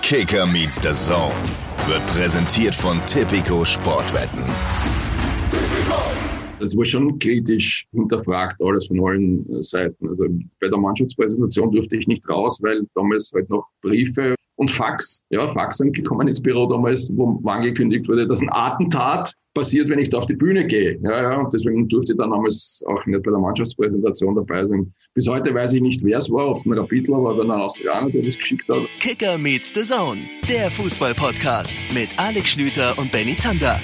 Kicker meets the Zone wird präsentiert von Tipico Sportwetten. Das wurde schon kritisch hinterfragt, alles von allen Seiten. Also bei der Mannschaftspräsentation durfte ich nicht raus, weil damals halt noch Briefe und Fax sind gekommen ins Büro damals, wo angekündigt wurde, dass ein Attentat passiert, wenn ich da auf die Bühne gehe. Und deswegen durfte ich dann damals auch nicht bei der Mannschaftspräsentation dabei sein. Bis heute weiß ich nicht, wer es war, ob es ein Rapidler war oder ein Austrianer, der das geschickt hat. Kicker meets the Zone, der Fußball-Podcast mit Alex Schlüter und Benny Zander.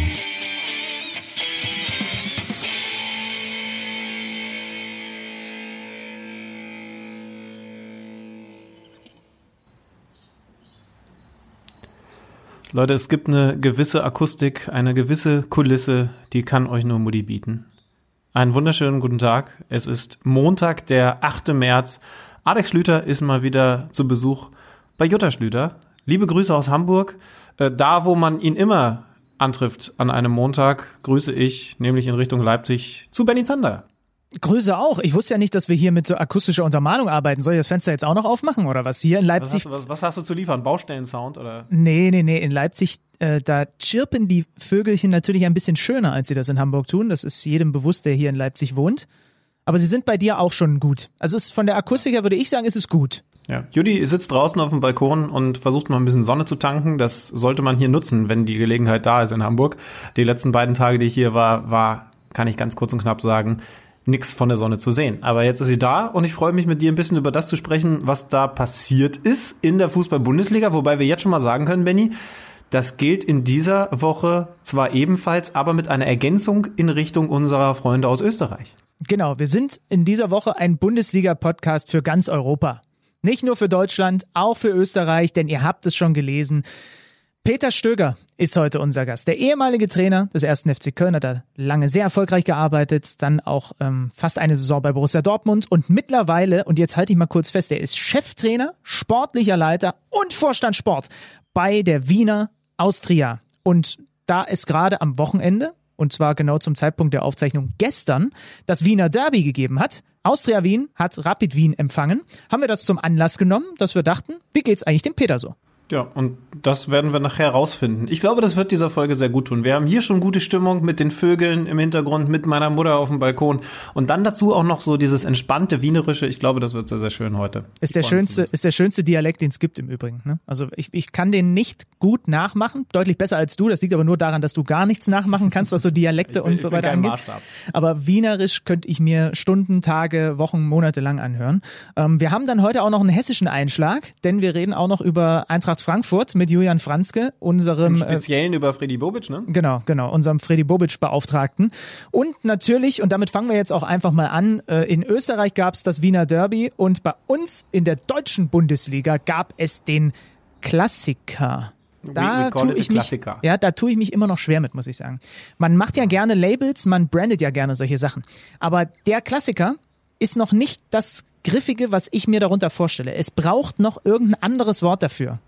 Leute, es gibt eine gewisse Akustik, eine gewisse Kulisse, die kann euch nur Mutti bieten. Einen wunderschönen guten Tag. Es ist Montag, der 8. März. Alex Schlüter ist mal wieder zu Besuch bei Jutta Schlüter. Liebe Grüße aus Hamburg. Da, wo man ihn immer antrifft an einem Montag, grüße ich, nämlich in Richtung Leipzig, zu Benny Zander. Grüße auch. Ich wusste ja nicht, dass wir hier mit so akustischer Untermalung arbeiten. Soll ich das Fenster jetzt auch noch aufmachen oder was? Hier in Leipzig. Was hast du zu liefern? Baustellensound oder? Nee. In Leipzig, da chirpen die Vögelchen natürlich ein bisschen schöner, als sie das in Hamburg tun. Das ist jedem bewusst, der hier in Leipzig wohnt. Aber sie sind bei dir auch schon gut. Also von der Akustik her würde ich sagen, ist es gut. Ja, Judy sitzt draußen auf dem Balkon und versucht mal ein bisschen Sonne zu tanken. Das sollte man hier nutzen, wenn die Gelegenheit da ist in Hamburg. Die letzten beiden Tage, die ich hier war, kann ich ganz kurz und knapp sagen, nichts von der Sonne zu sehen. Aber jetzt ist sie da und ich freue mich, mit dir ein bisschen über das zu sprechen, was da passiert ist in der Fußball-Bundesliga. Wobei wir jetzt schon mal sagen können, Benny, das gilt in dieser Woche zwar ebenfalls, aber mit einer Ergänzung in Richtung unserer Freunde aus Österreich. Genau, wir sind in dieser Woche ein Bundesliga-Podcast für ganz Europa. Nicht nur für Deutschland, auch für Österreich, denn ihr habt es schon gelesen. Peter Stöger ist heute unser Gast. Der ehemalige Trainer des 1. FC Köln hat da lange sehr erfolgreich gearbeitet, dann auch fast eine Saison bei Borussia Dortmund und mittlerweile, und jetzt halte ich mal kurz fest, er ist Cheftrainer, sportlicher Leiter und Vorstand Sport bei der Wiener Austria. Und da es gerade am Wochenende, und zwar genau zum Zeitpunkt der Aufzeichnung gestern, das Wiener Derby gegeben hat, Austria Wien hat Rapid Wien empfangen, haben wir das zum Anlass genommen, dass wir dachten, wie geht's eigentlich dem Peter so? Ja, und das werden wir nachher rausfinden. Ich glaube, das wird dieser Folge sehr gut tun. Wir haben hier schon gute Stimmung mit den Vögeln im Hintergrund, mit meiner Mutter auf dem Balkon und dann dazu auch noch so dieses entspannte Wienerische. Ich glaube, das wird sehr, sehr schön heute. Ist der schönste Dialekt, den es gibt im Übrigen. Ne? Also ich kann den nicht gut nachmachen, deutlich besser als du. Das liegt aber nur daran, dass du gar nichts nachmachen kannst, was so Dialekte und so weiter angeht. Maßstab. Aber Wienerisch könnte ich mir Stunden, Tage, Wochen, Monate lang anhören. Wir haben dann heute auch noch einen hessischen Einschlag, denn wir reden auch noch über Eintracht Frankfurt mit Julian Franzke, unserem... Im Speziellen über Freddy Bobic, ne? Genau, unserem Freddy Bobic-Beauftragten. Und natürlich, und damit fangen wir jetzt auch einfach mal an, in Österreich gab es das Wiener Derby und bei uns in der deutschen Bundesliga gab es den Klassiker. Da tue ich mich immer noch schwer mit, muss ich sagen. Man macht ja gerne Labels, man brandet ja gerne solche Sachen. Aber der Klassiker ist noch nicht das Griffige, was ich mir darunter vorstelle. Es braucht noch irgendein anderes Wort dafür.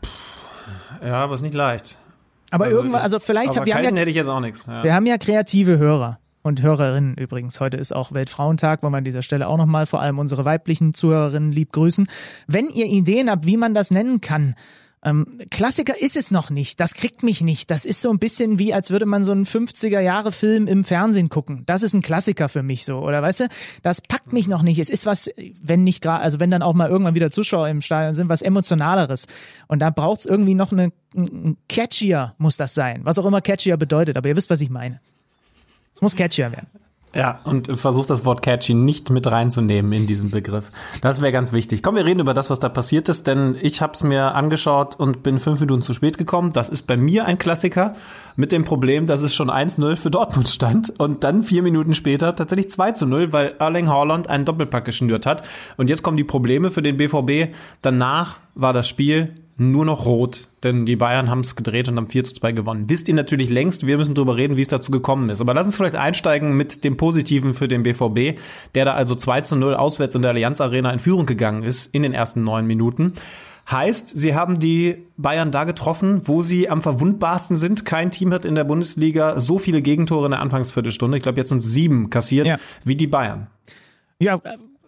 Ja, aber ist nicht leicht. Aber irgendwann, also vielleicht hätte ich jetzt auch nichts. Ja. Wir haben ja kreative Hörer und Hörerinnen übrigens. Heute ist auch Weltfrauentag, wollen wir an dieser Stelle auch nochmal vor allem unsere weiblichen Zuhörerinnen lieb grüßen. Wenn ihr Ideen habt, wie man das nennen kann, Klassiker ist es noch nicht, das kriegt mich nicht. Das ist so ein bisschen wie, als würde man so einen 50er-Jahre-Film im Fernsehen gucken. Das ist ein Klassiker für mich so, oder weißt du? Das packt mich noch nicht. Es ist was, wenn nicht gerade, also wenn dann auch mal irgendwann wieder Zuschauer im Stadion sind, was Emotionaleres. Und da braucht es irgendwie noch ein catchier muss das sein. Was auch immer catchier bedeutet, aber ihr wisst, was ich meine. Es muss catchier werden. Ja, und versucht das Wort catchy nicht mit reinzunehmen in diesen Begriff. Das wäre ganz wichtig. Komm, wir reden über das, was da passiert ist, denn ich habe es mir angeschaut und bin 5 Minuten zu spät gekommen. Das ist bei mir ein Klassiker mit dem Problem, dass es schon 1-0 für Dortmund stand und dann 4 Minuten später tatsächlich 2-0, weil Erling Haaland einen Doppelpack geschnürt hat. Und jetzt kommen die Probleme für den BVB. Danach war das Spiel nur noch rot, denn die Bayern haben es gedreht und haben 4-2 gewonnen. Wisst ihr natürlich längst, wir müssen drüber reden, wie es dazu gekommen ist. Aber lass uns vielleicht einsteigen mit dem Positiven für den BVB, der da also 2-0 auswärts in der Allianz Arena in Führung gegangen ist in den ersten 9 Minuten. Heißt, sie haben die Bayern da getroffen, wo sie am verwundbarsten sind. Kein Team hat in der Bundesliga so viele Gegentore in der Anfangsviertelstunde. Ich glaube, jetzt sind 7 kassiert, wie die Bayern. Ja,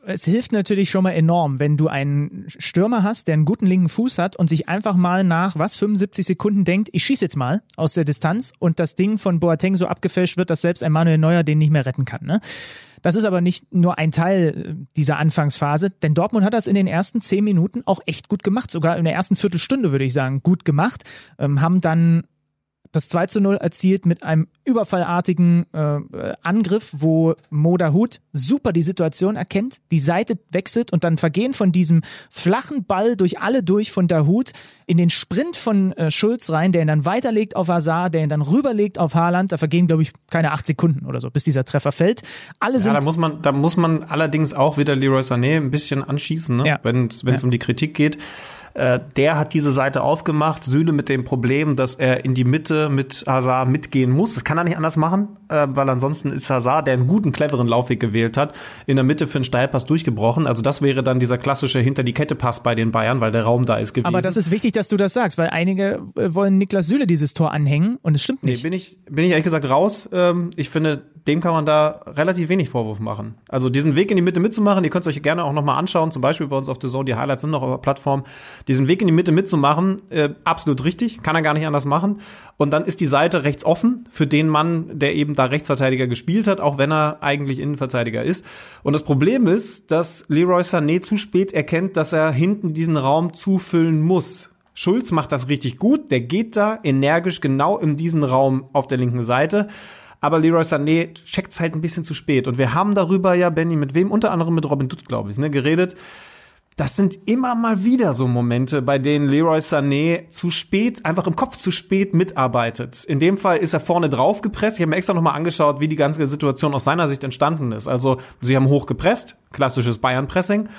es hilft natürlich schon mal enorm, wenn du einen Stürmer hast, der einen guten linken Fuß hat und sich einfach mal nach 75 Sekunden denkt, ich schieße jetzt mal aus der Distanz und das Ding von Boateng so abgefälscht wird, dass selbst ein Manuel Neuer den nicht mehr retten kann. Ne? Das ist aber nicht nur ein Teil dieser Anfangsphase, denn Dortmund hat das in den ersten 10 Minuten auch echt gut gemacht, sogar in der ersten Viertelstunde würde ich sagen, gut gemacht, haben dann das 2:0 erzielt mit einem überfallartigen Angriff, wo Mo Dahoud super die Situation erkennt, die Seite wechselt und dann Vergehen von diesem flachen Ball durch alle durch von Dahoud in den Sprint von Schulz rein, der ihn dann weiterlegt auf Hazard, der ihn dann rüberlegt auf Haaland. Da vergehen, glaube ich, keine 8 Sekunden oder so, bis dieser Treffer fällt. Da muss man allerdings auch wieder Leroy Sané ein bisschen anschießen, ne? Ja. Wenn es um die Kritik geht. Der hat diese Seite aufgemacht, Süle mit dem Problem, dass er in die Mitte mit Hazard mitgehen muss. Das kann er nicht anders machen, weil ansonsten ist Hazard, der einen guten, cleveren Laufweg gewählt hat, in der Mitte für einen Steilpass durchgebrochen. Also das wäre dann dieser klassische Hinter-die-Kette-Pass bei den Bayern, weil der Raum da ist gewesen. Aber das ist wichtig, dass du das sagst, weil einige wollen Niklas Süle dieses Tor anhängen und es stimmt nicht. Nee, bin ich ehrlich gesagt raus. Ich finde, dem kann man da relativ wenig Vorwurf machen. Also diesen Weg in die Mitte mitzumachen, ihr könnt es euch gerne auch nochmal anschauen, zum Beispiel bei uns auf The Zone, die Highlights sind noch auf der Plattform. Diesen Weg in die Mitte mitzumachen, absolut richtig, kann er gar nicht anders machen. Und dann ist die Seite rechts offen für den Mann, der eben da Rechtsverteidiger gespielt hat, auch wenn er eigentlich Innenverteidiger ist. Und das Problem ist, dass Leroy Sané zu spät erkennt, dass er hinten diesen Raum zufüllen muss. Schulz macht das richtig gut, der geht da energisch genau in diesen Raum auf der linken Seite. Aber Leroy Sané checkt's halt ein bisschen zu spät. Und wir haben darüber ja, Benny, mit wem? Unter anderem mit Robin Dutt, glaube ich, geredet. Das sind immer mal wieder so Momente, bei denen Leroy Sané zu spät, einfach im Kopf zu spät mitarbeitet. In dem Fall ist er vorne drauf gepresst. Ich habe mir extra nochmal angeschaut, wie die ganze Situation aus seiner Sicht entstanden ist. Also sie haben hoch gepresst, klassisches Bayern-Pressing.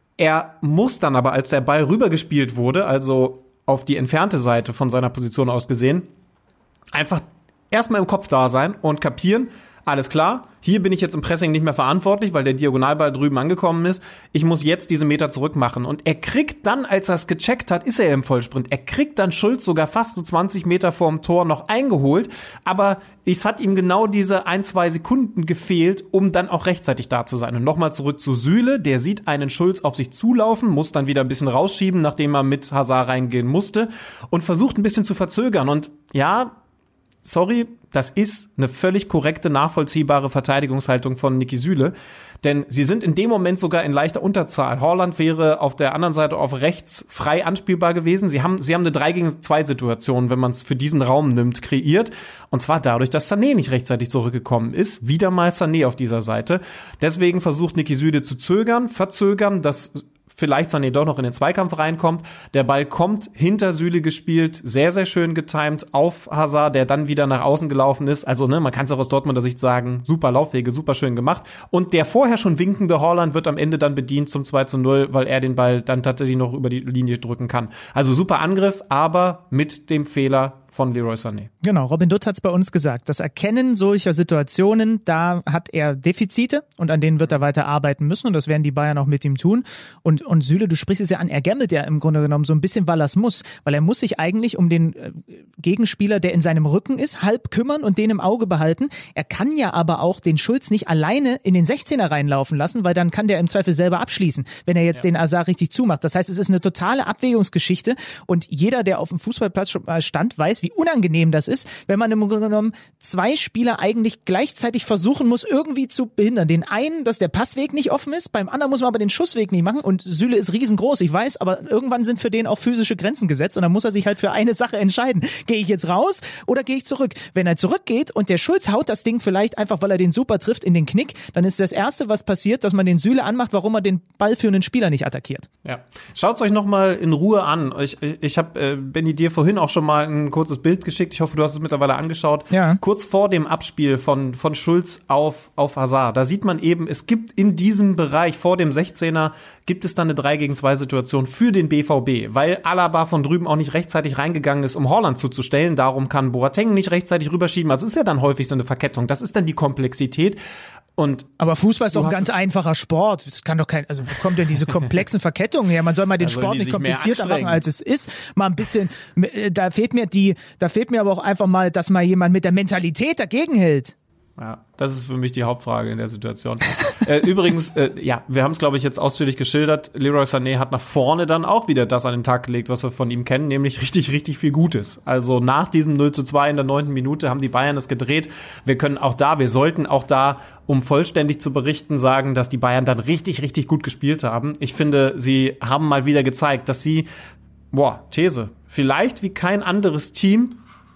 Er muss dann aber, als der Ball rübergespielt wurde, also auf die entfernte Seite von seiner Position aus gesehen, einfach erstmal im Kopf da sein und kapieren, alles klar, hier bin ich jetzt im Pressing nicht mehr verantwortlich, weil der Diagonalball drüben angekommen ist. Ich muss jetzt diese Meter zurück machen. Und er kriegt dann, als er es gecheckt hat, ist er im Vollsprint. Er kriegt dann Schulz sogar fast so 20 Meter vorm Tor noch eingeholt. Aber es hat ihm genau diese 1-2 Sekunden gefehlt, um dann auch rechtzeitig da zu sein. Und nochmal zurück zu Süle. Der sieht einen Schulz auf sich zulaufen, muss dann wieder ein bisschen rausschieben, nachdem er mit Hazard reingehen musste. Und versucht ein bisschen zu verzögern. Und ja, sorry, das ist eine völlig korrekte, nachvollziehbare Verteidigungshaltung von Niki Süle. Denn sie sind in dem Moment sogar in leichter Unterzahl. Haaland wäre auf der anderen Seite auf rechts frei anspielbar gewesen. Sie haben eine 3-gegen-2-Situation, wenn man es für diesen Raum nimmt, kreiert. Und zwar dadurch, dass Sané nicht rechtzeitig zurückgekommen ist. Wieder mal Sané auf dieser Seite. Deswegen versucht Niki Süle zu verzögern, dass vielleicht Sané doch noch in den Zweikampf reinkommt. Der Ball kommt hinter Süle gespielt, sehr, sehr schön getimed auf Hazard, der dann wieder nach außen gelaufen ist. Also, man kann es auch aus Dortmunder Sicht sagen, super Laufwege, super schön gemacht. Und der vorher schon winkende Haaland wird am Ende dann bedient zum 2:0, weil er den Ball dann tatsächlich noch über die Linie drücken kann. Also super Angriff, aber mit dem Fehler von Leroy Sané. Genau, Robin Dutt hat es bei uns gesagt. Das Erkennen solcher Situationen, da hat er Defizite und an denen wird er weiter arbeiten müssen und das werden die Bayern auch mit ihm tun. Und Süle, du sprichst es ja an, er gammelt ja im Grunde genommen so ein bisschen, weil er es muss. Weil er muss sich eigentlich um den Gegenspieler, der in seinem Rücken ist, halb kümmern und den im Auge behalten. Er kann ja aber auch den Schulz nicht alleine in den 16er reinlaufen lassen, weil dann kann der im Zweifel selber abschließen, wenn er jetzt den Hazard richtig zumacht. Das heißt, es ist eine totale Abwägungsgeschichte und jeder, der auf dem Fußballplatz stand, weiß, wie unangenehm das ist, wenn man im Grunde genommen 2 Spieler eigentlich gleichzeitig versuchen muss, irgendwie zu behindern. Den einen, dass der Passweg nicht offen ist, beim anderen muss man aber den Schussweg nicht machen und Süle ist riesengroß, ich weiß, aber irgendwann sind für den auch physische Grenzen gesetzt und dann muss er sich halt für eine Sache entscheiden. Gehe ich jetzt raus oder gehe ich zurück? Wenn er zurückgeht und der Schulz haut das Ding vielleicht einfach, weil er den super trifft, in den Knick, dann ist das Erste, was passiert, dass man den Süle anmacht, warum er den ballführenden Spieler nicht attackiert. Ja, schaut's euch nochmal in Ruhe an. Ich habe, Benni, dir vorhin auch schon mal ein kurzes Bild geschickt. Ich hoffe, du hast es mittlerweile angeschaut. Ja. Kurz vor dem Abspiel von Schulz auf Hazard. Da sieht man eben, es gibt in diesem Bereich vor dem 16er gibt es dann eine 3-gegen-2-Situation für den BVB, weil Alaba von drüben auch nicht rechtzeitig reingegangen ist, um Haaland zuzustellen. Darum kann Boateng nicht rechtzeitig rüberschieben. Also ist ja dann häufig so eine Verkettung. Das ist dann die Komplexität. Aber Fußball ist doch ein ganz einfacher Sport. Das kann doch wo kommt denn diese komplexen Verkettungen her? Man soll mal den Sport nicht komplizierter machen, als es ist. Mal ein bisschen, da fehlt mir aber auch einfach mal, dass mal jemand mit der Mentalität dagegen hält. Ja, das ist für mich die Hauptfrage in der Situation. Übrigens, wir haben es, glaube ich, jetzt ausführlich geschildert. Leroy Sané hat nach vorne dann auch wieder das an den Tag gelegt, was wir von ihm kennen, nämlich richtig, richtig viel Gutes. Also nach diesem 0:2 in der 9. Minute haben die Bayern es gedreht. Wir sollten auch da, um vollständig zu berichten, sagen, dass die Bayern dann richtig, richtig gut gespielt haben. Ich finde, sie haben mal wieder gezeigt, dass sie, These, vielleicht wie kein anderes Team,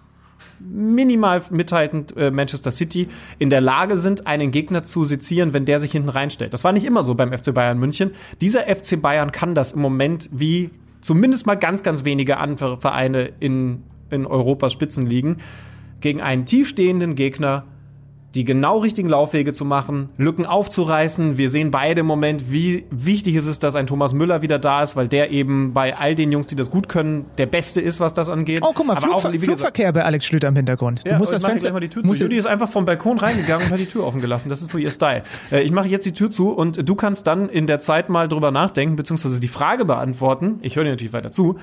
minimal mithaltend Manchester City, in der Lage sind, einen Gegner zu sezieren, wenn der sich hinten reinstellt. Das war nicht immer so beim FC Bayern München. Dieser FC Bayern kann das im Moment wie zumindest mal ganz, ganz wenige andere Vereine in Europas Spitzenligen gegen einen tiefstehenden Gegner die genau richtigen Laufwege zu machen, Lücken aufzureißen. Wir sehen beide im Moment, wie wichtig es ist, dass ein Thomas Müller wieder da ist, weil der eben bei all den Jungs, die das gut können, der Beste ist, was das angeht. Oh, guck mal, Flugverkehr bei Alex Schlüter im Hintergrund. Du musst das Fenster mal die Tür zu. Judy ist einfach vom Balkon reingegangen und hat die Tür offen gelassen. Das ist so ihr Style. Ich mache jetzt die Tür zu und du kannst dann in der Zeit mal drüber nachdenken, beziehungsweise die Frage beantworten. Ich höre dir natürlich weiter zu.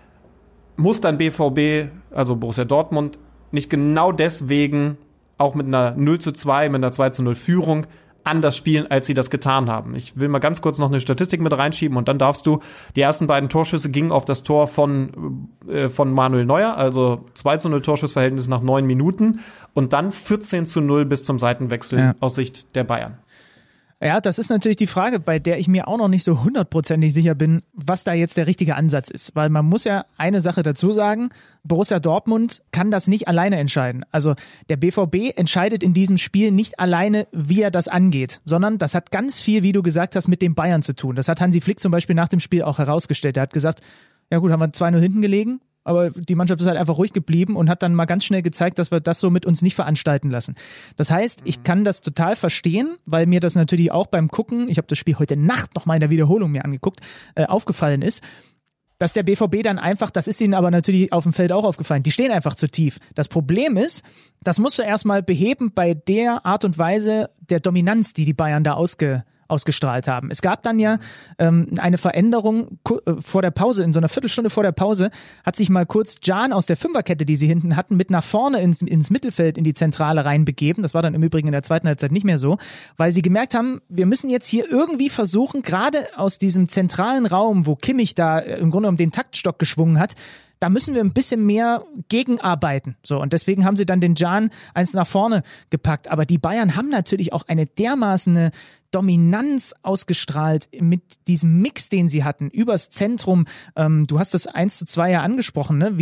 Muss dann BVB, also Borussia Dortmund, nicht genau deswegen auch mit einer 0:2, mit einer 2:0 Führung anders spielen, als sie das getan haben. Ich will mal ganz kurz noch eine Statistik mit reinschieben und dann darfst du, die ersten beiden Torschüsse gingen auf das Tor von Manuel Neuer, also 2:0 Torschussverhältnis nach 9 Minuten und dann 14:0 bis zum Seitenwechsel aus Sicht der Bayern. Ja, das ist natürlich die Frage, bei der ich mir auch noch nicht so 100%ig sicher bin, was da jetzt der richtige Ansatz ist. Weil man muss ja eine Sache dazu sagen, Borussia Dortmund kann das nicht alleine entscheiden. Also der BVB entscheidet in diesem Spiel nicht alleine, wie er das angeht, sondern das hat ganz viel, wie du gesagt hast, mit den Bayern zu tun. Das hat Hansi Flick zum Beispiel nach dem Spiel auch herausgestellt. Er hat gesagt, ja gut, haben wir 2:0 hinten gelegen, aber die Mannschaft ist halt einfach ruhig geblieben und hat dann mal ganz schnell gezeigt, dass wir das so mit uns nicht veranstalten lassen. Das heißt, ich kann das total verstehen, weil mir das natürlich auch beim Gucken, ich habe das Spiel heute Nacht noch mal in der Wiederholung mir angeguckt, aufgefallen ist, dass der BVB dann einfach, das ist ihnen aber natürlich auf dem Feld auch aufgefallen, die stehen einfach zu tief. Das Problem ist, das musst du erstmal beheben bei der Art und Weise der Dominanz, die Bayern da ausgestrahlt haben. Es gab dann ja eine Veränderung vor der Pause, in so einer Viertelstunde vor der Pause, hat sich mal kurz Can aus der Fünferkette, die sie hinten hatten, mit nach vorne ins Mittelfeld, in die Zentrale reinbegeben. Das war dann im Übrigen in der zweiten Halbzeit nicht mehr so, weil sie gemerkt haben, wir müssen jetzt hier irgendwie versuchen, gerade aus diesem zentralen Raum, wo Kimmich da im Grunde genommen den Taktstock geschwungen hat, da müssen wir ein bisschen mehr gegenarbeiten. So, und deswegen haben sie dann den Can eins nach vorne gepackt. Aber die Bayern haben natürlich auch eine dermaßen Dominanz ausgestrahlt mit diesem Mix, den sie hatten, übers Zentrum. Du hast das 1:2 ja angesprochen, ne?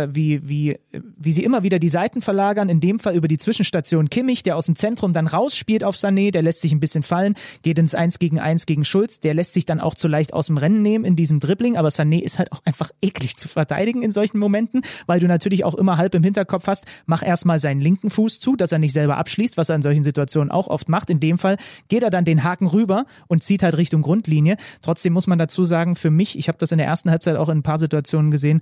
Wie sie immer wieder die Seiten verlagern, in dem Fall über die Zwischenstation Kimmich, der aus dem Zentrum dann rausspielt auf Sané, der lässt sich ein bisschen fallen, geht ins 1-gegen-1 gegen Schulz, der lässt sich dann auch zu leicht aus dem Rennen nehmen in diesem Dribbling, aber Sané ist halt auch einfach eklig zu verteidigen in solchen Momenten, weil du natürlich auch immer halb im Hinterkopf hast, mach erstmal seinen linken Fuß zu, dass er nicht selber abschließt, was er in solchen Situationen auch oft macht. In dem Fall geht er dann den Haken rüber und zieht halt Richtung Grundlinie. Trotzdem muss man dazu sagen, für mich, ich habe das in der ersten Halbzeit auch in ein paar Situationen gesehen,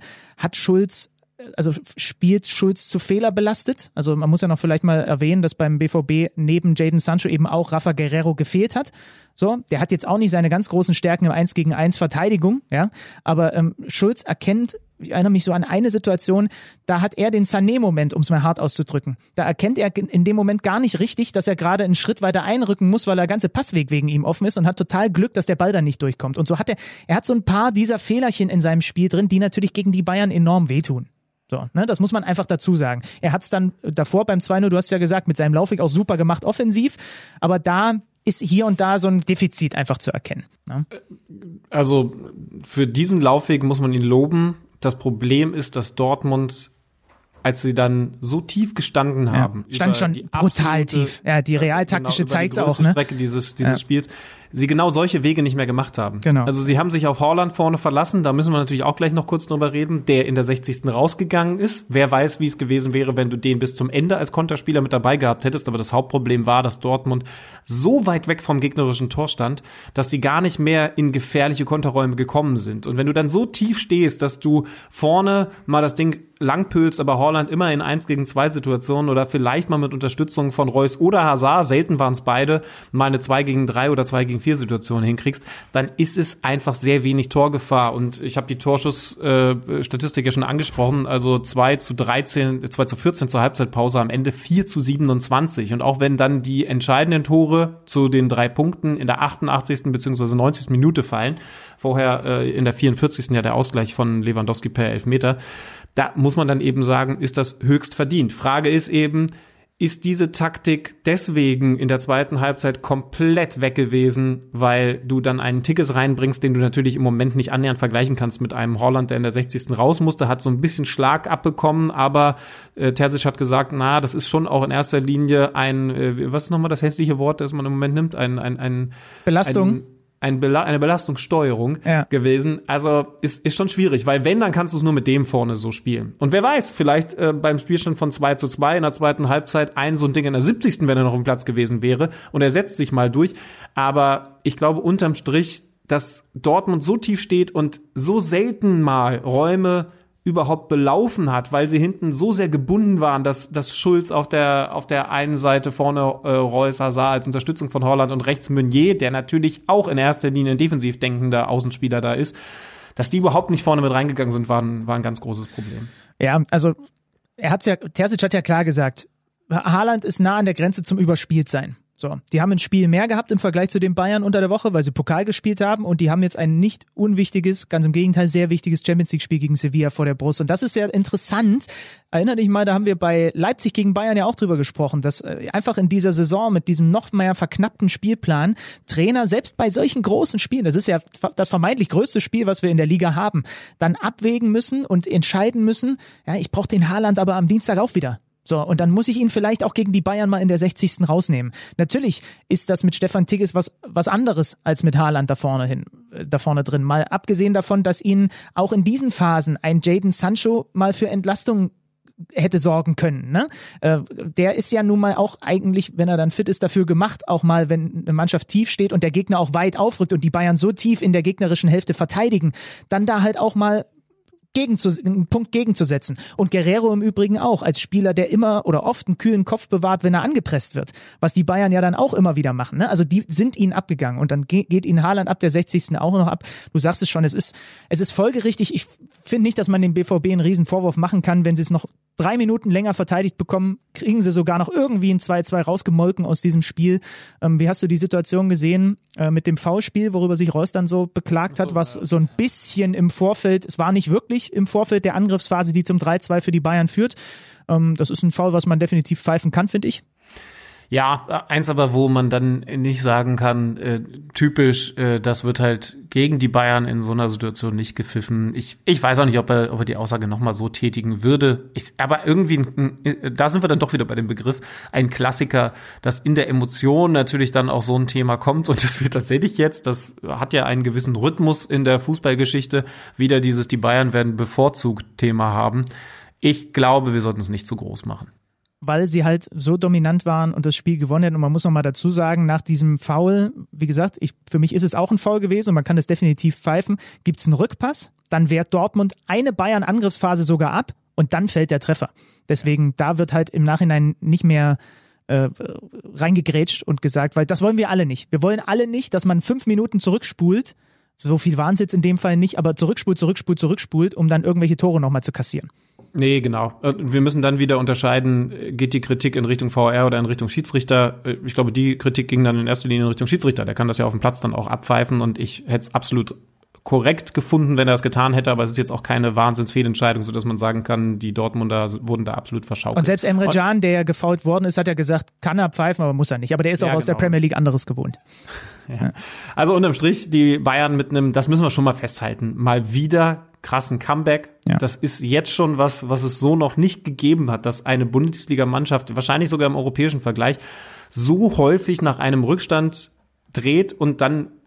spielt Schulz zu Fehler belastet. Also man muss ja noch vielleicht mal erwähnen, dass beim BVB neben Jadon Sancho eben auch Rafa Guerreiro gefehlt hat. So, der hat jetzt auch nicht seine ganz großen Stärken im 1-gegen-1 Verteidigung, ja, aber Schulz erkennt, ich erinnere mich so an eine Situation, da hat er den Sané-Moment, um es mal hart auszudrücken. Da erkennt er in dem Moment gar nicht richtig, dass er gerade einen Schritt weiter einrücken muss, weil der ganze Passweg wegen ihm offen ist und hat total Glück, dass der Ball dann nicht durchkommt. Und so hat er hat so ein paar dieser Fehlerchen in seinem Spiel drin, die natürlich gegen die Bayern enorm wehtun. So, ne, das muss man einfach dazu sagen. Er hat es dann davor beim 2:0, du hast ja gesagt, mit seinem Laufweg auch super gemacht offensiv, aber da ist hier und da so ein Defizit einfach zu erkennen. Ne? Also für diesen Laufweg muss man ihn loben. Das Problem ist, dass Dortmund, als sie dann so tief gestanden haben, stand schon brutal tief. Ja, die realtaktische zeigt es auch, ne? Strecke dieses Spiels, sie genau solche Wege nicht mehr gemacht haben. Genau. Also sie haben sich auf Haaland vorne verlassen, da müssen wir natürlich auch gleich noch kurz drüber reden, der in der 60. rausgegangen ist. Wer weiß, wie es gewesen wäre, wenn du den bis zum Ende als Konterspieler mit dabei gehabt hättest, aber das Hauptproblem war, dass Dortmund so weit weg vom gegnerischen Tor stand, dass sie gar nicht mehr in gefährliche Konterräume gekommen sind. Und wenn du dann so tief stehst, dass du vorne mal das Ding langpülst, aber Haaland immer in 1-gegen-2 Situationen oder vielleicht mal mit Unterstützung von Reus oder Hazard, selten waren es beide, mal eine 2-gegen-3 oder 2-gegen-4 4-Situation hinkriegst, dann ist es einfach sehr wenig Torgefahr. Und ich habe die Torschuss-Statistik ja schon angesprochen, also 2:14 zur Halbzeitpause, am Ende 4:27. Und auch wenn dann die entscheidenden Tore zu den 3 Punkten in der 88. bzw. 90. Minute fallen, vorher in der 44. ja der Ausgleich von Lewandowski per Elfmeter, da muss man dann eben sagen, ist das höchst verdient. Frage ist eben, ist diese Taktik deswegen in der zweiten Halbzeit komplett weg gewesen, weil du dann einen Tickets reinbringst, den du natürlich im Moment nicht annähernd vergleichen kannst mit einem Haaland, der in der 60. raus musste, hat so ein bisschen Schlag abbekommen, aber Terzic hat gesagt, das ist schon auch in erster Linie was ist nochmal das hässliche Wort, das man im Moment nimmt, Belastung. Eine Belastungssteuerung gewesen. Also ist schon schwierig, weil wenn, dann kannst du es nur mit dem vorne so spielen. Und wer weiß, vielleicht beim Spielstand von 2:2 in der zweiten Halbzeit so ein Ding in der 70., wenn er noch im Platz gewesen wäre und er setzt sich mal durch. Aber ich glaube unterm Strich, dass Dortmund so tief steht und so selten mal Räume überhaupt belaufen hat, weil sie hinten so sehr gebunden waren, dass Schulz auf der einen Seite vorne Reus, Hazard als Unterstützung von Haaland und rechts Meunier, der natürlich auch in erster Linie ein defensiv denkender Außenspieler da ist, dass die überhaupt nicht vorne mit reingegangen sind, war ein ganz großes Problem. Ja, also Terzic hat ja klar gesagt, Haaland ist nah an der Grenze zum Überspieltsein. So, die haben ein Spiel mehr gehabt im Vergleich zu den Bayern unter der Woche, weil sie Pokal gespielt haben, und die haben jetzt ein nicht unwichtiges, ganz im Gegenteil sehr wichtiges Champions-League-Spiel gegen Sevilla vor der Brust. Und das ist ja interessant. Erinner dich mal, da haben wir bei Leipzig gegen Bayern ja auch drüber gesprochen, dass einfach in dieser Saison mit diesem noch mehr verknappten Spielplan Trainer selbst bei solchen großen Spielen, das ist ja das vermeintlich größte Spiel, was wir in der Liga haben, dann abwägen müssen und entscheiden müssen, ja, ich brauche den Haaland aber am Dienstag auch wieder. So, und dann muss ich ihn vielleicht auch gegen die Bayern mal in der 60. rausnehmen. Natürlich ist das mit Stefan Tigges was anderes als mit Haaland da vorne drin. Mal abgesehen davon, dass ihn auch in diesen Phasen ein Jadon Sancho mal für Entlastung hätte sorgen können, ne? Der ist ja nun mal auch eigentlich, wenn er dann fit ist, dafür gemacht, auch mal, wenn eine Mannschaft tief steht und der Gegner auch weit aufrückt und die Bayern so tief in der gegnerischen Hälfte verteidigen, dann da halt auch mal einen Punkt gegenzusetzen. Und Guerrero im Übrigen auch, als Spieler, der immer oder oft einen kühlen Kopf bewahrt, wenn er angepresst wird. Was die Bayern ja dann auch immer wieder machen, ne? Also die sind ihnen abgegangen und dann geht ihnen Haaland ab der 60. auch noch ab. Du sagst es schon, es ist folgerichtig. Ich finde nicht, dass man dem BVB einen riesen Vorwurf machen kann, wenn sie es noch 3 Minuten länger verteidigt bekommen, kriegen sie sogar noch irgendwie ein 2:2 rausgemolken aus diesem Spiel. Wie hast du die Situation gesehen mit dem Foulspiel, worüber sich Reus dann so beklagt hat, was so ein bisschen im Vorfeld, es war nicht wirklich im Vorfeld der Angriffsphase, die zum 3:2 für die Bayern führt. Das ist ein Foul, was man definitiv pfeifen kann, finde ich. Ja, eins aber, wo man dann nicht sagen kann, typisch, das wird halt gegen die Bayern in so einer Situation nicht gepfiffen. Ich weiß auch nicht, ob er die Aussage nochmal so tätigen würde. Aber irgendwie, da sind wir dann doch wieder bei dem Begriff, ein Klassiker, dass in der Emotion natürlich dann auch so ein Thema kommt. Und das wird tatsächlich jetzt, das hat ja einen gewissen Rhythmus in der Fußballgeschichte, wieder dieses die Bayern werden bevorzugt Thema haben. Ich glaube, wir sollten es nicht zu groß machen. Weil sie halt so dominant waren und das Spiel gewonnen hätten. Und man muss noch mal dazu sagen, nach diesem Foul, wie gesagt, für mich ist es auch ein Foul gewesen und man kann es definitiv pfeifen, gibt es einen Rückpass, dann wehrt Dortmund eine Bayern-Angriffsphase sogar ab und dann fällt der Treffer. Deswegen, da wird halt im Nachhinein nicht mehr reingegrätscht und gesagt, weil das wollen wir alle nicht. Wir wollen alle nicht, dass man 5 Minuten zurückspult, so viel waren es jetzt in dem Fall nicht, aber zurückspult, um dann irgendwelche Tore nochmal zu kassieren. Nee, genau. Wir müssen dann wieder unterscheiden, geht die Kritik in Richtung VR oder in Richtung Schiedsrichter. Ich glaube, die Kritik ging dann in erster Linie in Richtung Schiedsrichter. Der kann das ja auf dem Platz dann auch abpfeifen und ich hätte es absolut korrekt gefunden, wenn er das getan hätte, aber es ist jetzt auch keine Wahnsinnsfehlentscheidung, sodass man sagen kann, die Dortmunder wurden da absolut verschaukelt. Und selbst Emre Can, der ja gefoult worden ist, hat ja gesagt, kann er pfeifen, aber muss er nicht. Aber der ist auch aus der Premier League anderes gewohnt. Ja. Also unterm Strich, die Bayern mit einem, das müssen wir schon mal festhalten, mal wieder krassen Comeback. Ja. Das ist jetzt schon was es so noch nicht gegeben hat, dass eine Bundesliga-Mannschaft, wahrscheinlich sogar im europäischen Vergleich, so häufig nach einem Rückstand dreht und dann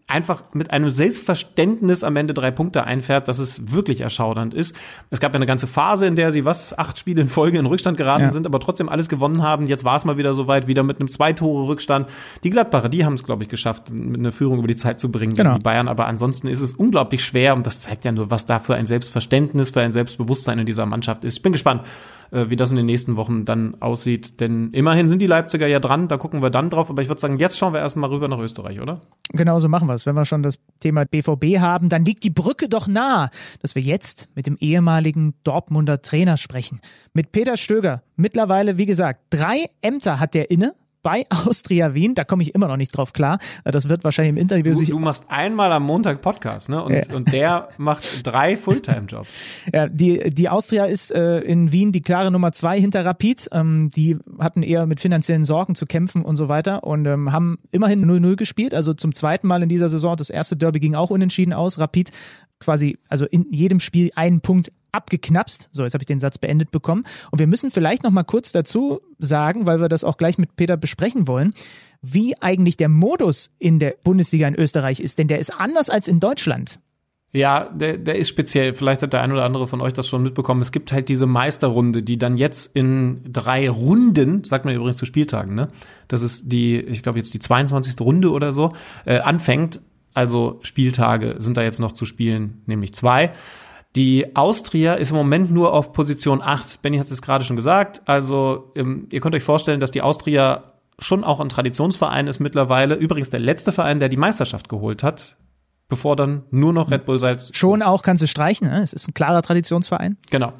einfach mit einem Selbstverständnis am Ende 3 Punkte einfährt, dass es wirklich erschaudernd ist. Es gab ja eine ganze Phase, in der sie 8 Spiele in Folge in Rückstand geraten sind, aber trotzdem alles gewonnen haben. Jetzt war es mal wieder soweit, wieder mit einem 2-Tore-Rückstand. Die Gladbacher, die haben es, glaube ich, geschafft, mit einer Führung über die Zeit zu bringen gegen die Bayern. Aber ansonsten ist es unglaublich schwer und das zeigt ja nur, was da für ein Selbstverständnis, für ein Selbstbewusstsein in dieser Mannschaft ist. Ich bin gespannt, wie das in den nächsten Wochen dann aussieht, denn immerhin sind die Leipziger ja dran, da gucken wir dann drauf, aber ich würde sagen, jetzt schauen wir erstmal rüber nach Österreich, oder? Genau so machen wir es. Wenn wir schon das Thema BVB haben, dann liegt die Brücke doch nahe, dass wir jetzt mit dem ehemaligen Dortmunder Trainer sprechen. Mit Peter Stöger. Mittlerweile, wie gesagt, 3 Ämter hat der inne bei Austria Wien. Da komme ich immer noch nicht drauf klar. Das wird wahrscheinlich im Interview Du machst einmal am Montag Podcast, ne? Und der macht 3 Fulltime-Jobs. Ja, die Austria ist in Wien die klare Nummer 2 hinter Rapid. Die hatten eher mit finanziellen Sorgen zu kämpfen und so weiter und haben immerhin 0-0 gespielt. Also zum zweiten Mal in dieser Saison. Das erste Derby ging auch unentschieden aus. Rapid quasi, also in jedem Spiel einen Punkt abgeknapst. So, jetzt habe ich den Satz beendet bekommen. Und wir müssen vielleicht noch mal kurz dazu sagen, weil wir das auch gleich mit Peter besprechen wollen, wie eigentlich der Modus in der Bundesliga in Österreich ist. Denn der ist anders als in Deutschland. Ja, der ist speziell. Vielleicht hat der ein oder andere von euch das schon mitbekommen. Es gibt halt diese Meisterrunde, die dann jetzt in 3 Runden, sagt man übrigens zu Spieltagen, ne? Das ist ich glaube jetzt die 22. Runde oder so, anfängt. Also Spieltage sind da jetzt noch zu spielen, nämlich 2. Die Austria ist im Moment nur auf Position 8. Benny hat es gerade schon gesagt. Also ihr könnt euch vorstellen, dass die Austria schon auch ein Traditionsverein ist mittlerweile. Übrigens der letzte Verein, der die Meisterschaft geholt hat, bevor dann nur noch Red Bull Salzburg. Schon auch kannst du streichen, ne? Es ist ein klarer Traditionsverein. Genau.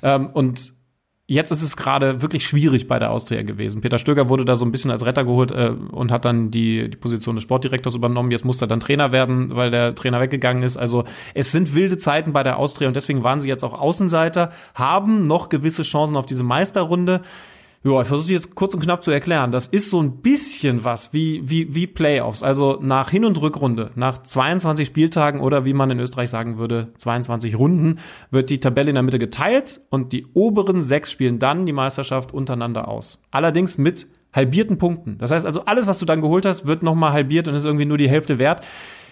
Und jetzt ist es gerade wirklich schwierig bei der Austria gewesen. Peter Stöger wurde da so ein bisschen als Retter geholt und hat dann die Position des Sportdirektors übernommen. Jetzt muss er dann Trainer werden, weil der Trainer weggegangen ist. Also es sind wilde Zeiten bei der Austria und deswegen waren sie jetzt auch Außenseiter, haben noch gewisse Chancen auf diese Meisterrunde. Ja, ich versuche jetzt kurz und knapp zu erklären. Das ist so ein bisschen was wie Playoffs. Also nach Hin- und Rückrunde, nach 22 Spieltagen oder wie man in Österreich sagen würde, 22 Runden, wird die Tabelle in der Mitte geteilt und die oberen 6 spielen dann die Meisterschaft untereinander aus. Allerdings mit halbierten Punkten. Das heißt also, alles, was du dann geholt hast, wird nochmal halbiert und ist irgendwie nur die Hälfte wert.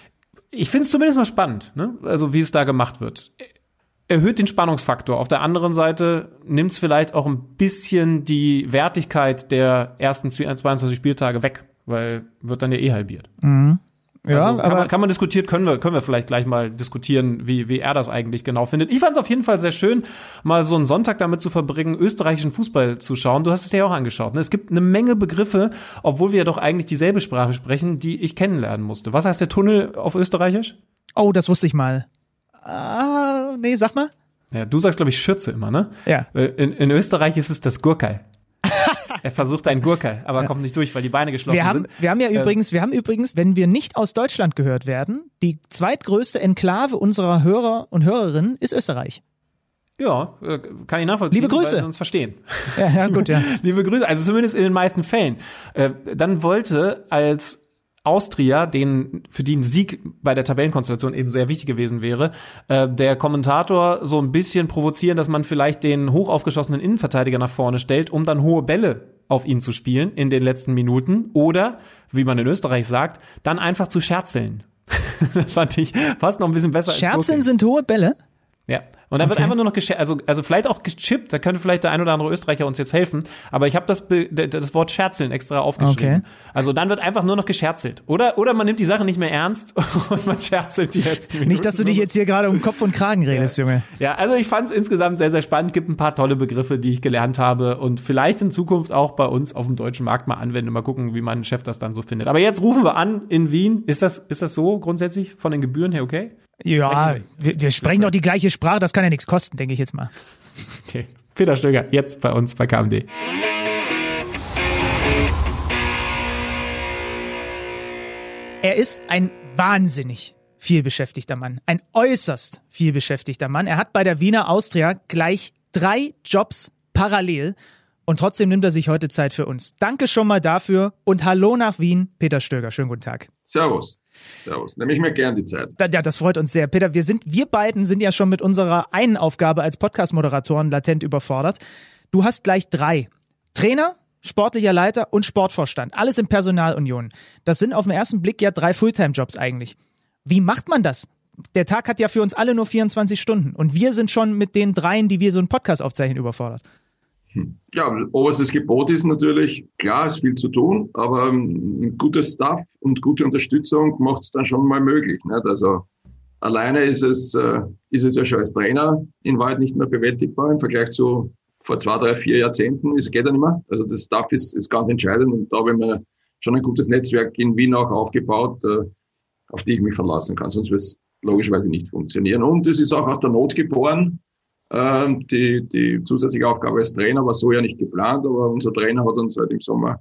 Ich finde es zumindest mal spannend, ne? Also wie es da gemacht wird. Erhöht den Spannungsfaktor. Auf der anderen Seite nimmt es vielleicht auch ein bisschen die Wertigkeit der ersten 22 Spieltage weg, weil wird dann ja halbiert. Mhm. Ja, also aber kann man diskutieren, können wir vielleicht gleich mal diskutieren, wie er das eigentlich genau findet. Ich fand es auf jeden Fall sehr schön, mal so einen Sonntag damit zu verbringen, österreichischen Fußball zu schauen. Du hast es dir ja auch angeschaut, ne? Es gibt eine Menge Begriffe, obwohl wir ja doch eigentlich dieselbe Sprache sprechen, die ich kennenlernen musste. Was heißt der Tunnel auf Österreichisch? Oh, das wusste ich mal. Nee, sag mal. Ja, du sagst, glaube ich, Schürze immer, ne? Ja. In Österreich ist es das Gurkei. Er versucht ein Gurkei, aber kommt nicht durch, weil die Beine geschlossen sind. Wir haben übrigens, wenn wir nicht aus Deutschland gehört werden, die zweitgrößte Enklave unserer Hörer und Hörerinnen ist Österreich. Ja, kann ich nachvollziehen, Liebe Grüße. weil sie uns verstehen. Ja, gut, ja. Liebe Grüße, also zumindest in den meisten Fällen. Dann wollte als Austria, für die ein Sieg bei der Tabellenkonstellation eben sehr wichtig gewesen wäre, der Kommentator so ein bisschen provozieren, dass man vielleicht den hochaufgeschossenen Innenverteidiger nach vorne stellt, um dann hohe Bälle auf ihn zu spielen in den letzten Minuten oder, wie man in Österreich sagt, dann einfach zu scherzeln. Das fand ich fast noch ein bisschen besser. Scherzeln sind hohe Bälle? Ja, und dann wird einfach nur noch also vielleicht auch gechippt, da könnte vielleicht der ein oder andere Österreicher uns jetzt helfen, aber ich habe das Wort Scherzeln extra aufgeschrieben. Okay. Also dann wird einfach nur noch gescherzelt. Oder man nimmt die Sache nicht mehr ernst und man scherzelt die letzten Minuten. Nicht, dass du dich jetzt hier gerade um Kopf und Kragen redest, Junge. Ja, also ich fand es insgesamt sehr, sehr spannend, gibt ein paar tolle Begriffe, die ich gelernt habe und vielleicht in Zukunft auch bei uns auf dem deutschen Markt mal anwenden, mal gucken, wie mein Chef das dann so findet. Aber jetzt rufen wir an in Wien. Ist das so grundsätzlich von den Gebühren her okay? Ja, wir sprechen doch die gleiche Sprache, das kann ja nichts kosten, denke ich jetzt mal. Okay. Peter Stöger, jetzt bei uns bei KMD. Er ist ein wahnsinnig vielbeschäftigter Mann, ein äußerst vielbeschäftigter Mann. Er hat bei der Wiener Austria gleich 3 Jobs parallel und trotzdem nimmt er sich heute Zeit für uns. Danke schon mal dafür und hallo nach Wien, Peter Stöger. Schönen guten Tag. Servus. Nehme ich mir gern die Zeit. Ja, das freut uns sehr. Peter, wir beiden sind ja schon mit unserer einen Aufgabe als Podcast-Moderatoren latent überfordert. Du hast gleich 3. Trainer, sportlicher Leiter und Sportvorstand. Alles in Personalunion. Das sind auf den ersten Blick ja 3 Fulltime-Jobs eigentlich. Wie macht man das? Der Tag hat ja für uns alle nur 24 Stunden und wir sind schon mit den 3, die wir so einen Podcast aufzeichnen, überfordert. Ja, oberstes Gebot ist natürlich, klar, es ist viel zu tun, aber ein gutes Staff und gute Unterstützung macht es dann schon mal möglich. Nicht? Also alleine ist es ja schon als Trainer in Wahrheit nicht mehr bewältigbar im Vergleich zu vor 2, 3, 4 Jahrzehnten. Es geht ja nicht mehr. Also das Staff ist ganz entscheidend und da habe ich mir schon ein gutes Netzwerk in Wien auch aufgebaut, auf die ich mich verlassen kann. Sonst wird es logischerweise nicht funktionieren. Und es ist auch aus der Not geboren. Die zusätzliche Aufgabe als Trainer war so ja nicht geplant, aber unser Trainer hat uns halt im Sommer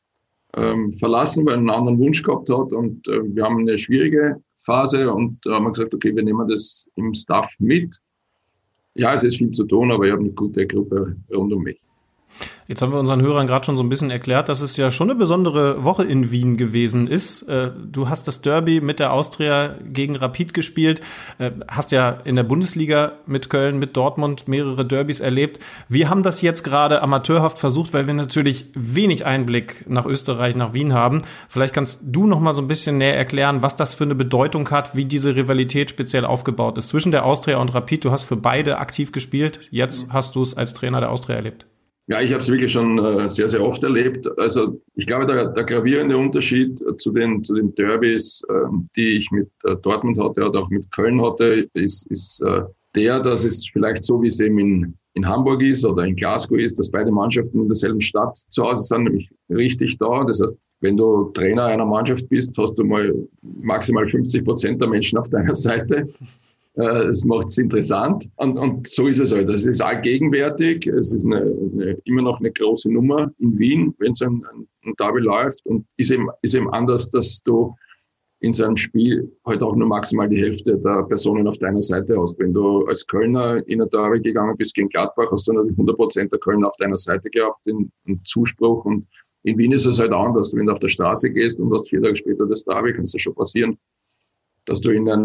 verlassen, weil er einen anderen Wunsch gehabt hat und wir haben eine schwierige Phase und da haben wir gesagt, okay, wir nehmen das im Staff mit. Ja, es ist viel zu tun, aber ich habe eine gute Gruppe rund um mich. Jetzt haben wir unseren Hörern gerade schon so ein bisschen erklärt, dass es ja schon eine besondere Woche in Wien gewesen ist. Du hast das Derby mit der Austria gegen Rapid gespielt, hast ja in der Bundesliga mit Köln, mit Dortmund mehrere Derbys erlebt. Wir haben das jetzt gerade amateurhaft versucht, weil wir natürlich wenig Einblick nach Österreich, nach Wien haben. Vielleicht kannst du noch mal so ein bisschen näher erklären, was das für eine Bedeutung hat, wie diese Rivalität speziell aufgebaut ist zwischen der Austria und Rapid. Du hast für beide aktiv gespielt. Jetzt hast du es als Trainer der Austria erlebt. Ja, ich habe es wirklich schon sehr, sehr oft erlebt. Also ich glaube, der gravierende Unterschied zu den Derbys, die ich mit Dortmund hatte oder auch mit Köln hatte, ist der, dass es vielleicht so, wie es eben in Hamburg ist oder in Glasgow ist, dass beide Mannschaften in derselben Stadt zu Hause sind, nämlich richtig da. Das heißt, wenn du Trainer einer Mannschaft bist, hast du mal maximal 50% der Menschen auf deiner Seite. Es macht es interessant und so ist es halt. Es ist allgegenwärtig, es ist immer noch eine große Nummer in Wien, wenn es ein Derby läuft und ist eben anders, dass du in so einem Spiel halt auch nur maximal die Hälfte der Personen auf deiner Seite hast. Wenn du als Kölner in ein Derby gegangen bist gegen Gladbach, hast du natürlich 100% der Kölner auf deiner Seite gehabt, in Zuspruch und in Wien ist es halt anders. Wenn du auf der Straße gehst und hast 4 Tage später das Derby, kann es ja schon passieren, dass du in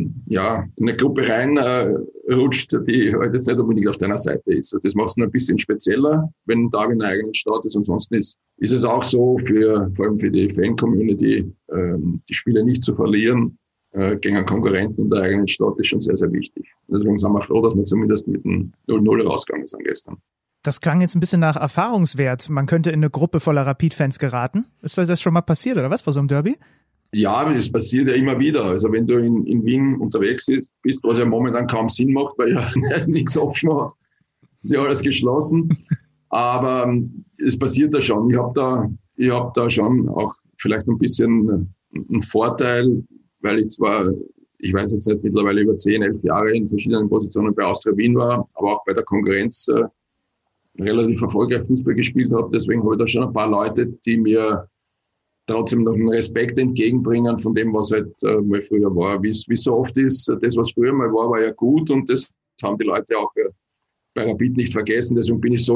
eine Gruppe reinrutscht, die halt jetzt nicht unbedingt auf deiner Seite ist. Das macht es noch ein bisschen spezieller, wenn ein Derby in der eigenen Stadt ist. Ansonsten ist es auch so, vor allem für die Fan-Community, die Spiele nicht zu verlieren gegen einen Konkurrenten in der eigenen Stadt ist schon sehr, sehr wichtig. Deswegen sind wir froh, dass wir zumindest mit einem 0-0 rausgegangen sind gestern. Das klang jetzt ein bisschen nach Erfahrungswert. Man könnte in eine Gruppe voller Rapid-Fans geraten. Ist das schon mal passiert, oder was, vor so einem Derby? Ja, das passiert ja immer wieder. Also wenn du in Wien unterwegs bist, was ja momentan kaum Sinn macht, weil ja nichts offen hat, ist ja alles geschlossen. Aber es passiert da schon. Ich hab da schon auch vielleicht ein bisschen einen Vorteil, weil ich weiß jetzt nicht, mittlerweile über 10, 11 Jahre in verschiedenen Positionen bei Austria Wien war, aber auch bei der Konkurrenz relativ erfolgreich Fußball gespielt habe. Deswegen habe ich da schon ein paar Leute, die mir trotzdem noch einen Respekt entgegenbringen von dem, was halt mal früher war. Wie es so oft ist, das, was früher mal war ja gut und das haben die Leute auch bei Rapid nicht vergessen. Deswegen bin ich so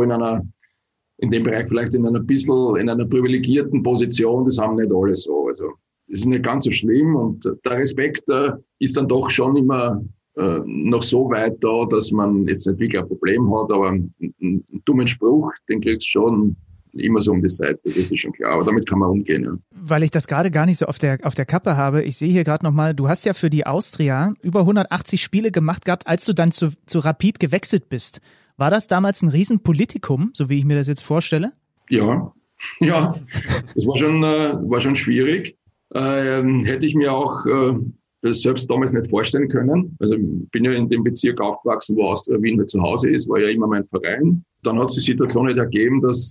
in dem Bereich vielleicht in einer privilegierten Position. Das haben nicht alle so. Also das ist nicht ganz so schlimm und der Respekt ist dann doch schon immer noch so weit da, dass man jetzt nicht wirklich ein Problem hat, aber einen dummen Spruch, den kriegst du schon immer so um die Seite, das ist schon klar, aber damit kann man umgehen. Ja. Weil ich das gerade gar nicht so auf der Kappe habe, ich sehe hier gerade nochmal, du hast ja für die Austria über 180 Spiele gemacht gehabt, als du dann zu Rapid gewechselt bist. War das damals ein Riesenpolitikum, so wie ich mir das jetzt vorstelle? Ja, das war schon schwierig. Hätte ich mir auch das selbst damals nicht vorstellen können. Also ich bin ja in dem Bezirk aufgewachsen, wo Austria Wien mit zu Hause ist, war ja immer mein Verein. Dann hat es die Situation nicht ergeben, dass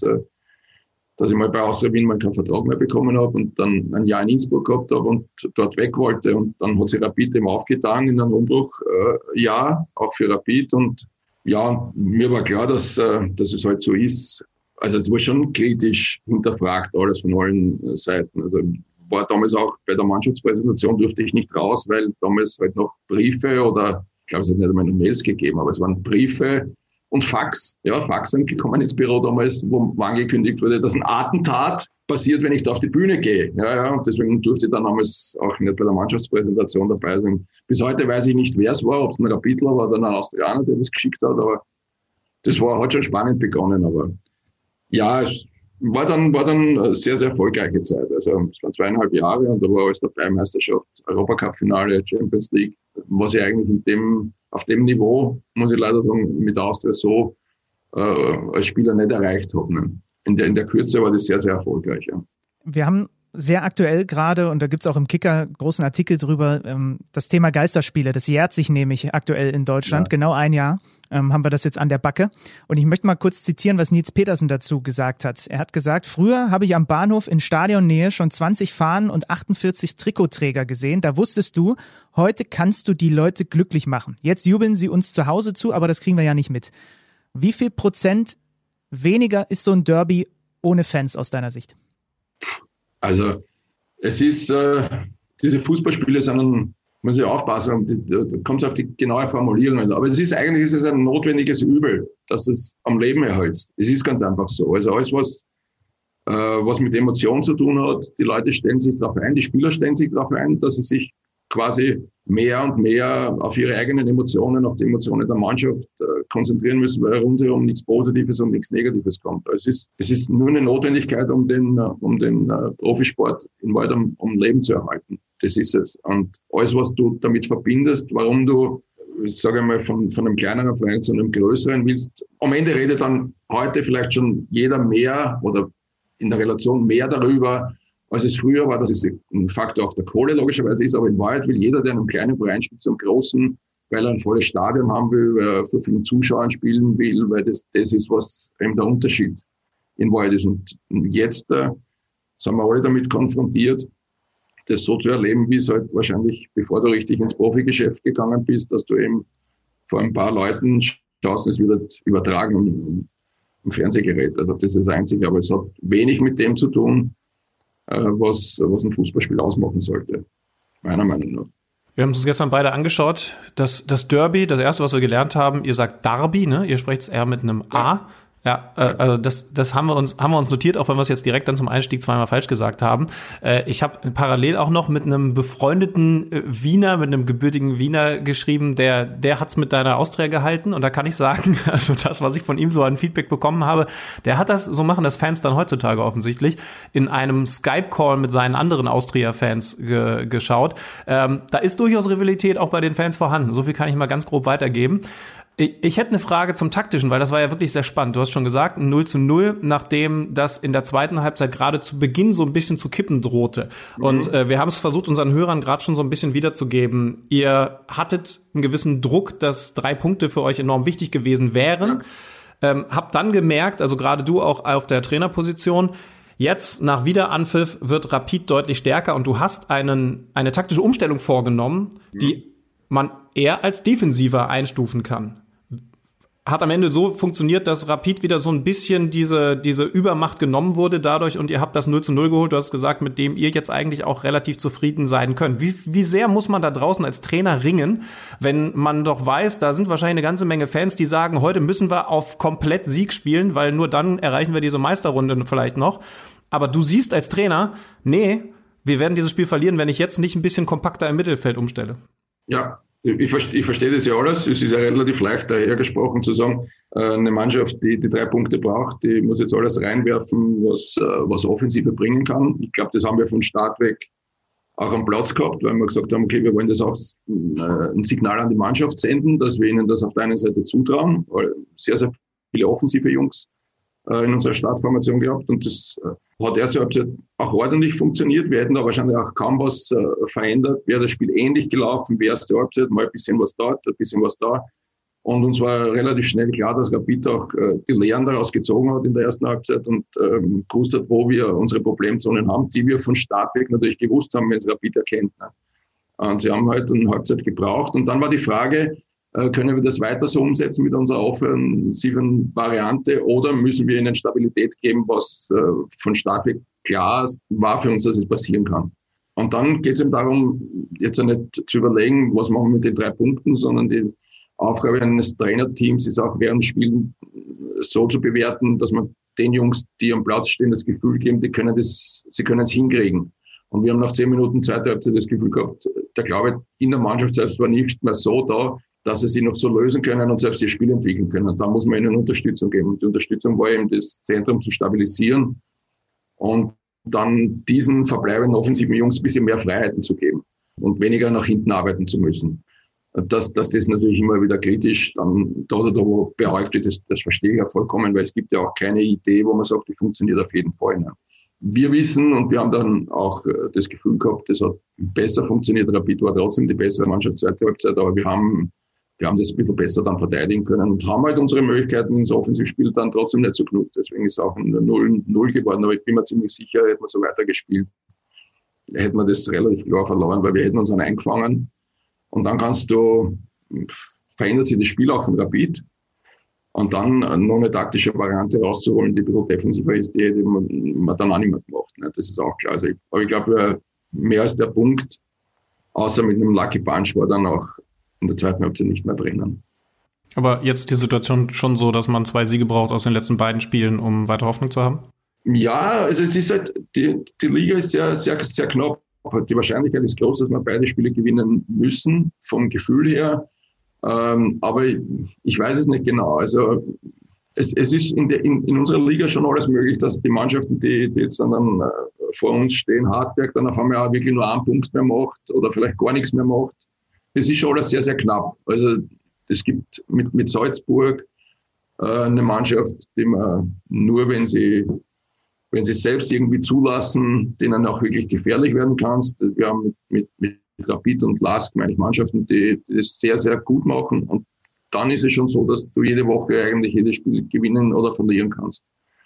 ich mal bei Austria Wien mal keinen Vertrag mehr bekommen habe und dann ein Jahr in Innsbruck gehabt habe und dort weg wollte. Und dann hat sich Rapid eben aufgetan in einem Umbruchjahr, auch für Rapid. Und ja, mir war klar, dass es halt so ist. Also es wurde schon kritisch hinterfragt, alles von allen Seiten. Also war damals auch bei der Mannschaftspräsentation durfte ich nicht raus, weil damals halt noch Briefe oder, ich glaube, es hat nicht einmal Mails gegeben, aber es waren Briefe und Fax sind gekommen ins Büro damals, wo angekündigt wurde, dass ein Attentat passiert, wenn ich da auf die Bühne gehe. Ja, und deswegen durfte ich dann damals auch nicht bei der Mannschaftspräsentation dabei sein. Bis heute weiß ich nicht, wer es war, ob es ein Rapidler war oder ein Austrianer, der das geschickt hat, aber das hat schon spannend begonnen, aber ja, War dann sehr, sehr erfolgreiche Zeit. Also es waren 2,5 Jahre und da war alles dabei, Meisterschaft, Europacup-Finale, Champions League, was ich eigentlich auf dem Niveau, muss ich leider sagen, mit Austria so als Spieler nicht erreicht habe. Ne? In der Kürze war das sehr, sehr erfolgreich. Ja. Wir haben sehr aktuell gerade, und da gibt's auch im Kicker großen Artikel drüber, das Thema Geisterspiele. Das jährt sich nämlich aktuell in Deutschland. Ja. Genau 1 Jahr haben wir das jetzt an der Backe. Und ich möchte mal kurz zitieren, was Nils Petersen dazu gesagt hat. Er hat gesagt, früher habe ich am Bahnhof in Stadionnähe schon 20 Fahnen und 48 Trikotträger gesehen. Da wusstest du, heute kannst du die Leute glücklich machen. Jetzt jubeln sie uns zu Hause zu, aber das kriegen wir ja nicht mit. Wie viel Prozent weniger ist so ein Derby ohne Fans aus deiner Sicht? Also es ist, diese Fußballspiele sind, muss ich aufpassen, da kommt es auf die genaue Formulierung an. Aber eigentlich ist es ein notwendiges Übel, dass du es am Leben erhältst. Es ist ganz einfach so. Also alles, was mit Emotionen zu tun hat, die Leute stellen sich darauf ein, die Spieler stellen sich darauf ein, dass sie sich quasi mehr und mehr auf ihre eigenen Emotionen, auf die Emotionen der Mannschaft konzentrieren müssen, weil rundherum nichts Positives und nichts Negatives kommt. Also es ist nur eine Notwendigkeit, um den Profisport in Wahrheit am Leben zu erhalten. Das ist es. Und alles, was du damit verbindest, warum du, ich sage mal, von einem kleineren Verein zu einem größeren willst, am Ende redet dann heute vielleicht schon jeder mehr oder in der Relation mehr darüber, als es früher war. Das ist ein Faktor auch der Kohle logischerweise ist, aber in Wahrheit will jeder, der in einem kleinen Verein spielt, zum großen, weil er ein volles Stadion haben will, weil er vor vielen Zuschauern spielen will, weil das ist, was eben der Unterschied in Wahrheit ist. Und jetzt sind wir alle damit konfrontiert, das so zu erleben, wie es halt wahrscheinlich, bevor du richtig ins Profigeschäft gegangen bist, dass du eben vor ein paar Leuten schaust, es wird übertragen im Fernsehgerät. Also das ist das Einzige, aber es hat wenig mit dem zu tun, was ein Fußballspiel ausmachen sollte, meiner Meinung nach. Wir haben uns gestern beide angeschaut. Das Derby, das erste, was wir gelernt haben, ihr sagt Derby, ne? Ihr sprecht es eher mit einem A. Ja, also das haben wir uns notiert, auch wenn wir es jetzt direkt dann zum Einstieg zweimal falsch gesagt haben. Ich habe parallel auch noch mit einem befreundeten Wiener, mit einem gebürtigen Wiener geschrieben, der hat's mit deiner Austria gehalten, und da kann ich sagen, also das, was ich von ihm so an Feedback bekommen habe, der hat das, so machen das Fans dann heutzutage offensichtlich, in einem Skype-Call mit seinen anderen Austria-Fans geschaut. Da ist durchaus Rivalität auch bei den Fans vorhanden. So viel kann ich mal ganz grob weitergeben. Ich hätte eine Frage zum Taktischen, weil das war ja wirklich sehr spannend. Du hast schon gesagt, 0:0, nachdem das in der zweiten Halbzeit gerade zu Beginn so ein bisschen zu kippen drohte. Und wir haben es versucht, unseren Hörern gerade schon so ein bisschen wiederzugeben. Ihr hattet einen gewissen Druck, dass 3 Punkte für euch enorm wichtig gewesen wären. Habt dann gemerkt, also gerade du auch auf der Trainerposition, jetzt nach Wiederanpfiff wird Rapid deutlich stärker und du hast eine taktische Umstellung vorgenommen, die man eher als defensiver einstufen kann. Hat am Ende so funktioniert, dass Rapid wieder so ein bisschen diese Übermacht genommen wurde dadurch, und ihr habt das 0:0 geholt, du hast gesagt, mit dem ihr jetzt eigentlich auch relativ zufrieden sein könnt. Wie sehr muss man da draußen als Trainer ringen, wenn man doch weiß, da sind wahrscheinlich eine ganze Menge Fans, die sagen, heute müssen wir auf komplett Sieg spielen, weil nur dann erreichen wir diese Meisterrunde vielleicht noch. Aber du siehst als Trainer, nee, wir werden dieses Spiel verlieren, wenn ich jetzt nicht ein bisschen kompakter im Mittelfeld umstelle. Ja, ich verstehe das ja alles. Es ist ja relativ leicht dahergesprochen zu sagen, eine Mannschaft, die 3 Punkte braucht, die muss jetzt alles reinwerfen, was Offensive bringen kann. Ich glaube, das haben wir von Start weg auch am Platz gehabt, weil wir gesagt haben, okay, wir wollen das auch ein Signal an die Mannschaft senden, dass wir ihnen das auf der einen Seite zutrauen, weil sehr, sehr viele offensive Jungs in unserer Startformation gehabt, und das hat erste Halbzeit auch ordentlich funktioniert. Wir hätten da wahrscheinlich auch kaum was verändert. Wäre das Spiel ähnlich gelaufen, wie erste Halbzeit, mal ein bisschen was dort, ein bisschen was da. Und uns war relativ schnell klar, dass Rapid auch die Lehren daraus gezogen hat in der ersten Halbzeit und gewusst hat, wo wir unsere Problemzonen haben, die wir von Start weg natürlich gewusst haben, wenn es Rapid erkennt. Ne? Und sie haben halt eine Halbzeit gebraucht. Und dann war die Frage, können wir das weiter so umsetzen mit unserer offensiven Variante, oder müssen wir ihnen Stabilität geben, was von Start weg klar war für uns, dass es passieren kann. Und dann geht es eben darum, jetzt nicht zu überlegen, was machen wir mit den 3 Punkten, sondern die Aufgabe eines Trainerteams ist auch während Spielen so zu bewerten, dass man den Jungs, die am Platz stehen, das Gefühl geben, sie können es hinkriegen. Und wir haben nach 10 Minuten zweite Halbzeit das Gefühl gehabt, der Glaube in der Mannschaft selbst war nicht mehr so da, dass sie sich noch so lösen können und selbst ihr Spiel entwickeln können. Und da muss man ihnen Unterstützung geben. Und die Unterstützung war eben, das Zentrum zu stabilisieren und dann diesen verbleibenden offensiven Jungs ein bisschen mehr Freiheiten zu geben und weniger nach hinten arbeiten zu müssen. Dass das natürlich immer wieder kritisch dann da oder da wo behäuft wird, das verstehe ich ja vollkommen, weil es gibt ja auch keine Idee, wo man sagt, die funktioniert auf jeden Fall. Ne? Wir wissen und wir haben dann auch das Gefühl gehabt, das hat besser funktioniert. Rapid war trotzdem die bessere Mannschaft zweite Halbzeit, aber wir haben das ein bisschen besser dann verteidigen können und haben halt unsere Möglichkeiten ins Offensivspiel dann trotzdem nicht so genutzt. Deswegen ist es auch ein 0-0 geworden, aber ich bin mir ziemlich sicher, hätten wir so weitergespielt, hätten wir das relativ klar verloren, weil wir hätten uns dann eingefangen. Und dann verändert sich das Spiel auch von Rapid. Und dann noch eine taktische Variante rauszuholen, die ein bisschen defensiver ist, die man dann auch nicht mehr gemacht. Das ist auch klar. Also aber ich glaube, mehr als der Punkt, außer mit einem Lucky Punch, war dann auch in der zweiten Halbzeit nicht mehr drinnen. Aber jetzt die Situation schon so, dass man 2 Siege braucht aus den letzten beiden Spielen, um weiter Hoffnung zu haben? Ja, also es ist halt, die Liga ist sehr, sehr, sehr knapp. Die Wahrscheinlichkeit ist groß, dass wir beide Spiele gewinnen müssen, vom Gefühl her. Aber ich weiß es nicht genau. Also es ist in unserer Liga schon alles möglich, dass die Mannschaften, die jetzt dann vor uns stehen, Hartberg, dann auf einmal auch wirklich nur einen Punkt mehr macht oder vielleicht gar nichts mehr macht. Es ist schon alles sehr, sehr knapp. Also es gibt mit Salzburg eine Mannschaft, die man nur, wenn sie selbst irgendwie zulassen, denen auch wirklich gefährlich werden kannst. Wir haben mit Rapid und Lask, meine ich, Mannschaften, die das sehr, sehr gut machen. Und dann ist es schon so, dass du jede Woche eigentlich jedes Spiel gewinnen oder verlieren kannst.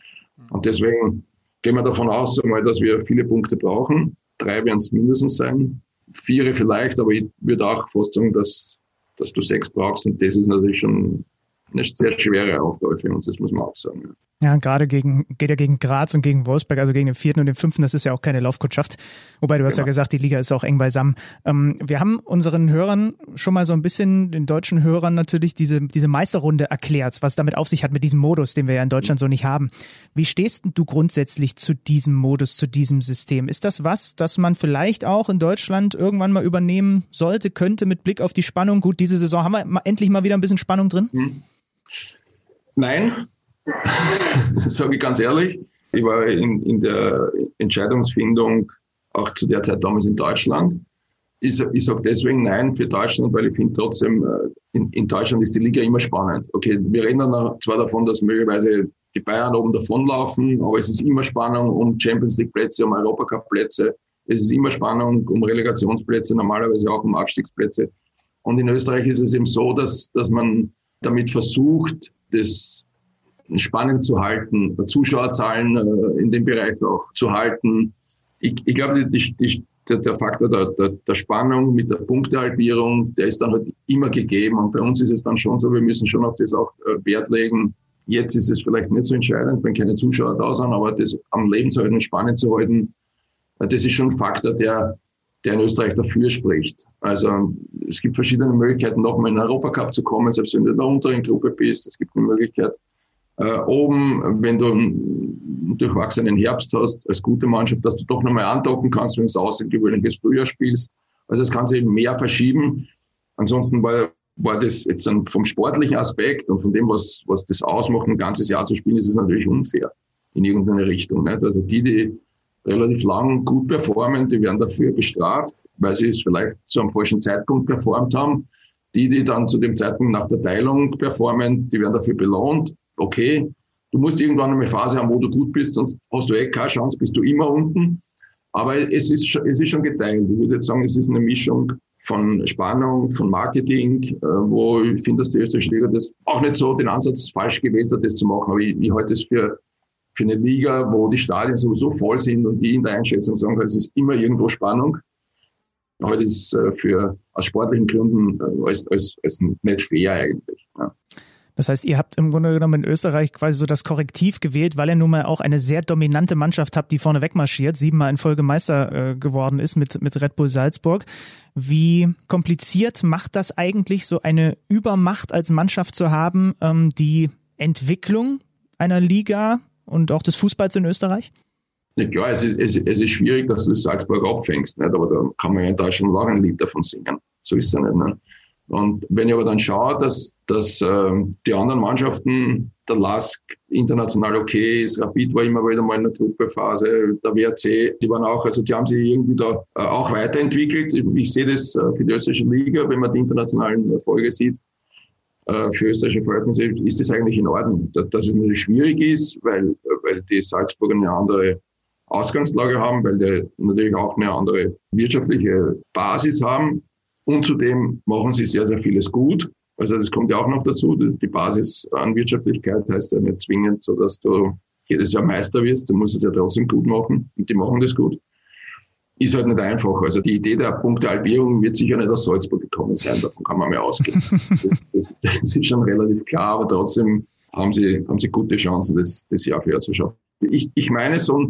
Und deswegen gehen wir davon aus, dass wir viele Punkte brauchen. 3 werden es mindestens sein. 4 vielleicht, aber ich würde auch fast sagen, dass du 6 brauchst. Und das ist natürlich schon eine sehr schwere Aufgabe für uns, das muss man auch sagen. Ja, gerade geht ja gegen Graz und gegen Wolfsberg, also gegen den 4. und den 5. Das ist ja auch keine Laufkundschaft. Wobei du hast ja gesagt, die Liga ist auch eng beisammen. Wir haben unseren Hörern schon mal so ein bisschen, den deutschen Hörern natürlich, diese Meisterrunde erklärt, was damit auf sich hat mit diesem Modus, den wir ja in Deutschland so nicht haben. Wie stehst du grundsätzlich zu diesem Modus, zu diesem System? Ist das was, das man vielleicht auch in Deutschland irgendwann mal übernehmen sollte, könnte mit Blick auf die Spannung? Gut, diese Saison haben wir endlich mal wieder ein bisschen Spannung drin? Nein, sage ich ganz ehrlich. Ich war in der Entscheidungsfindung auch zu der Zeit damals in Deutschland. Ich sage deswegen nein für Deutschland, weil ich finde trotzdem, in Deutschland ist die Liga immer spannend. Okay, wir reden dann zwar davon, dass möglicherweise die Bayern oben davonlaufen, aber es ist immer Spannung um Champions League Plätze, um Europacup Plätze. Es ist immer Spannung um Relegationsplätze, normalerweise auch um Abstiegsplätze. Und in Österreich ist es eben so, dass man damit versucht, das spannend zu halten, Zuschauerzahlen in dem Bereich auch zu halten. Ich glaube, der Faktor der Spannung mit der Punktehalbierung, der ist dann halt immer gegeben. Und bei uns ist es dann schon so, wir müssen schon auf das auch Wert legen. Jetzt ist es vielleicht nicht so entscheidend, wenn keine Zuschauer da sind, aber das am Leben zu halten und spannend zu halten, das ist schon ein Faktor, der in Österreich dafür spricht. Also es gibt verschiedene Möglichkeiten, nochmal in den Europacup zu kommen, selbst wenn du in der unteren Gruppe bist. Es gibt eine Möglichkeit, oben, wenn du einen durchwachsenen Herbst hast, als gute Mannschaft, dass du doch nochmal andocken kannst, wenn du außergewöhnliches Frühjahr spielst. Also es kann sich eben mehr verschieben. Ansonsten war das jetzt vom sportlichen Aspekt und von dem, was das ausmacht, ein ganzes Jahr zu spielen, ist es natürlich unfair in irgendeine Richtung. Nicht? Also die relativ lang gut performen, die werden dafür bestraft, weil sie es vielleicht zu einem falschen Zeitpunkt performt haben. Die dann zu dem Zeitpunkt nach der Teilung performen, die werden dafür belohnt. Okay, du musst irgendwann eine Phase haben, wo du gut bist, sonst hast du keine Chance, bist du immer unten. Aber es ist schon geteilt. Ich würde jetzt sagen, es ist eine Mischung von Spannung, von Marketing, wo ich finde, dass die österreichische Liga das auch nicht so den Ansatz falsch gewählt hat, das zu machen. Aber ich halte es für eine Liga, wo die Stadien sowieso voll sind und die in der Einschätzung sagen, es ist immer irgendwo Spannung. Heute ist aus sportlichen Gründen als nicht fair eigentlich. Ja. Das heißt, ihr habt im Grunde genommen in Österreich quasi so das Korrektiv gewählt, weil ihr nun mal auch eine sehr dominante Mannschaft habt, die vorne wegmarschiert, 7-mal in Folge Meister geworden ist mit Red Bull Salzburg. Wie kompliziert macht das eigentlich, so eine Übermacht als Mannschaft zu haben, die Entwicklung einer Liga und auch des Fußballs in Österreich? Ja, klar, es ist schwierig, dass du Salzburg abfängst, nicht? Aber da kann man ja in Deutschland auch ein Lied davon singen. So ist es ja nicht. Ne? Und wenn ich aber dann schaue, dass die anderen Mannschaften, der LASK international okay ist, Rapid war immer wieder mal in der Gruppephase, der WRC, die waren auch, also die haben sich irgendwie da auch weiterentwickelt. Ich sehe das für die österreichische Liga, wenn man die internationalen Erfolge sieht, für österreichische Verhältnisse ist das eigentlich in Ordnung. Dass es natürlich schwierig ist, weil die Salzburger eine andere Ausgangslage haben, weil die natürlich auch eine andere wirtschaftliche Basis haben. Und zudem machen sie sehr, sehr vieles gut. Also das kommt ja auch noch dazu. Die Basis an Wirtschaftlichkeit heißt ja nicht zwingend so, dass du jedes Jahr Meister wirst. Du musst es ja trotzdem gut machen. Und die machen das gut. Ist halt nicht einfach. Also die Idee der Punktehalbierung wird sicher nicht aus Salzburg gekommen sein. Davon kann man mal ausgehen. Das ist schon relativ klar. Aber trotzdem haben sie gute Chancen, das Jahr für Jahr zu schaffen. Ich meine, so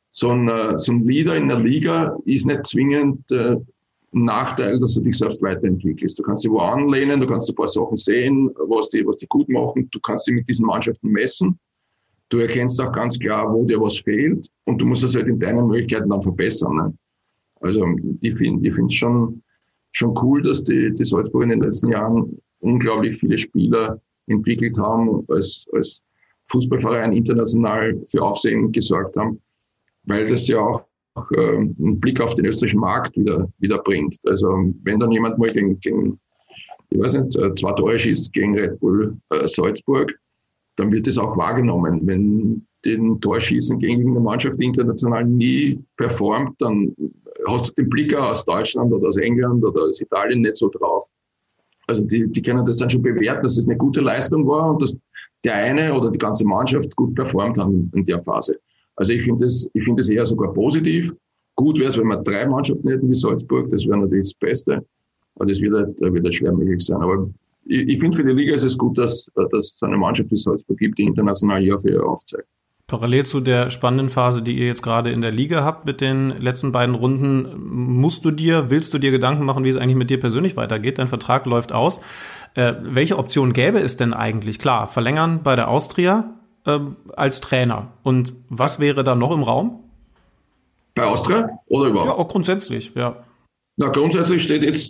ein Leader in der Liga ist nicht zwingend ein Nachteil, dass du dich selbst weiterentwickelst. Du kannst dich wo anlehnen, du kannst ein paar Sachen sehen, was die gut machen. Du kannst dich mit diesen Mannschaften messen. Du erkennst auch ganz klar, wo dir was fehlt und du musst das halt in deinen Möglichkeiten dann verbessern. Ne? Also ich finde es schon cool, dass die Salzburger in den letzten Jahren unglaublich viele Spieler entwickelt haben, als Fußballverein international für Aufsehen gesorgt haben, weil das ja auch einen Blick auf den österreichischen Markt wieder bringt. Also wenn dann jemand mal gegen ich weiß nicht, 2 Tore schießt gegen Red Bull Salzburg, dann wird das auch wahrgenommen. Wenn den Torschießen gegen eine Mannschaft international nie performt, dann hast du den Blick auch aus Deutschland oder aus England oder aus Italien nicht so drauf. Also die können das dann schon bewerten, dass es eine gute Leistung war und dass der eine oder die ganze Mannschaft gut performt haben in der Phase. Also ich finde das eher sogar positiv. Gut wäre es, wenn wir 3 Mannschaften hätten wie Salzburg, das wäre natürlich das Beste. Aber das wird halt schwer möglich sein. Aber ich finde, für die Liga ist es gut, dass es eine Mannschaft wie Salzburg gibt, die international Jahr für Jahr aufzeigt. Parallel zu der spannenden Phase, die ihr jetzt gerade in der Liga habt mit den letzten beiden Runden, willst du dir Gedanken machen, wie es eigentlich mit dir persönlich weitergeht? Dein Vertrag läuft aus. Welche Option gäbe es denn eigentlich? Klar, verlängern bei der Austria als Trainer. Und was wäre da noch im Raum? Bei Austria oder überhaupt? Ja, auch grundsätzlich, ja. Na, grundsätzlich steht jetzt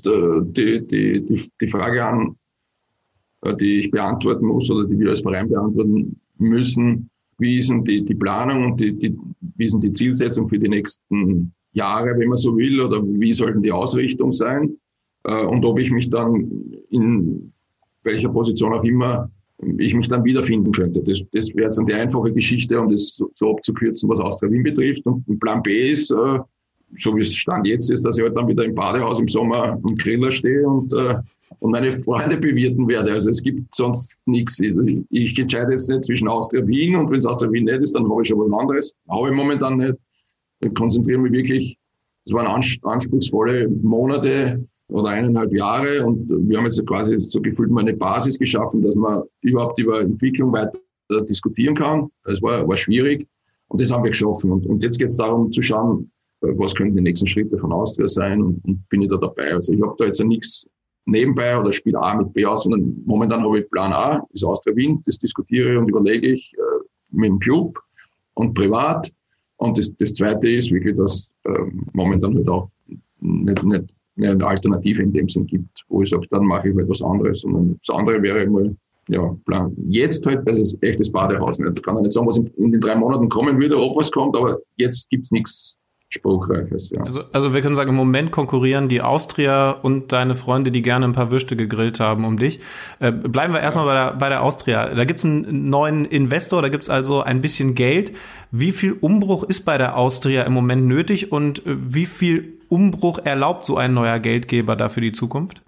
die Frage an, die ich beantworten muss oder die wir als Verein beantworten müssen. Wie ist denn die Planung und wie ist denn die Zielsetzung für die nächsten Jahre, wenn man so will, oder wie sollten die Ausrichtung sein? Und ob ich mich dann in welcher Position auch immer ich mich dann wiederfinden könnte. Das wäre jetzt eine einfache Geschichte, um das so abzukürzen, was Austria Wien betrifft. Und Plan B ist, so wie es Stand jetzt ist, dass ich halt dann wieder im Badehaus im Sommer am Griller stehe und meine Freunde bewirten werde. Also es gibt sonst nichts. Ich entscheide jetzt nicht zwischen Austria Wien und wenn es Austria Wien nicht ist, dann habe ich schon was anderes. Habe ich momentan nicht. Ich konzentriere mich wirklich, es waren anspruchsvolle Monate oder 1,5 Jahre und wir haben jetzt quasi so gefühlt mal eine Basis geschaffen, dass man überhaupt über Entwicklung weiter diskutieren kann. Es war schwierig und das haben wir geschaffen. Und jetzt geht es darum zu schauen, was könnten die nächsten Schritte von Austria sein und bin ich da dabei. Also ich habe da jetzt nichts nebenbei oder spiele A mit B aus, sondern momentan habe ich Plan A, ist Austria Wien, das diskutiere und überlege ich mit dem Club und privat. Und das Zweite ist wirklich, dass momentan halt auch nicht eine Alternative in dem Sinn gibt, wo ich sage, dann mache ich halt was anderes. Und das andere wäre mal, Plan. Jetzt halt, das ist echt das Badehaus. Ich kann ja nicht sagen, was in den 3 Monaten kommen würde, ob was kommt, aber jetzt gibt's nichts Spruchreiches. Ja. Also wir können sagen, im Moment konkurrieren die Austria und deine Freunde, die gerne ein paar Würste gegrillt haben um dich. Bleiben wir erstmal bei der Austria. Da gibt's einen neuen Investor, da gibt's also ein bisschen Geld. Wie viel Umbruch ist bei der Austria im Moment nötig und wie viel Umbruch erlaubt so ein neuer Geldgeber da für die Zukunft?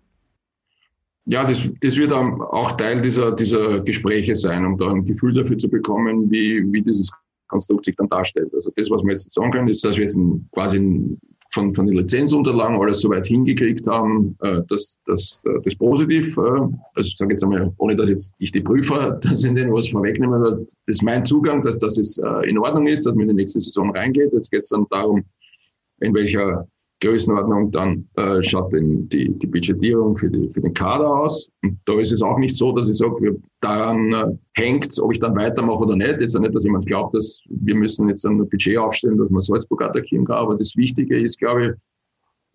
Ja, das wird auch Teil dieser Gespräche sein, um da ein Gefühl dafür zu bekommen, wie dieses Konstrukt sich dann darstellt. Also das, was wir jetzt sagen können, ist, dass wir jetzt quasi von den Lizenzunterlagen alles so weit hingekriegt haben, dass das positiv, also ich sage jetzt einmal, ohne dass jetzt ich die Prüfer, dass ich denen was vorwegnehme, aber das ist mein Zugang, dass es in Ordnung ist, dass man in die nächste Saison reingeht. Jetzt geht es dann darum, in welcher Größenordnung dann schaut denn die Budgetierung für den Kader aus. Und da ist es auch nicht so, dass ich sage, daran hängt's, ob ich dann weitermache oder nicht. Jetzt auch nicht, dass jemand glaubt, dass wir müssen jetzt ein Budget aufstellen, dass man Salzburg attackieren kann. Aber das Wichtige ist, glaube ich,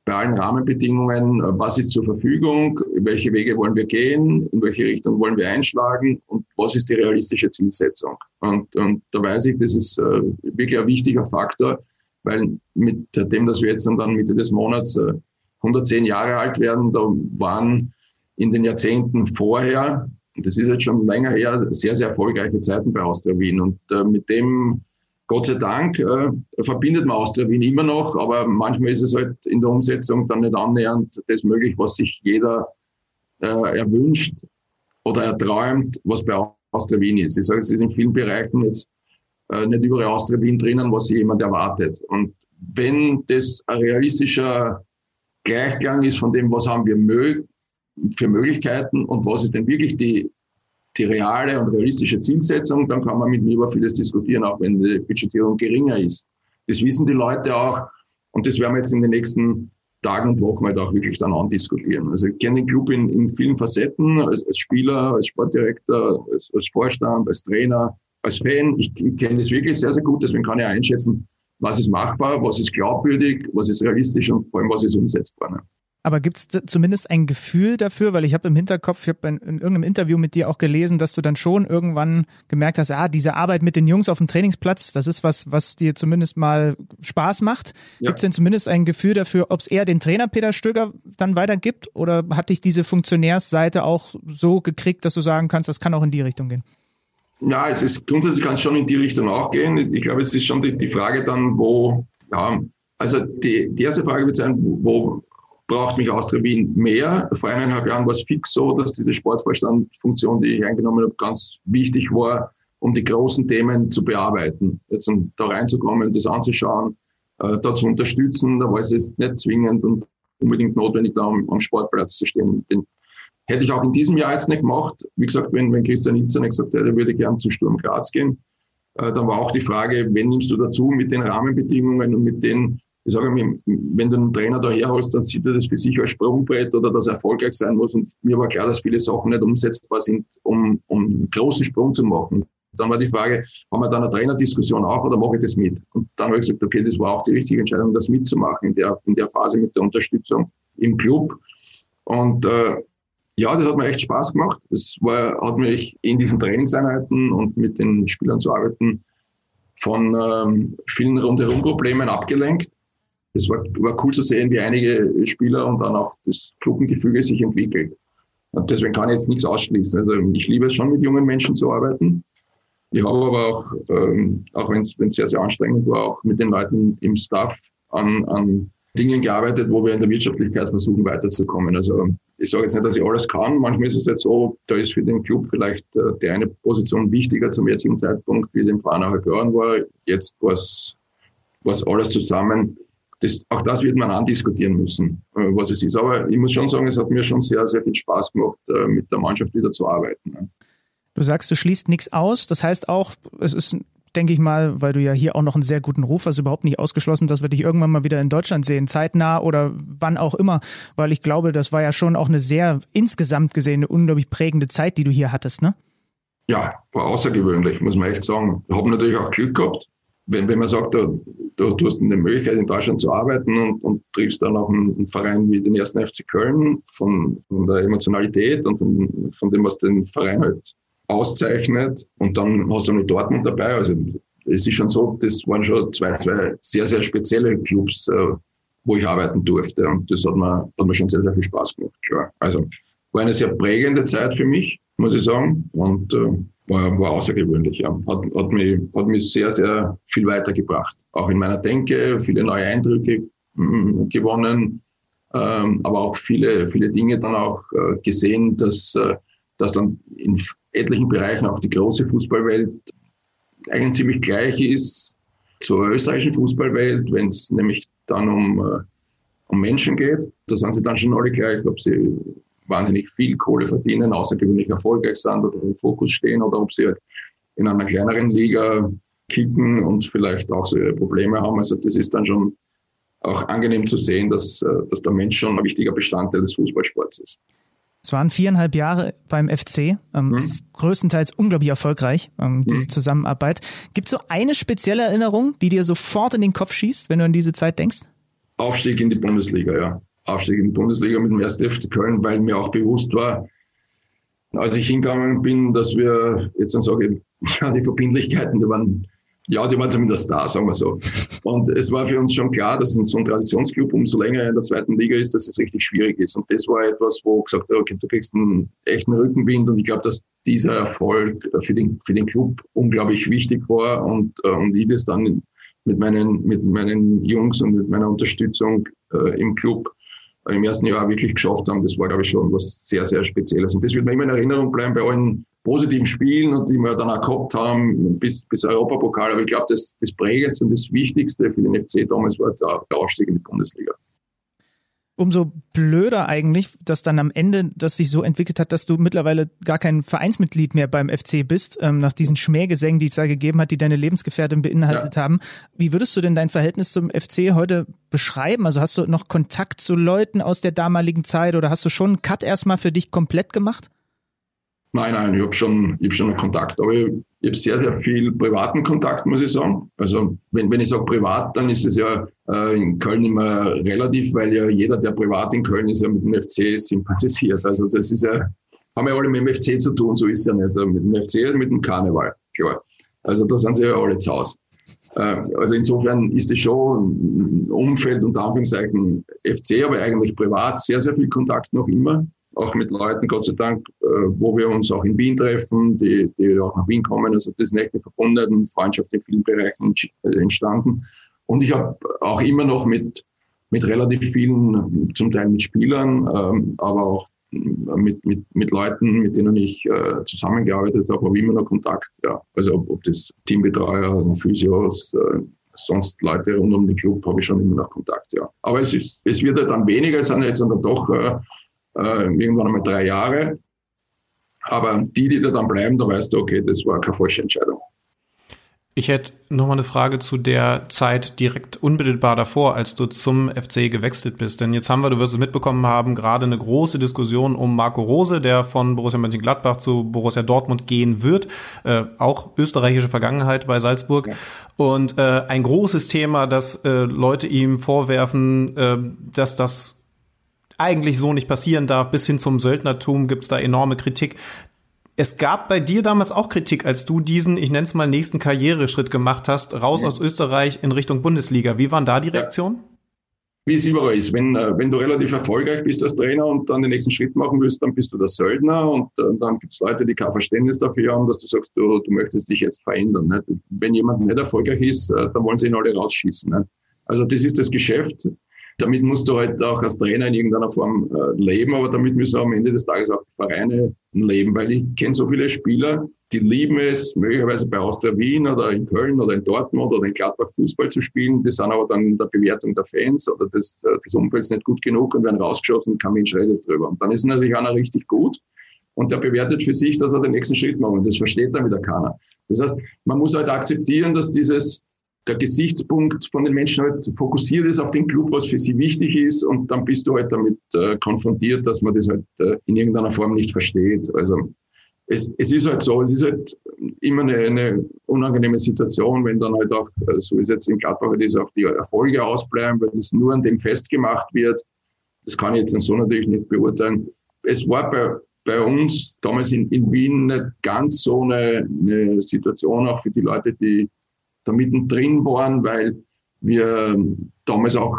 bei allen Rahmenbedingungen, was ist zur Verfügung, welche Wege wollen wir gehen, in welche Richtung wollen wir einschlagen und was ist die realistische Zielsetzung. Und da weiß ich, das ist wirklich ein wichtiger Faktor, weil mit dem, dass wir jetzt dann Mitte des Monats 110 Jahre alt werden, da waren in den Jahrzehnten vorher, das ist jetzt schon länger her, sehr, sehr erfolgreiche Zeiten bei Austria Wien. Und mit dem, Gott sei Dank, verbindet man Austria Wien immer noch, aber manchmal ist es halt in der Umsetzung dann nicht annähernd das möglich, was sich jeder erwünscht oder erträumt, was bei Austria Wien ist. Ich sage, es ist in vielen Bereichen jetzt nicht überall Austria Wien drinnen, was sich jemand erwartet. Und wenn das ein realistischer Gleichklang ist von dem, was haben wir für Möglichkeiten und was ist denn wirklich die reale und realistische Zielsetzung, dann kann man mit mir über vieles diskutieren, auch wenn die Budgetierung geringer ist. Das wissen die Leute auch und das werden wir jetzt in den nächsten Tagen und Wochen halt auch wirklich dann andiskutieren. Also ich kenne den Club in vielen Facetten, als Spieler, als Sportdirektor, als Vorstand, als Trainer, als Fan. Ich kenne das wirklich sehr, sehr gut, deswegen kann ich einschätzen, was ist machbar, was ist glaubwürdig, was ist realistisch und vor allem, was ist umsetzbar. Ne? Aber gibt es zumindest ein Gefühl dafür, weil ich habe im Hinterkopf, ich habe in irgendeinem Interview mit dir auch gelesen, dass du dann schon irgendwann gemerkt hast, diese Arbeit mit den Jungs auf dem Trainingsplatz, das ist was dir zumindest mal Spaß macht. Ja. Gibt es denn zumindest ein Gefühl dafür, ob es eher den Trainer Peter Stöger dann weitergibt oder hat dich diese Funktionärsseite auch so gekriegt, dass du sagen kannst, das kann auch in die Richtung gehen? Ja, es ist grundsätzlich kann es schon in die Richtung auch gehen. Ich glaube, es ist schon die Frage dann, also die erste Frage wird sein, wo braucht mich Austria Wien mehr? Vor 1,5 Jahren war es fix so, dass diese Sportvorstandfunktion, die ich eingenommen habe, ganz wichtig war, um die großen Themen zu bearbeiten. Jetzt da reinzukommen, das anzuschauen, da zu unterstützen, da war es jetzt nicht zwingend und unbedingt notwendig, da am Sportplatz zu stehen. Den hätte ich auch in diesem Jahr jetzt nicht gemacht. Wie gesagt, wenn Christian Ilzer nicht gesagt hätte, er würde gern zu Sturm Graz gehen, dann war auch die Frage, wen nimmst du dazu mit den Rahmenbedingungen und mit den, ich sage mir, wenn du einen Trainer da herholst, dann sieht er das für sich als Sprungbrett oder dass er erfolgreich sein muss. Und mir war klar, dass viele Sachen nicht umsetzbar sind, um einen großen Sprung zu machen. Dann war die Frage, haben wir da eine Trainerdiskussion auch oder mache ich das mit? Und dann habe ich gesagt, okay, das war auch die richtige Entscheidung, das mitzumachen in der Phase mit der Unterstützung im Club. Und das hat mir echt Spaß gemacht. Hat mich in diesen Trainingseinheiten und mit den Spielern zu arbeiten von vielen Rundherum-Problemen abgelenkt. Es war cool zu sehen, wie einige Spieler und dann auch das Clubgefüge sich entwickelt. Und deswegen kann ich jetzt nichts ausschließen. Also ich liebe es schon, mit jungen Menschen zu arbeiten. Ich habe aber auch wenn es sehr, sehr anstrengend war, auch mit den Leuten im Staff an Dingen gearbeitet, wo wir in der Wirtschaftlichkeit versuchen weiterzukommen. Also ich sage jetzt nicht, dass ich alles kann. Manchmal ist es jetzt so, da ist für den Club vielleicht die eine Position wichtiger zum jetzigen Zeitpunkt, wie es im vor 1,5 Jahren war. Jetzt war es alles zusammen. Auch das wird man andiskutieren müssen, was es ist. Aber ich muss schon sagen, es hat mir schon sehr, sehr viel Spaß gemacht, mit der Mannschaft wieder zu arbeiten. Du sagst, du schließt nichts aus. Das heißt auch, es ist, denke ich mal, weil du ja hier auch noch einen sehr guten Ruf hast, überhaupt nicht ausgeschlossen, dass wir dich irgendwann mal wieder in Deutschland sehen, zeitnah oder wann auch immer. Weil ich glaube, das war ja schon auch eine sehr insgesamt gesehen eine unglaublich prägende Zeit, die du hier hattest, ne? Ja, war außergewöhnlich, muss man echt sagen. Ich habe natürlich auch Glück gehabt. Wenn man sagt, du hast eine Möglichkeit, in Deutschland zu arbeiten und triffst dann auch einen Verein wie den 1. FC Köln von der Emotionalität und von dem, was den Verein halt auszeichnet. Und dann hast du noch Dortmund dabei. Also es ist schon so, das waren schon zwei sehr, sehr spezielle Clubs, wo ich arbeiten durfte. Und das hat mir schon sehr, sehr viel Spaß gemacht, klar. Also war eine sehr prägende Zeit für mich, muss ich sagen. Und war außergewöhnlich, ja. Hat mich sehr, sehr viel weitergebracht. Auch in meiner Denke, viele neue Eindrücke gewonnen, aber auch viele, viele Dinge dann auch gesehen, dass dann in etlichen Bereichen auch die große Fußballwelt eigentlich ziemlich gleich ist zur österreichischen Fußballwelt, wenn es nämlich dann um Menschen geht. Da sind sie dann schon alle gleich, ob sie wahnsinnig viel Kohle verdienen, außergewöhnlich erfolgreich sind oder im Fokus stehen oder ob sie halt in einer kleineren Liga kicken und vielleicht auch so ihre Probleme haben. Also das ist dann schon auch angenehm zu sehen, dass der Mensch schon ein wichtiger Bestandteil des Fußballsports ist. Es waren 4,5 Jahre beim FC, größtenteils unglaublich erfolgreich, diese Zusammenarbeit. Gibt es so eine spezielle Erinnerung, die dir sofort in den Kopf schießt, wenn du an diese Zeit denkst? Aufstieg in die Bundesliga, ja. Aufstieg in die Bundesliga mit dem 1. FC Köln, weil mir auch bewusst war, als ich hingegangen bin, dass wir, jetzt dann sage ich, ja, die Verbindlichkeiten, die waren zumindest da, sagen wir so. Und es war für uns schon klar, dass so ein Traditionsclub umso länger er in der 2. Liga ist, dass es richtig schwierig ist. Und das war etwas, wo ich gesagt habe, okay, du kriegst einen echten Rückenwind. Und ich glaube, dass dieser Erfolg für den Club unglaublich wichtig war. Und ich das dann mit meinen Jungs und mit meiner Unterstützung im Club im ersten Jahr wirklich geschafft haben, das war, glaube ich, schon was sehr, sehr Spezielles. Und das wird mir immer in Erinnerung bleiben bei allen positiven Spielen, und die wir dann auch gehabt haben, bis Europapokal. Aber ich glaube, das Prägendste und das Wichtigste für den FC damals war der Aufstieg in die Bundesliga. Umso blöder eigentlich, dass dann am Ende das sich so entwickelt hat, dass du mittlerweile gar kein Vereinsmitglied mehr beim FC bist, nach diesen Schmähgesängen, die es da gegeben hat, die deine Lebensgefährtin beinhaltet haben. Wie würdest du denn dein Verhältnis zum FC heute beschreiben? Also hast du noch Kontakt zu Leuten aus der damaligen Zeit, oder hast du schon einen Cut erstmal für dich komplett gemacht? Nein, ich hab schon einen Kontakt, aber ich habe sehr, sehr viel privaten Kontakt, muss ich sagen. Also wenn ich sage privat, dann ist es ja in Köln immer relativ, weil ja jeder, der privat in Köln ist, ja mit dem FC sympathisiert. Also das ist ja, haben ja alle mit dem FC zu tun, so ist es ja nicht. Mit dem FC, mit dem Karneval, klar. Also da sind sie ja alle zu Hause. Also insofern ist es schon ein Umfeld unter Anführungszeichen FC, aber eigentlich privat sehr, sehr viel Kontakt noch immer. Auch mit Leuten, Gott sei Dank, wo wir uns auch in Wien treffen, die auch nach Wien kommen. Also das ist eine echte verbundene Freundschaft in vielen Bereichen entstanden. Und ich habe auch immer noch mit relativ vielen, zum Teil mit Spielern, aber auch mit Leuten, mit denen ich zusammengearbeitet habe, habe ich immer noch Kontakt. Ja. Also ob das Teambetreuer, Physios, sonst Leute rund um den Club, habe ich schon immer noch Kontakt. Ja. Aber es wird halt dann weniger, es sind jetzt dann doch irgendwann einmal 3 Jahre. Aber die da dann bleiben, da weißt du, okay, das war keine falsche Entscheidung. Ich hätte nochmal eine Frage zu der Zeit direkt unmittelbar davor, als du zum FC gewechselt bist. Denn jetzt haben wir, du wirst es mitbekommen haben, gerade eine große Diskussion um Marco Rose, der von Borussia Mönchengladbach zu Borussia Dortmund gehen wird. Auch österreichische Vergangenheit bei Salzburg. Ja. Und ein großes Thema, dass Leute ihm vorwerfen, dass das eigentlich so nicht passieren darf. Bis hin zum Söldnertum gibt's da enorme Kritik. Es gab bei dir damals auch Kritik, als du diesen, ich nenne es mal, nächsten Karriereschritt gemacht hast, raus aus Österreich in Richtung Bundesliga. Wie waren da die Reaktionen? Wie es überall ist. Wenn du relativ erfolgreich bist als Trainer und dann den nächsten Schritt machen willst, dann bist du der Söldner, und dann gibt's Leute, die kein Verständnis dafür haben, dass du sagst, du möchtest dich jetzt verändern. Nicht? Wenn jemand nicht erfolgreich ist, dann wollen sie ihn alle rausschießen. Nicht? Also das ist das Geschäft. Damit musst du halt auch als Trainer in irgendeiner Form leben, aber damit müssen am Ende des Tages auch die Vereine leben, weil ich kenne so viele Spieler, die lieben es, möglicherweise bei Austria Wien oder in Köln oder in Dortmund oder in Gladbach Fußball zu spielen. Die sind aber dann in der Bewertung der Fans oder des Umfelds nicht gut genug und werden rausgeschossen und kein Mensch redet drüber. Und dann ist natürlich einer richtig gut und der bewertet für sich, dass er den nächsten Schritt macht, und das versteht dann wieder keiner. Das heißt, man muss halt akzeptieren, dass der Gesichtspunkt von den Menschen halt fokussiert ist auf den Club, was für sie wichtig ist, und dann bist du halt damit konfrontiert, dass man das halt in irgendeiner Form nicht versteht. Also es ist halt so, es ist halt immer eine unangenehme Situation, wenn dann halt auch, so wie es jetzt in Gladbach ist, auch die Erfolge ausbleiben, weil das nur an dem festgemacht wird. Das kann ich jetzt so natürlich nicht beurteilen. Es war bei uns damals in Wien nicht ganz so eine Situation, auch für die Leute, die da mittendrin waren, weil wir damals auch,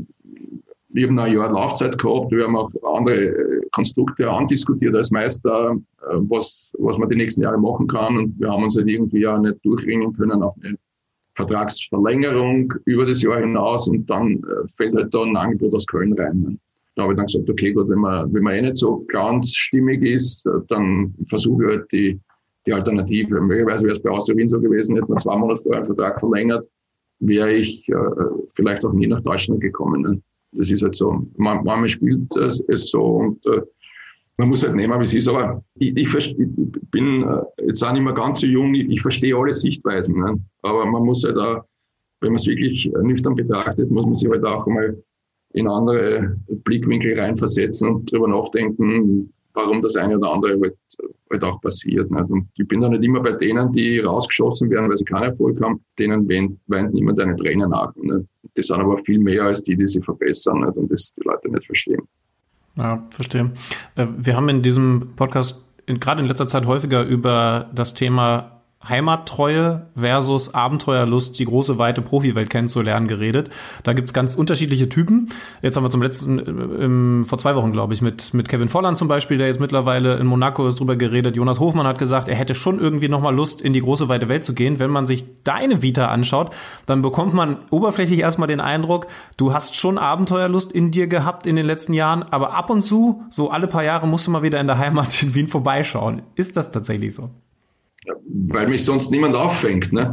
wir haben ein Jahr Laufzeit gehabt, wir haben auch andere Konstrukte andiskutiert als Meister, was man die nächsten Jahre machen kann, und wir haben uns halt irgendwie ja nicht durchringen können auf eine Vertragsverlängerung über das Jahr hinaus, und dann fällt halt da ein Angebot aus Köln rein. Da habe ich dann gesagt, okay, gut, wenn man nicht so ganz stimmig ist, dann versuche ich halt die Alternative. Möglicherweise wäre es bei Austria Wien so gewesen, hätte man 2 Monate vorher einen Vertrag verlängert, wäre ich vielleicht auch nie nach Deutschland gekommen. Ne? Das ist halt so. Manchmal spielt es so, und man muss halt nehmen, wie es ist. Aber ich bin jetzt auch nicht mehr ganz so jung, ich verstehe alle Sichtweisen. Ne? Aber man muss halt auch, wenn man es wirklich nüchtern betrachtet, muss man sich halt auch mal in andere Blickwinkel reinversetzen und drüber nachdenken, warum das eine oder andere halt auch passiert. Nicht? Und ich bin da nicht immer bei denen, die rausgeschossen werden, weil sie keinen Erfolg haben, denen weint immer deine Tränen nach. Nicht? Die sind aber viel mehr als die sich verbessern, nicht? Und das die Leute nicht verstehen. Ja, verstehe. Wir haben in diesem Podcast gerade in letzter Zeit häufiger über das Thema Heimattreue versus Abenteuerlust, die große, weite Profiwelt kennenzulernen, geredet. Da gibt's ganz unterschiedliche Typen. Jetzt haben wir vor 2 Wochen, glaube ich, mit Kevin Volland zum Beispiel, der jetzt mittlerweile in Monaco ist, drüber geredet. Jonas Hofmann hat gesagt, er hätte schon irgendwie nochmal Lust, in die große, weite Welt zu gehen. Wenn man sich deine Vita anschaut, dann bekommt man oberflächlich erstmal den Eindruck, du hast schon Abenteuerlust in dir gehabt in den letzten Jahren, aber ab und zu, so alle paar Jahre, musst du mal wieder in der Heimat in Wien vorbeischauen. Ist das tatsächlich so? Weil mich sonst niemand auffängt. Ne?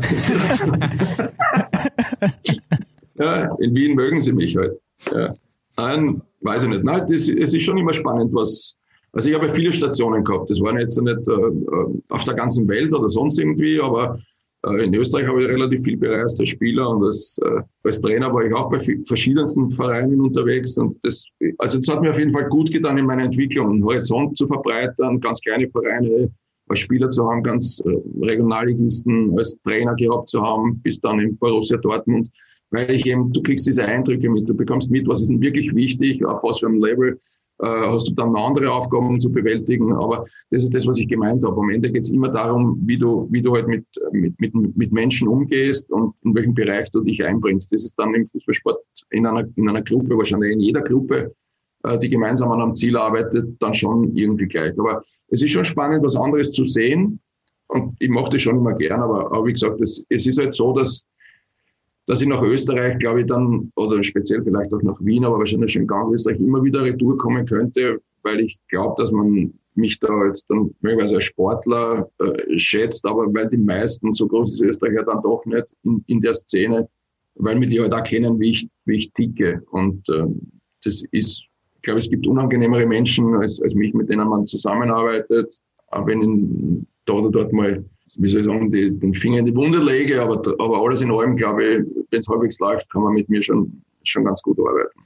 Ja, in Wien mögen sie mich halt. Ja. Nein, weiß ich nicht. Nein, es ist schon immer spannend, also ich habe viele Stationen gehabt. Das waren jetzt nicht auf der ganzen Welt oder sonst irgendwie, aber in Österreich habe ich relativ viel bereist als Spieler und als Trainer war ich auch bei verschiedensten Vereinen unterwegs. Und das hat mir auf jeden Fall gut getan in meiner Entwicklung, einen Horizont zu verbreitern, ganz kleine Vereine als Spieler zu haben, ganz Regionalligisten als Trainer gehabt zu haben, bis dann in Borussia Dortmund, weil du kriegst diese Eindrücke mit, du bekommst mit, was ist denn wirklich wichtig, auf was für einem Level hast du dann andere Aufgaben zu bewältigen, aber das ist das, was ich gemeint habe. Am Ende geht es immer darum, wie du halt mit Menschen umgehst und in welchem Bereich du dich einbringst. Das ist dann im Fußballsport in einer Gruppe, wahrscheinlich in jeder Gruppe, die gemeinsam an einem Ziel arbeitet, dann schon irgendwie gleich. Aber es ist schon spannend, was anderes zu sehen. Und ich mache das schon immer gern. Aber wie gesagt, es ist halt so, dass ich nach Österreich, glaube ich, dann, oder speziell vielleicht auch nach Wien, aber wahrscheinlich schon in ganz Österreich immer wieder retour kommen könnte, weil ich glaube, dass man mich da jetzt dann möglicherweise als Sportler schätzt, aber weil die meisten, so groß ist Österreich ja dann doch nicht in der Szene, weil wir die halt auch kennen, wie ich ticke. Und das ist, ich glaube, es gibt unangenehmere Menschen als mich, mit denen man zusammenarbeitet, auch wenn ich da oder dort mal, wie soll ich sagen, den Finger in die Wunde lege, aber alles in allem, glaube ich, wenn es halbwegs läuft, kann man mit mir schon ganz gut arbeiten.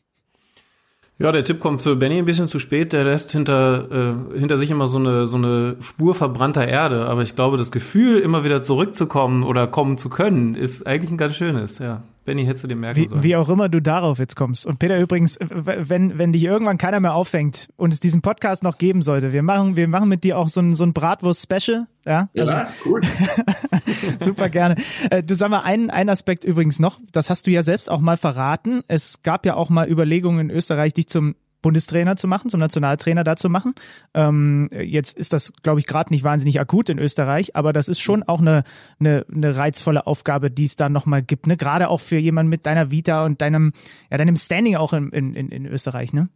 Ja, der Tipp kommt für Benny ein bisschen zu spät. Der lässt hinter sich immer so eine Spur verbrannter Erde. Aber ich glaube, das Gefühl, immer wieder zurückzukommen oder kommen zu können, ist eigentlich ein ganz schönes. Ja, Benny, hättest du dir merken sollen. Wie auch immer du darauf jetzt kommst. Und Peter, übrigens, wenn dich irgendwann keiner mehr auffängt und es diesen Podcast noch geben sollte, wir machen mit dir auch so ein Bratwurst-Special. Ja, cool. Super gerne. Du, sag mal, einen Aspekt übrigens noch, das hast du ja selbst auch mal verraten. Es gab ja auch mal Überlegungen in Österreich, dich zum Bundestrainer zu machen, zum Nationaltrainer da zu machen. Jetzt ist das, glaube ich, gerade nicht wahnsinnig akut in Österreich, aber das ist schon auch eine reizvolle Aufgabe, die es da nochmal gibt, ne? Gerade auch für jemanden mit deiner Vita und deinem Standing auch in Österreich, ne?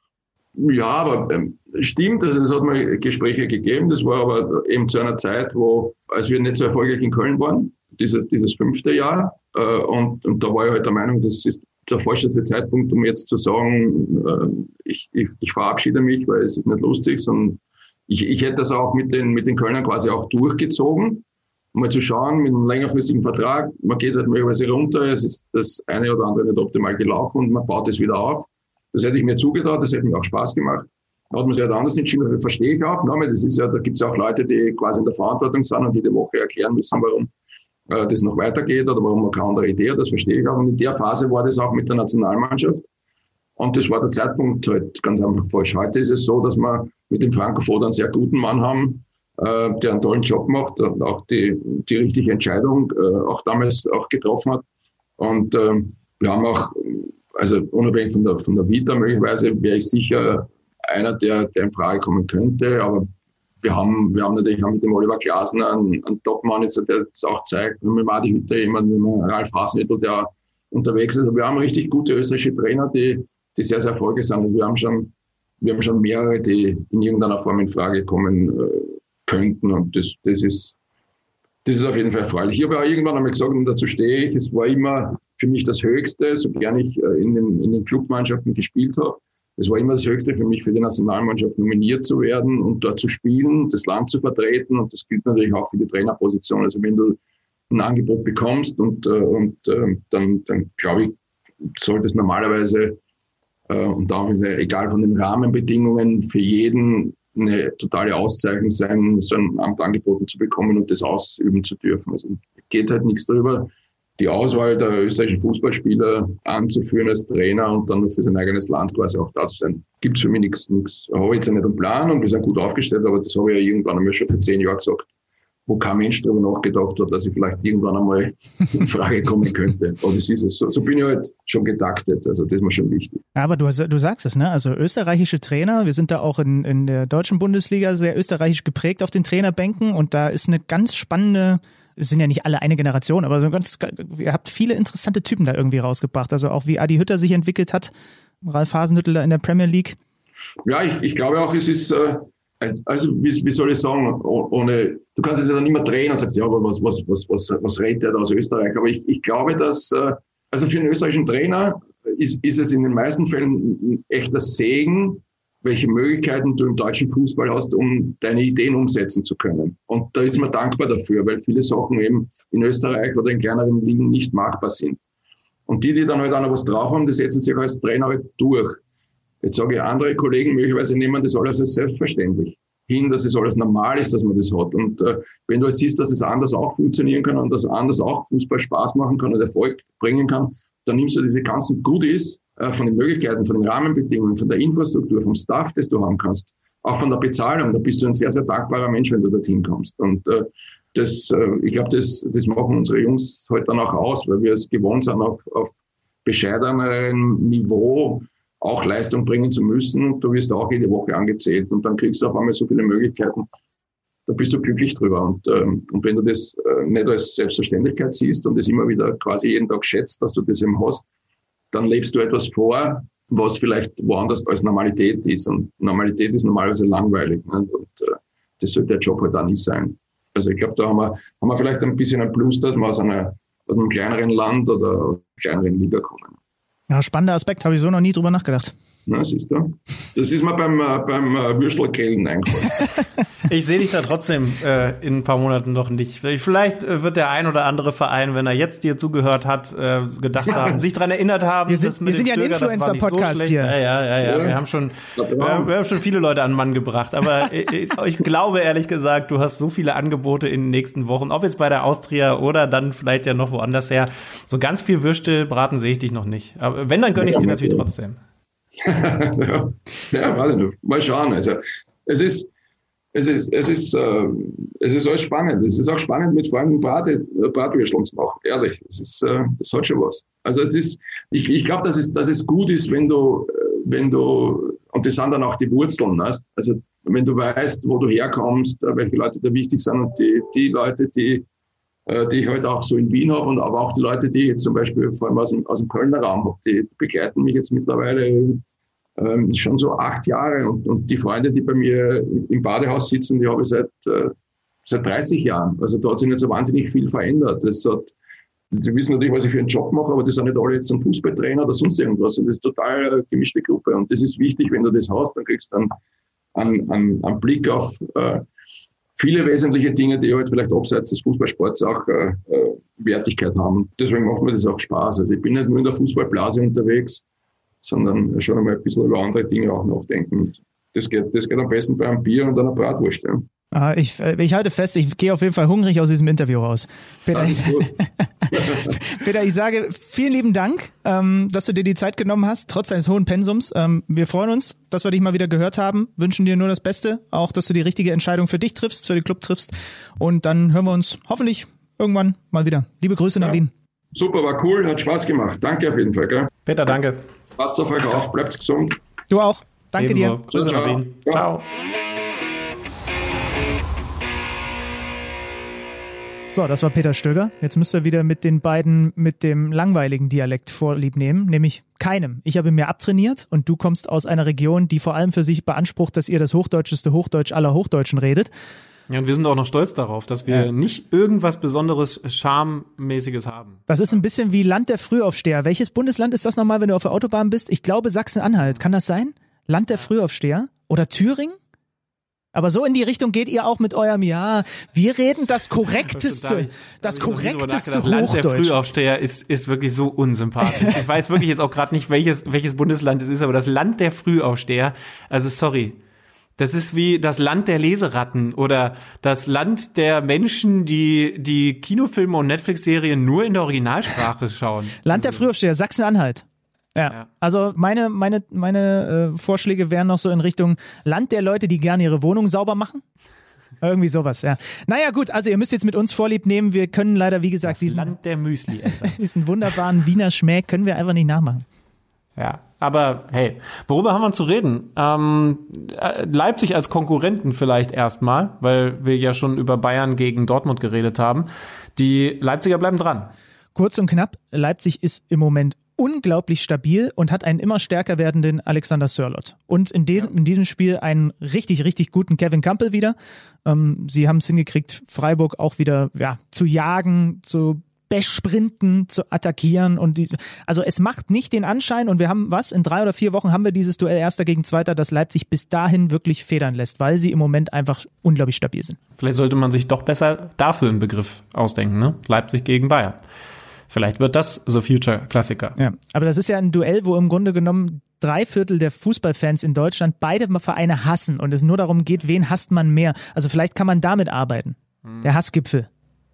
Ja, aber stimmt, also es hat mal Gespräche gegeben, das war aber eben zu einer Zeit, als wir nicht so erfolgreich in Köln waren, dieses 5. Jahr, und da war ich halt der Meinung, das ist der falscheste Zeitpunkt, um jetzt zu sagen, ich verabschiede mich, weil es ist nicht lustig, sondern ich hätte das auch mit den Kölnern quasi auch durchgezogen, um mal zu schauen, mit einem längerfristigen Vertrag, man geht halt möglicherweise runter, es ist das eine oder andere nicht optimal gelaufen und man baut es wieder auf. Das hätte ich mir zugetraut, das hätte mir auch Spaß gemacht. Da hat man sich halt anders entschieden, das verstehe ich auch. Das ist ja, da gibt es auch Leute, die quasi in der Verantwortung sind und jede Woche erklären müssen, warum das noch weitergeht oder warum man keine andere Idee hat, das verstehe ich auch. Und in der Phase war das auch mit der Nationalmannschaft. Und das war der Zeitpunkt halt ganz einfach falsch. Heute ist es so, dass wir mit dem Franco Foda einen sehr guten Mann haben, der einen tollen Job macht und auch die richtige Entscheidung auch damals auch getroffen hat. Und wir haben auch, also unabhängig von der Vita möglicherweise, wäre ich sicher einer, der in Frage kommen könnte. Aber wir haben natürlich auch mit dem Oliver Glasner einen Top-Mann, der das auch zeigt. Mit Madi Hütter jemand, mit Ralf Hasenhüttl, der unterwegs ist. Also wir haben richtig gute österreichische Trainer, die sehr, sehr erfolgreich sind. Und wir haben schon mehrere, die in irgendeiner Form in Frage kommen könnten. Und das ist auf jeden Fall erfreulich. Ich habe auch irgendwann einmal gesagt, und dazu stehe ich, es war immer für mich das Höchste, so gern ich in den Clubmannschaften gespielt habe. Es war immer das Höchste für mich, für die Nationalmannschaft nominiert zu werden und dort zu spielen, das Land zu vertreten. Und das gilt natürlich auch für die Trainerposition. Also wenn du ein Angebot bekommst und dann glaube ich, sollte es normalerweise, und darum ist es egal von den Rahmenbedingungen, für jeden eine totale Auszeichnung sein, so ein Amt angeboten zu bekommen und das ausüben zu dürfen. Also geht halt nichts darüber, die Auswahl der österreichischen Fußballspieler anzuführen als Trainer und dann für sein eigenes Land quasi auch da zu sein. Gibt's für mich nichts. Habe ich jetzt nicht einen Plan und wir sind gut aufgestellt, aber das habe ich ja irgendwann einmal schon vor 10 Jahren gesagt, wo kein Mensch darüber nachgedacht hat, dass ich vielleicht irgendwann einmal in Frage kommen könnte. Aber das ist es. So bin ich halt schon getaktet. Also das ist mir schon wichtig. Aber du sagst es, ne? Also österreichische Trainer, wir sind da auch in der deutschen Bundesliga sehr österreichisch geprägt auf den Trainerbänken und da ist eine ganz spannende, es sind ja nicht alle eine Generation, aber ihr habt viele interessante Typen da irgendwie rausgebracht. Also auch wie Adi Hütter sich entwickelt hat, Ralf Hasenhüttl da in der Premier League. Ja, ich glaube auch, es ist, also wie soll ich sagen, ohne, du kannst es ja dann immer drehen und sagst, ja, aber was redet der da aus Österreich? Aber ich glaube, dass, also für einen österreichischen Trainer ist es in den meisten Fällen ein echter Segen, welche Möglichkeiten du im deutschen Fußball hast, um deine Ideen umsetzen zu können. Und da ist man dankbar dafür, weil viele Sachen eben in Österreich oder in kleineren Ligen nicht machbar sind. Und die dann halt auch noch was drauf haben, die setzen sich als Trainer halt durch. Jetzt sage ich, andere Kollegen möglicherweise nehmen das alles als selbstverständlich hin, dass es alles normal ist, dass man das hat. Und wenn du jetzt siehst, dass es anders auch funktionieren kann und dass anders auch Fußball Spaß machen kann und Erfolg bringen kann, dann nimmst du diese ganzen Goodies von den Möglichkeiten, von den Rahmenbedingungen, von der Infrastruktur, vom Staff, das du haben kannst, auch von der Bezahlung. Da bist du ein sehr, sehr dankbarer Mensch, wenn du dorthin kommst. Und ich glaube, das machen unsere Jungs heute dann auch aus, weil wir es gewohnt sind, auf bescheidenerem Niveau auch Leistung bringen zu müssen. Und du wirst auch jede Woche angezählt. Und dann kriegst du auf einmal so viele Möglichkeiten. Da bist du glücklich drüber. Und wenn du das nicht als Selbstverständlichkeit siehst und das immer wieder quasi jeden Tag schätzt, dass du das eben hast, dann lebst du etwas vor, was vielleicht woanders als Normalität ist. Und Normalität ist normalerweise langweilig. Ne? Und das sollte der Job halt auch nicht sein. Also ich glaube, da haben wir vielleicht ein bisschen ein Plus, dass wir aus einem kleineren Land oder kleineren Liga kommen. Ja, spannender Aspekt, habe ich so noch nie drüber nachgedacht. Na, siehst du. Das ist mir beim Würstelgrillen eingefallen. Ich sehe dich da trotzdem in ein paar Monaten noch nicht. Vielleicht wird der ein oder andere Verein, wenn er jetzt dir zugehört hat, gedacht haben, sich daran erinnert haben. Wir sind ja ein Influencer-Podcast hier. Ja. Wir haben schon viele Leute an den Mann gebracht. Aber ich glaube ehrlich gesagt, du hast so viele Angebote in den nächsten Wochen, ob jetzt bei der Austria oder dann vielleicht ja noch woanders her. So ganz viel Würstelbraten sehe ich dich noch nicht. Aber wenn, dann gönne ich es dir natürlich trotzdem. Ja, warte nur. Mal schauen. Also es ist alles spannend. Es ist auch spannend, mit Freunden Bratwürsteln zu machen. Ehrlich, es hat schon was. Also ich glaube, dass es gut ist, wenn du, und das sind dann auch die Wurzeln, weißt? Also wenn du weißt, wo du herkommst, welche Leute da wichtig sind und die Leute, die ich halt auch so in Wien habe und aber auch die Leute, die ich jetzt zum Beispiel vor allem aus dem Kölner Raum habe, die begleiten mich jetzt mittlerweile schon so 8 Jahre und die Freunde, die bei mir im Badehaus sitzen, die habe ich seit 30 Jahren. Also da hat sich nicht so wahnsinnig viel verändert. Die wissen natürlich, was ich für einen Job mache, aber die sind nicht alle jetzt ein Fußballtrainer oder sonst irgendwas. Und das ist total eine gemischte Gruppe. Und das ist wichtig, wenn du das hast, dann kriegst du einen Blick auf viele wesentliche Dinge, die halt vielleicht abseits des Fußballsports auch Wertigkeit haben. Und deswegen macht mir das auch Spaß. Also ich bin nicht nur in der Fußballblase unterwegs, sondern schon einmal ein bisschen über andere Dinge auch nachdenken. Und das geht am besten bei einem Bier und einer Bratwurst. Ja. Ich halte fest, ich gehe auf jeden Fall hungrig aus diesem Interview raus. Peter, Peter, ich sage vielen lieben Dank, dass du dir die Zeit genommen hast, trotz deines hohen Pensums. Wir freuen uns, dass wir dich mal wieder gehört haben, wünschen dir nur das Beste, auch dass du die richtige Entscheidung für dich triffst, für den Club triffst. Und dann hören wir uns hoffentlich irgendwann mal wieder. Liebe Grüße nach Wien. Super, war cool, hat Spaß gemacht. Danke auf jeden Fall. Gell? Peter, danke. Passt auf euch auf, bleibt gesund. Du auch. Danke Ebenso. dir. Grüße nach Wien. Ciao. So, das war Peter Stöger. Jetzt müsst ihr wieder mit den beiden mit dem langweiligen Dialekt vorlieb nehmen, nämlich keinem. Ich habe ihn mir abtrainiert und du kommst aus einer Region, die vor allem für sich beansprucht, dass ihr das hochdeutscheste Hochdeutsch aller Hochdeutschen redet. Ja, und wir sind auch noch stolz darauf, dass wir nicht irgendwas Besonderes, Charmemäßiges haben. Das ist ein bisschen wie Land der Frühaufsteher. Welches Bundesland ist das nochmal, wenn du auf der Autobahn bist? Ich glaube Sachsen-Anhalt. Kann das sein? Land der Frühaufsteher? Oder Thüringen? Aber so in die Richtung geht ihr auch mit eurem, ja, wir reden das korrekteste Hochdeutsch. Land der Frühaufsteher ist wirklich so unsympathisch. Ich weiß wirklich jetzt auch gerade nicht, welches Bundesland es ist, aber das Land der Frühaufsteher, also sorry. Das ist wie das Land der Leseratten oder das Land der Menschen, die Kinofilme und Netflix-Serien nur in der Originalsprache schauen. Land der Frühaufsteher, Sachsen-Anhalt. Ja. Also meine Vorschläge wären noch so in Richtung Land der Leute, die gerne ihre Wohnung sauber machen. Irgendwie sowas, ja. Naja, gut, also ihr müsst jetzt mit uns Vorlieb nehmen. Wir können leider, wie gesagt, das Land der Müsli-Esser. diesen wunderbaren Wiener Schmäh können wir einfach nicht nachmachen. Ja, aber hey, worüber haben wir zu reden? Leipzig als Konkurrenten vielleicht erstmal, weil wir ja schon über Bayern gegen Dortmund geredet haben. Die Leipziger bleiben dran. Kurz und knapp, Leipzig ist im Moment unglaublich stabil und hat einen immer stärker werdenden Alexander Sørloth. Und in diesem Spiel einen richtig, richtig guten Kevin Campbell wieder. Sie haben es hingekriegt, Freiburg auch wieder zu jagen, zu besprinten, zu attackieren also es macht nicht den Anschein und wir haben in 3 oder 4 Wochen haben wir dieses Duell Erster gegen Zweiter, das Leipzig bis dahin wirklich federn lässt, weil sie im Moment einfach unglaublich stabil sind. Vielleicht sollte man sich doch besser dafür einen Begriff ausdenken, ne? Leipzig gegen Bayern. Vielleicht wird das The Future Klassiker. Ja, aber das ist ja ein Duell, wo im Grunde genommen 3/4 der Fußballfans in Deutschland beide Vereine hassen und es nur darum geht, wen hasst man mehr. Also vielleicht kann man damit arbeiten. Der Hassgipfel.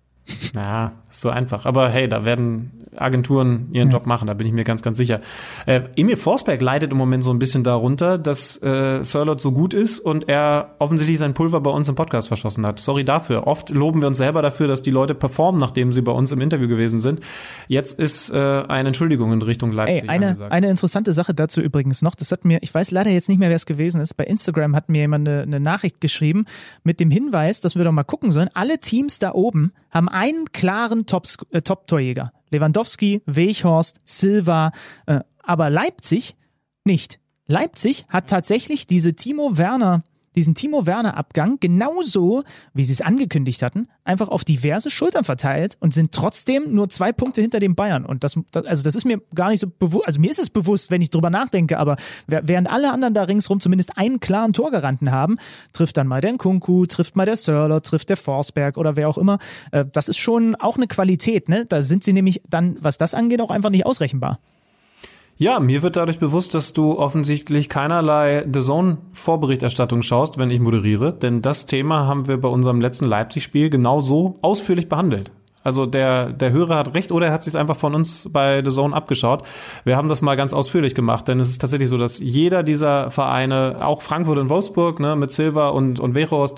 Ja, ist so einfach. Aber hey, da werden Agenturen ihren Job machen, da bin ich mir ganz, ganz sicher. Emil Forsberg leidet im Moment so ein bisschen darunter, dass Sørloth so gut ist und er offensichtlich sein Pulver bei uns im Podcast verschossen hat. Sorry dafür. Oft loben wir uns selber dafür, dass die Leute performen, nachdem sie bei uns im Interview gewesen sind. Jetzt ist eine Entschuldigung in Richtung Leipzig angesagt. Eine interessante Sache dazu übrigens noch, ich weiß leider jetzt nicht mehr, wer es gewesen ist, bei Instagram hat mir jemand eine Nachricht geschrieben mit dem Hinweis, dass wir doch mal gucken sollen, alle Teams da oben haben einen klaren Top-Torjäger. Lewandowski, Weghorst, Silva, aber Leipzig nicht. Leipzig hat tatsächlich diesen Timo Werner-Abgang genauso, wie sie es angekündigt hatten, einfach auf diverse Schultern verteilt und sind trotzdem nur 2 Punkte hinter den Bayern. Und das ist mir gar nicht so bewusst, also mir ist es bewusst, wenn ich drüber nachdenke, aber während alle anderen da ringsrum zumindest einen klaren Torgaranten haben, trifft dann mal der Nkunku, trifft mal der Sørloth, trifft der Forsberg oder wer auch immer. Das ist schon auch eine Qualität, ne? Da sind sie nämlich dann, was das angeht, auch einfach nicht ausrechenbar. Ja, mir wird dadurch bewusst, dass du offensichtlich keinerlei DAZN-Vorberichterstattung schaust, wenn ich moderiere, denn das Thema haben wir bei unserem letzten Leipzig-Spiel genauso ausführlich behandelt. Also der Hörer hat recht oder er hat sich einfach von uns bei DAZN abgeschaut. Wir haben das mal ganz ausführlich gemacht, denn es ist tatsächlich so, dass jeder dieser Vereine, auch Frankfurt und Wolfsburg, ne, mit Silva und Weghorst,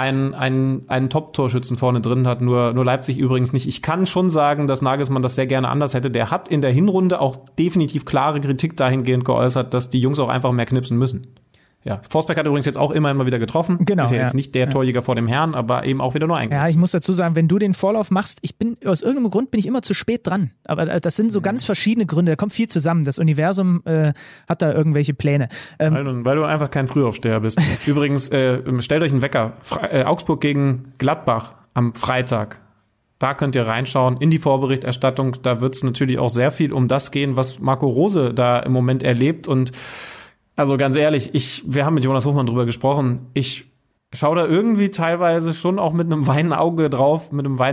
einen Top-Torschützen vorne drin hat, nur Leipzig übrigens nicht. Ich kann schon sagen, dass Nagelsmann das sehr gerne anders hätte. Der hat in der Hinrunde auch definitiv klare Kritik dahingehend geäußert, dass die Jungs auch einfach mehr knipsen müssen. Ja, Forsberg hat übrigens jetzt auch immerhin mal wieder getroffen. Genau, ist ja jetzt nicht der Torjäger vor dem Herrn, aber eben auch wieder nur eingesetzt. Ja, ich muss dazu sagen, wenn du den Vorlauf machst, aus irgendeinem Grund bin ich immer zu spät dran. Aber das sind so ganz verschiedene Gründe, da kommt viel zusammen. Das Universum hat da irgendwelche Pläne. Weil du einfach kein Frühaufsteher bist. Übrigens, stellt euch einen Wecker. Augsburg gegen Gladbach am Freitag. Da könnt ihr reinschauen in die Vorberichterstattung. Da wird es natürlich auch sehr viel um das gehen, was Marco Rose da im Moment erlebt. Und also ganz ehrlich, wir haben mit Jonas Hofmann drüber gesprochen. Ich schaue da irgendwie teilweise schon auch mit einem weinenden Auge drauf,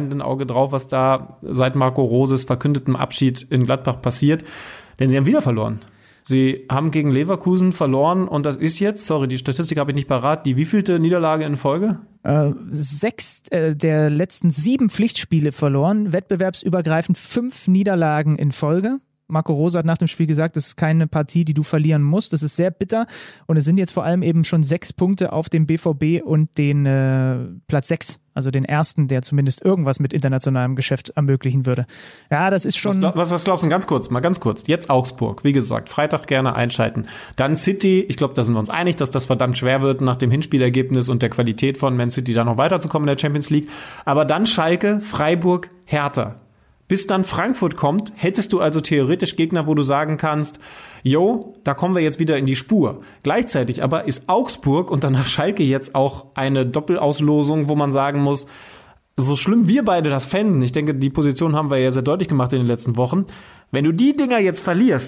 was da seit Marco Roses verkündetem Abschied in Gladbach passiert. Denn sie haben wieder verloren. Sie haben gegen Leverkusen verloren und das ist jetzt, die Statistik habe ich nicht parat, die wievielte Niederlage in Folge? 6 der letzten 7 Pflichtspiele verloren, wettbewerbsübergreifend 5 Niederlagen in Folge. Marco Rose hat nach dem Spiel gesagt, das ist keine Partie, die du verlieren musst. Das ist sehr bitter und es sind jetzt vor allem eben schon 6 Punkte auf dem BVB und den Platz 6, also den ersten, der zumindest irgendwas mit internationalem Geschäft ermöglichen würde. Ja, das ist schon... Was glaubst du? Ganz kurz. Jetzt Augsburg, wie gesagt, Freitag gerne einschalten. Dann City, ich glaube, da sind wir uns einig, dass das verdammt schwer wird nach dem Hinspielergebnis und der Qualität von Man City da noch weiterzukommen in der Champions League. Aber dann Schalke, Freiburg, Hertha. Bis dann Frankfurt kommt, hättest du also theoretisch Gegner, wo du sagen kannst, da kommen wir jetzt wieder in die Spur. Gleichzeitig aber ist Augsburg und danach Schalke jetzt auch eine Doppelauslosung, wo man sagen muss, so schlimm wir beide das fänden, ich denke, die Position haben wir ja sehr deutlich gemacht in den letzten Wochen, wenn du die Dinger jetzt verlierst,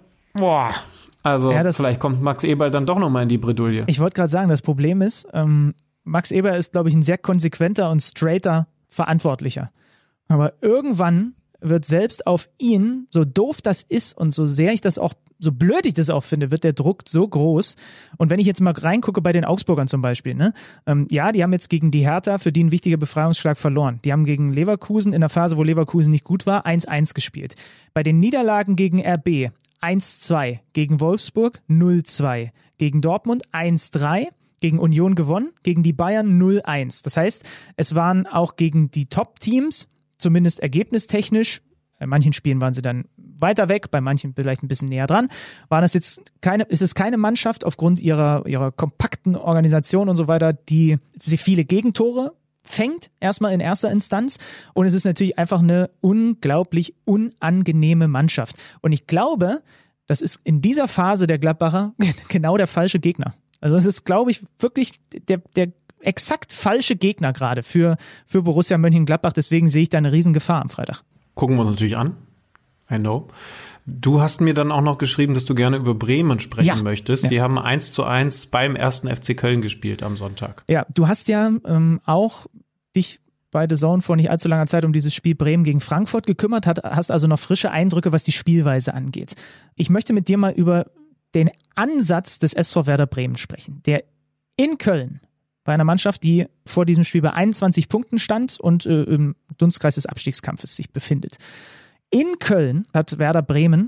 vielleicht kommt Max Eberl dann doch nochmal in die Bredouille. Ich wollte gerade sagen, das Problem ist, Max Eberl ist, glaube ich, ein sehr konsequenter und straighter Verantwortlicher. Aber irgendwann wird selbst auf ihn, so doof das ist und so sehr ich das auch so blöd ich das auch finde, wird der Druck so groß. Und wenn ich jetzt mal reingucke bei den Augsburgern zum Beispiel, ne? Ja, die haben jetzt gegen die Hertha, für die ein wichtiger Befreiungsschlag, verloren. Die haben gegen Leverkusen in der Phase, wo Leverkusen nicht gut war, 1-1 gespielt. Bei den Niederlagen gegen RB 1-2, gegen Wolfsburg 0-2, gegen Dortmund 1-3, gegen Union gewonnen, gegen die Bayern 0-1. Das heißt, es waren auch gegen die Top-Teams, zumindest ergebnistechnisch, bei manchen Spielen waren sie dann weiter weg, bei manchen vielleicht ein bisschen näher dran, ist es keine Mannschaft aufgrund ihrer kompakten Organisation und so weiter, die sie viele Gegentore fängt, erstmal in erster Instanz. Und es ist natürlich einfach eine unglaublich unangenehme Mannschaft. Und ich glaube, das ist in dieser Phase der Gladbacher genau der falsche Gegner. Also es ist, glaube ich, wirklich der exakt falsche Gegner gerade für Borussia Mönchengladbach. Deswegen sehe ich da eine Riesengefahr am Freitag. Gucken wir uns natürlich an. I know. Du hast mir dann auch noch geschrieben, dass du gerne über Bremen sprechen möchtest. Ja. Die haben 1-1 beim 1. FC Köln gespielt am Sonntag. Ja, du hast ja auch dich bei The Zone vor nicht allzu langer Zeit um dieses Spiel Bremen gegen Frankfurt gekümmert, hast also noch frische Eindrücke, was die Spielweise angeht. Ich möchte mit dir mal über den Ansatz des SV Werder Bremen sprechen, der in Köln bei einer Mannschaft, die vor diesem Spiel bei 21 Punkten stand und im Dunstkreis des Abstiegskampfes sich befindet. In Köln hat Werder Bremen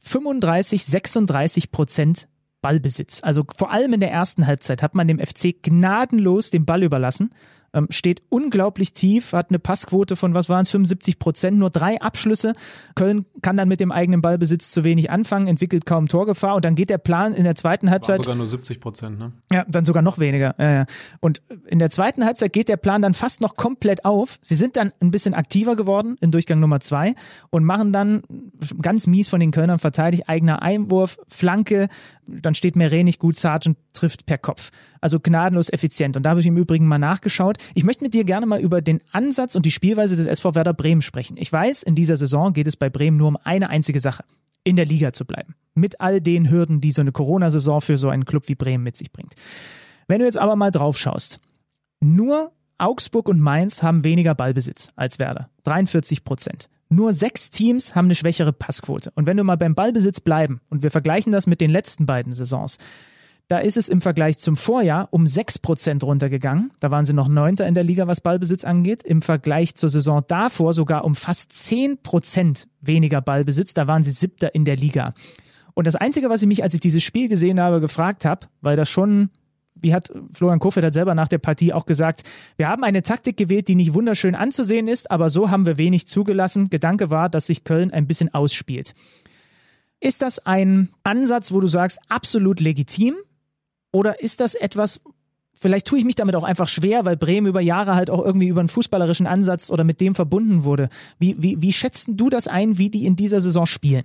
35-36% Ballbesitz. Also vor allem in der ersten Halbzeit hat man dem FC gnadenlos den Ball überlassen. Steht unglaublich tief, hat eine Passquote von, 75%, nur 3 Abschlüsse. Köln kann dann mit dem eigenen Ballbesitz zu wenig anfangen, entwickelt kaum Torgefahr und dann geht der Plan in der zweiten Halbzeit. War sogar nur 70%, ne? Ja, dann sogar noch weniger. Ja. Und in der zweiten Halbzeit geht der Plan dann fast noch komplett auf. Sie sind dann ein bisschen aktiver geworden in Durchgang Nummer 2 und machen dann ganz mies von den Kölnern verteidigt, eigener Einwurf, Flanke, dann steht Meret nicht gut, Sargent trifft per Kopf. Also gnadenlos effizient. Und da habe ich im Übrigen mal nachgeschaut. Ich möchte mit dir gerne mal über den Ansatz und die Spielweise des SV Werder Bremen sprechen. Ich weiß, in dieser Saison geht es bei Bremen nur um eine einzige Sache: in der Liga zu bleiben. Mit all den Hürden, die so eine Corona-Saison für so einen Club wie Bremen mit sich bringt. Wenn du jetzt aber mal drauf schaust, nur Augsburg und Mainz haben weniger Ballbesitz als Werder. 43%. Nur 6 Teams haben eine schwächere Passquote. Und wenn wir mal beim Ballbesitz bleiben und wir vergleichen das mit den letzten beiden Saisons, da ist es im Vergleich zum Vorjahr um 6% runtergegangen. Da waren sie noch 9. in der Liga, was Ballbesitz angeht. Im Vergleich zur Saison davor sogar um fast 10% weniger Ballbesitz. Da waren sie 7. in der Liga. Und das Einzige, was ich mich, als ich dieses Spiel gesehen habe, gefragt habe, weil das schon, wie hat Florian Kohfeldt hat selber nach der Partie auch gesagt, wir haben eine Taktik gewählt, die nicht wunderschön anzusehen ist, aber so haben wir wenig zugelassen. Gedanke war, dass sich Köln ein bisschen ausspielt. Ist das ein Ansatz, wo du sagst, absolut legitim? Oder ist das etwas, vielleicht tue ich mich damit auch einfach schwer, weil Bremen über Jahre halt auch irgendwie über einen fußballerischen Ansatz oder mit dem verbunden wurde. Wie schätzt du das ein, wie die in dieser Saison spielen?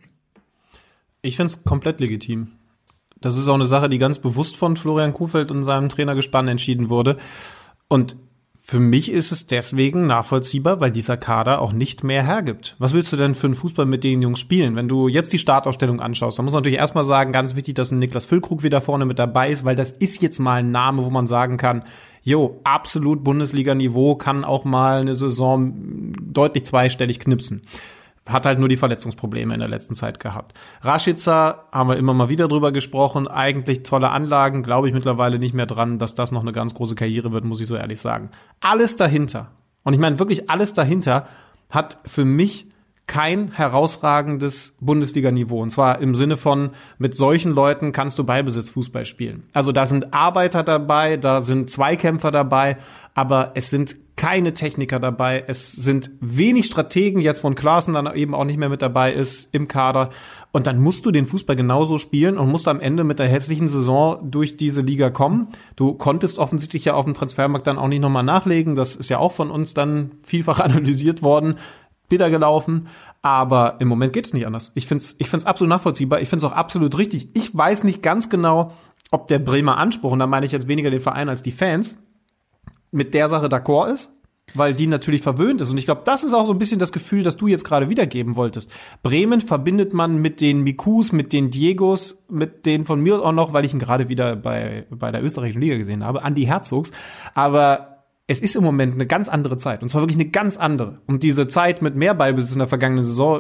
Ich finde es komplett legitim. Das ist auch eine Sache, die ganz bewusst von Florian Kohfeldt und seinem Trainergespann entschieden wurde. Und für mich ist es deswegen nachvollziehbar, weil dieser Kader auch nicht mehr hergibt. Was willst du denn für einen Fußball mit den Jungs spielen? Wenn du jetzt die Startaufstellung anschaust, dann muss man natürlich erstmal sagen, ganz wichtig, dass ein Niklas Füllkrug wieder vorne mit dabei ist, weil das ist jetzt mal ein Name, wo man sagen kann, absolut Bundesliga-Niveau, kann auch mal eine Saison deutlich zweistellig knipsen. Hat halt nur die Verletzungsprobleme in der letzten Zeit gehabt. Rashica, haben wir immer mal wieder drüber gesprochen, eigentlich tolle Anlagen, glaube ich mittlerweile nicht mehr dran, dass das noch eine ganz große Karriere wird, muss ich so ehrlich sagen. Alles dahinter, und ich meine wirklich alles dahinter, hat für mich kein herausragendes Bundesliga-Niveau. Und zwar im Sinne von, mit solchen Leuten kannst du Ballbesitzfußball spielen. Also da sind Arbeiter dabei, da sind Zweikämpfer dabei, aber es sind keine Techniker dabei. Es sind wenig Strategen, jetzt von Klaassen dann eben auch nicht mehr mit dabei ist im Kader. Und dann musst du den Fußball genauso spielen und musst am Ende mit der hässlichen Saison durch diese Liga kommen. Du konntest offensichtlich ja auf dem Transfermarkt dann auch nicht nochmal nachlegen. Das ist ja auch von uns dann vielfach analysiert worden. Bitter gelaufen, aber im Moment geht es nicht anders. Ich find's absolut nachvollziehbar, ich find's auch absolut richtig. Ich weiß nicht ganz genau, ob der Bremer Anspruch, und da meine ich jetzt weniger den Verein als die Fans, mit der Sache d'accord ist, weil die natürlich verwöhnt ist. Und ich glaube, das ist auch so ein bisschen das Gefühl, das du jetzt gerade wiedergeben wolltest. Bremen verbindet man mit den Mikus, mit den Diegos, mit den von mir auch noch, weil ich ihn gerade wieder bei der österreichischen Liga gesehen habe, Andi Herzogs, aber es ist im Moment eine ganz andere Zeit. Und zwar wirklich eine ganz andere. Und diese Zeit mit mehr Ballbesitz in der vergangenen Saison,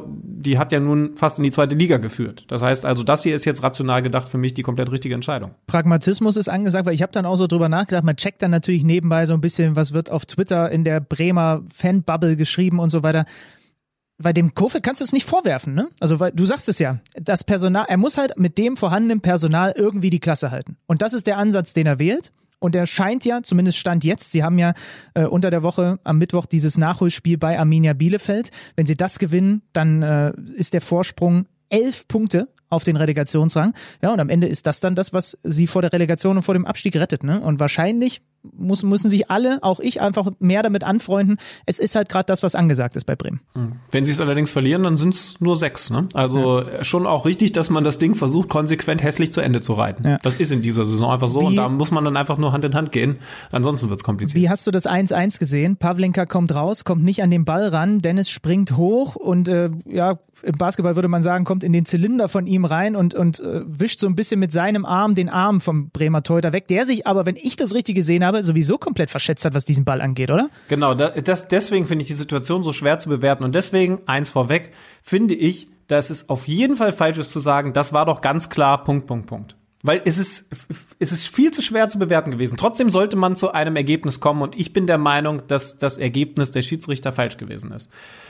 die hat ja nun fast in die 2. Liga geführt. Das heißt also, das hier ist jetzt rational gedacht für mich die komplett richtige Entscheidung. Pragmatismus ist angesagt, weil ich habe dann auch so drüber nachgedacht, man checkt dann natürlich nebenbei so ein bisschen, was wird auf Twitter in der Bremer Fanbubble geschrieben und so weiter. Bei dem Kofeld kannst du es nicht vorwerfen, ne? Also, weil du sagst es ja, das Personal, er muss halt mit dem vorhandenen Personal irgendwie die Klasse halten. Und das ist der Ansatz, den er wählt. Und er scheint ja, zumindest Stand jetzt, sie haben ja unter der Woche am Mittwoch dieses Nachholspiel bei Arminia Bielefeld. Wenn sie das gewinnen, dann ist der Vorsprung 11 Punkte auf den Relegationsrang. Ja, und am Ende ist das dann das, was sie vor der Relegation und vor dem Abstieg rettet, ne? Und wahrscheinlich müssen sich alle, auch ich, einfach mehr damit anfreunden. Es ist halt gerade das, was angesagt ist bei Bremen. Wenn sie es allerdings verlieren, dann sind es nur 6, ne? Also schon auch richtig, dass man das Ding versucht, konsequent hässlich zu Ende zu reiten. Ja. Das ist in dieser Saison einfach so und da muss man dann einfach nur Hand in Hand gehen. Ansonsten wird's kompliziert. Wie hast du das 1-1 gesehen? Pavlenka kommt raus, kommt nicht an den Ball ran, Dennis springt hoch und im Basketball würde man sagen, kommt in den Zylinder von ihm rein und wischt so ein bisschen mit seinem Arm den Arm vom Bremer Torhüter weg, der sich aber, wenn ich das richtig gesehen habe, sowieso komplett verschätzt hat, was diesen Ball angeht, oder? Genau, deswegen finde ich die Situation so schwer zu bewerten und deswegen, eins vorweg, finde ich, dass es auf jeden Fall falsch ist zu sagen, das war doch ganz klar, Punkt. Weil es ist viel zu schwer zu bewerten gewesen. Trotzdem sollte man zu einem Ergebnis kommen und ich bin der Meinung, dass das Ergebnis der Schiedsrichter falsch gewesen ist.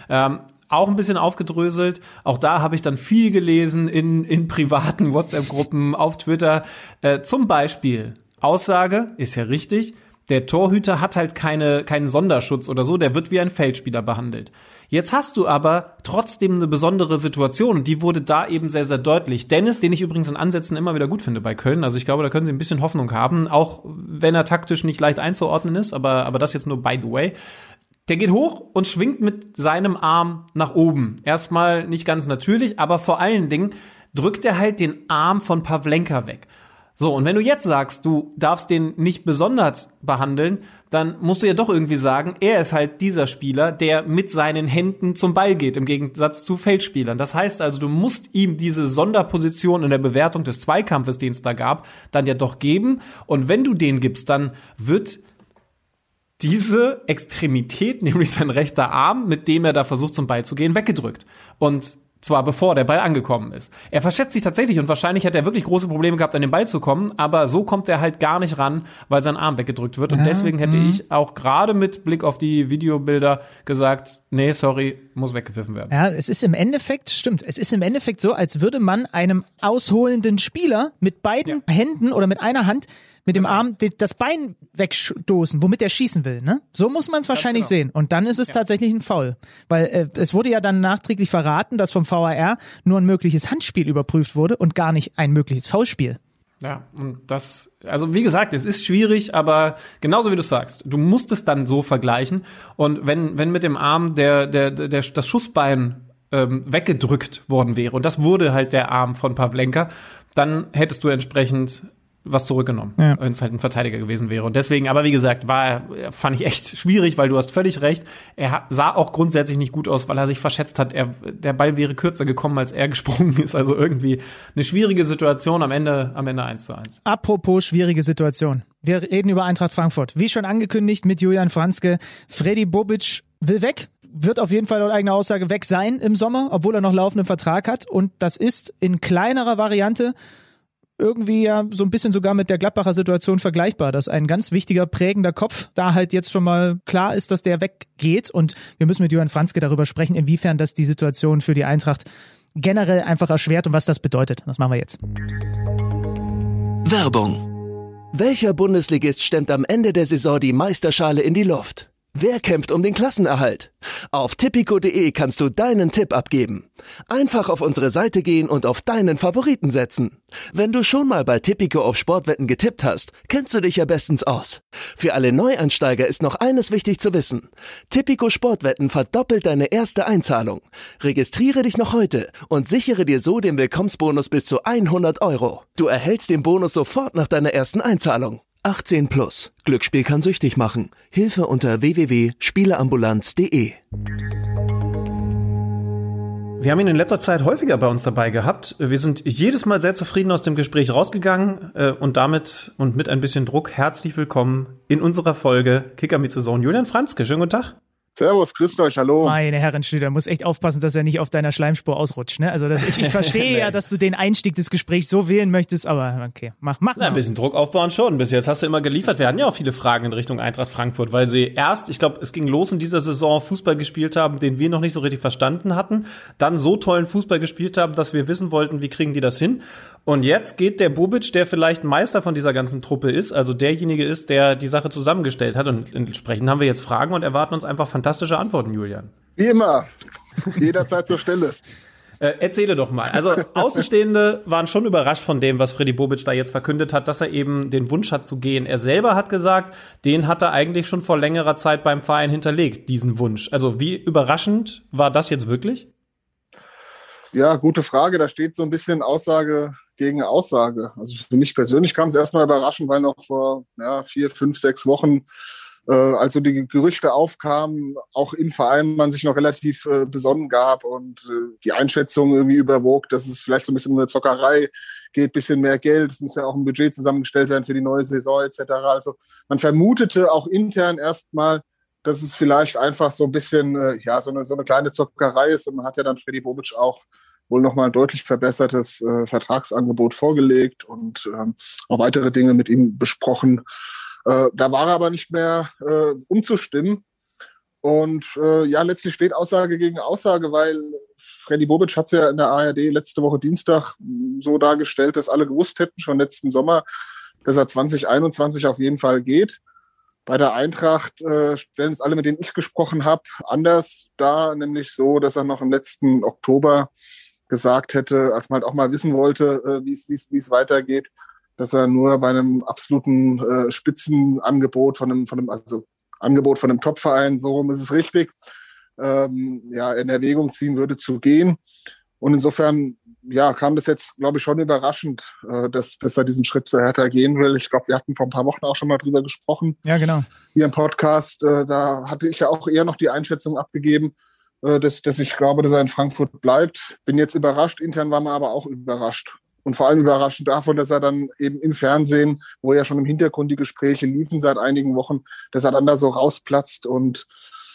Auch ein bisschen aufgedröselt. Auch da habe ich dann viel gelesen in privaten WhatsApp-Gruppen, auf Twitter. Zum Beispiel, Aussage, ist ja richtig, der Torhüter hat halt keinen Sonderschutz oder so, der wird wie ein Feldspieler behandelt. Jetzt hast du aber trotzdem eine besondere Situation und die wurde da eben sehr, sehr deutlich. Dennis, den ich übrigens in Ansätzen immer wieder gut finde bei Köln, also ich glaube, da können sie ein bisschen Hoffnung haben, auch wenn er taktisch nicht leicht einzuordnen ist, aber das jetzt nur by the way. Der geht hoch und schwingt mit seinem Arm nach oben. Erstmal nicht ganz natürlich, aber vor allen Dingen drückt er halt den Arm von Pavlenka weg. So, und wenn du jetzt sagst, du darfst den nicht besonders behandeln, dann musst du ja doch irgendwie sagen, er ist halt dieser Spieler, der mit seinen Händen zum Ball geht, im Gegensatz zu Feldspielern. Das heißt also, du musst ihm diese Sonderposition in der Bewertung des Zweikampfes, den es da gab, dann ja doch geben. Und wenn du den gibst, dann wird diese Extremität, nämlich sein rechter Arm, mit dem er da versucht, zum Ball zu gehen, weggedrückt. Und zwar bevor der Ball angekommen ist. Er verschätzt sich tatsächlich und wahrscheinlich hat er wirklich große Probleme gehabt, an den Ball zu kommen, aber so kommt er halt gar nicht ran, weil sein Arm weggedrückt wird. Und deswegen hätte ich auch gerade mit Blick auf die Videobilder gesagt, nee, sorry, muss weggepfiffen werden. Ja, es ist im Endeffekt so, als würde man einem ausholenden Spieler mit beiden Händen oder mit einer Hand mit dem Arm das Bein wegstoßen, womit er schießen will, ne? So muss man es wahrscheinlich sehen. Und dann ist es tatsächlich ein Foul. Weil es wurde ja dann nachträglich verraten, dass vom VAR nur ein mögliches Handspiel überprüft wurde und gar nicht ein mögliches Foulspiel. Ja, und also wie gesagt, es ist schwierig, aber genauso wie du sagst, du musst es dann so vergleichen. Und wenn mit dem Arm das Schussbein weggedrückt worden wäre, und das wurde halt der Arm von Pavlenka, dann hättest du entsprechend was zurückgenommen, wenn es halt ein Verteidiger gewesen wäre. Und deswegen, aber wie gesagt, fand ich echt schwierig, weil du hast völlig recht. Er sah auch grundsätzlich nicht gut aus, weil er sich verschätzt hat. Der Ball wäre kürzer gekommen, als er gesprungen ist. Also irgendwie eine schwierige Situation, am Ende 1:1. Apropos schwierige Situation. Wir reden über Eintracht Frankfurt. Wie schon angekündigt mit Julian Franzke, Freddy Bobic will weg. Wird auf jeden Fall laut eigener Aussage weg sein im Sommer, obwohl er noch laufenden Vertrag hat. Und das ist in kleinerer Variante irgendwie ja so ein bisschen sogar mit der Gladbacher Situation vergleichbar, dass ein ganz wichtiger, prägender Kopf da halt jetzt schon mal klar ist, dass der weggeht. Und wir müssen mit Johann Franzke darüber sprechen, inwiefern das die Situation für die Eintracht generell einfach erschwert und was das bedeutet. Das machen wir jetzt. Werbung. Welcher Bundesligist stemmt am Ende der Saison die Meisterschale in die Luft? Wer kämpft um den Klassenerhalt? Auf tipico.de kannst du deinen Tipp abgeben. Einfach auf unsere Seite gehen und auf deinen Favoriten setzen. Wenn du schon mal bei Tipico auf Sportwetten getippt hast, kennst du dich ja bestens aus. Für alle Neueinsteiger ist noch eines wichtig zu wissen. Tipico Sportwetten verdoppelt deine erste Einzahlung. Registriere dich noch heute und sichere dir so den Willkommensbonus bis zu 100 €. Du erhältst den Bonus sofort nach deiner ersten Einzahlung. 18+. Glücksspiel kann süchtig machen. Hilfe unter www.spieleambulanz.de. Wir haben ihn in letzter Zeit häufiger bei uns dabei gehabt. Wir sind jedes Mal sehr zufrieden aus dem Gespräch rausgegangen und damit und mit ein bisschen Druck herzlich willkommen in unserer Folge Kicker mit Saison. Julian Franzke, schönen guten Tag. Servus, grüßt euch, hallo. Meine Herren, Schlüter, muss echt aufpassen, dass er nicht auf deiner Schleimspur ausrutscht. Ne? Also ich verstehe ja, dass du den Einstieg des Gesprächs so wählen möchtest, aber okay, mach mal. Ein bisschen Druck aufbauen schon. Bis jetzt hast du immer geliefert. Wir hatten ja auch viele Fragen in Richtung Eintracht Frankfurt, weil sie erst, ich glaube, es ging los in dieser Saison, Fußball gespielt haben, den wir noch nicht so richtig verstanden hatten, dann so tollen Fußball gespielt haben, dass wir wissen wollten, wie kriegen die das hin. Und jetzt geht der Bobic, der vielleicht Meister von dieser ganzen Truppe ist, also derjenige ist, der die Sache zusammengestellt hat. Und entsprechend haben wir jetzt Fragen und erwarten uns einfach fantastische Antworten, Julian. Wie immer, jederzeit zur Stelle. Erzähle doch mal. Also Außenstehende waren schon überrascht von dem, was Freddy Bobic da jetzt verkündet hat, dass er eben den Wunsch hat zu gehen. Er selber hat gesagt, den hat er eigentlich schon vor längerer Zeit beim Verein hinterlegt, diesen Wunsch. Also wie überraschend war das jetzt wirklich? Ja, gute Frage. Da steht so ein bisschen Aussage gegen Aussage. Also für mich persönlich kam es erstmal überraschend, weil noch vor 4, 5, 6 Wochen, als so die Gerüchte aufkamen, auch im Verein man sich noch relativ besonnen gab und die Einschätzung irgendwie überwog, dass es vielleicht so ein bisschen um eine Zockerei geht, bisschen mehr Geld, es muss ja auch ein Budget zusammengestellt werden für die neue Saison etc. Also man vermutete auch intern erstmal, dass es vielleicht einfach so ein bisschen so eine kleine Zockerei ist, und man hat ja dann Freddy Bobic auch wohl nochmal ein deutlich verbessertes Vertragsangebot vorgelegt und auch weitere Dinge mit ihm besprochen. Da war er aber nicht mehr umzustimmen. Und letztlich steht Aussage gegen Aussage, weil Freddy Bobic hat es ja in der ARD letzte Woche Dienstag so dargestellt, dass alle gewusst hätten, schon letzten Sommer, dass er 2021 auf jeden Fall geht. Bei der Eintracht stellen es alle, mit denen ich gesprochen habe, anders dar, nämlich so, dass er noch im letzten Oktober gesagt hätte, als man halt auch mal wissen wollte, wie es weitergeht, dass er nur bei einem absoluten Spitzenangebot von einem Top-Verein, so rum ist es richtig, in Erwägung ziehen würde zu gehen. Und insofern kam das jetzt, glaube ich, schon überraschend, dass er diesen Schritt zu Hertha gehen will. Ich glaube, wir hatten vor ein paar Wochen auch schon mal drüber gesprochen. Ja, genau. Hier im Podcast, da hatte ich ja auch eher noch die Einschätzung abgegeben, dass ich glaube, dass er in Frankfurt bleibt. Bin jetzt überrascht, intern war man aber auch überrascht. Und vor allem überraschend davon, dass er dann eben im Fernsehen, wo ja schon im Hintergrund die Gespräche liefen seit einigen Wochen, dass er dann da so rausplatzt und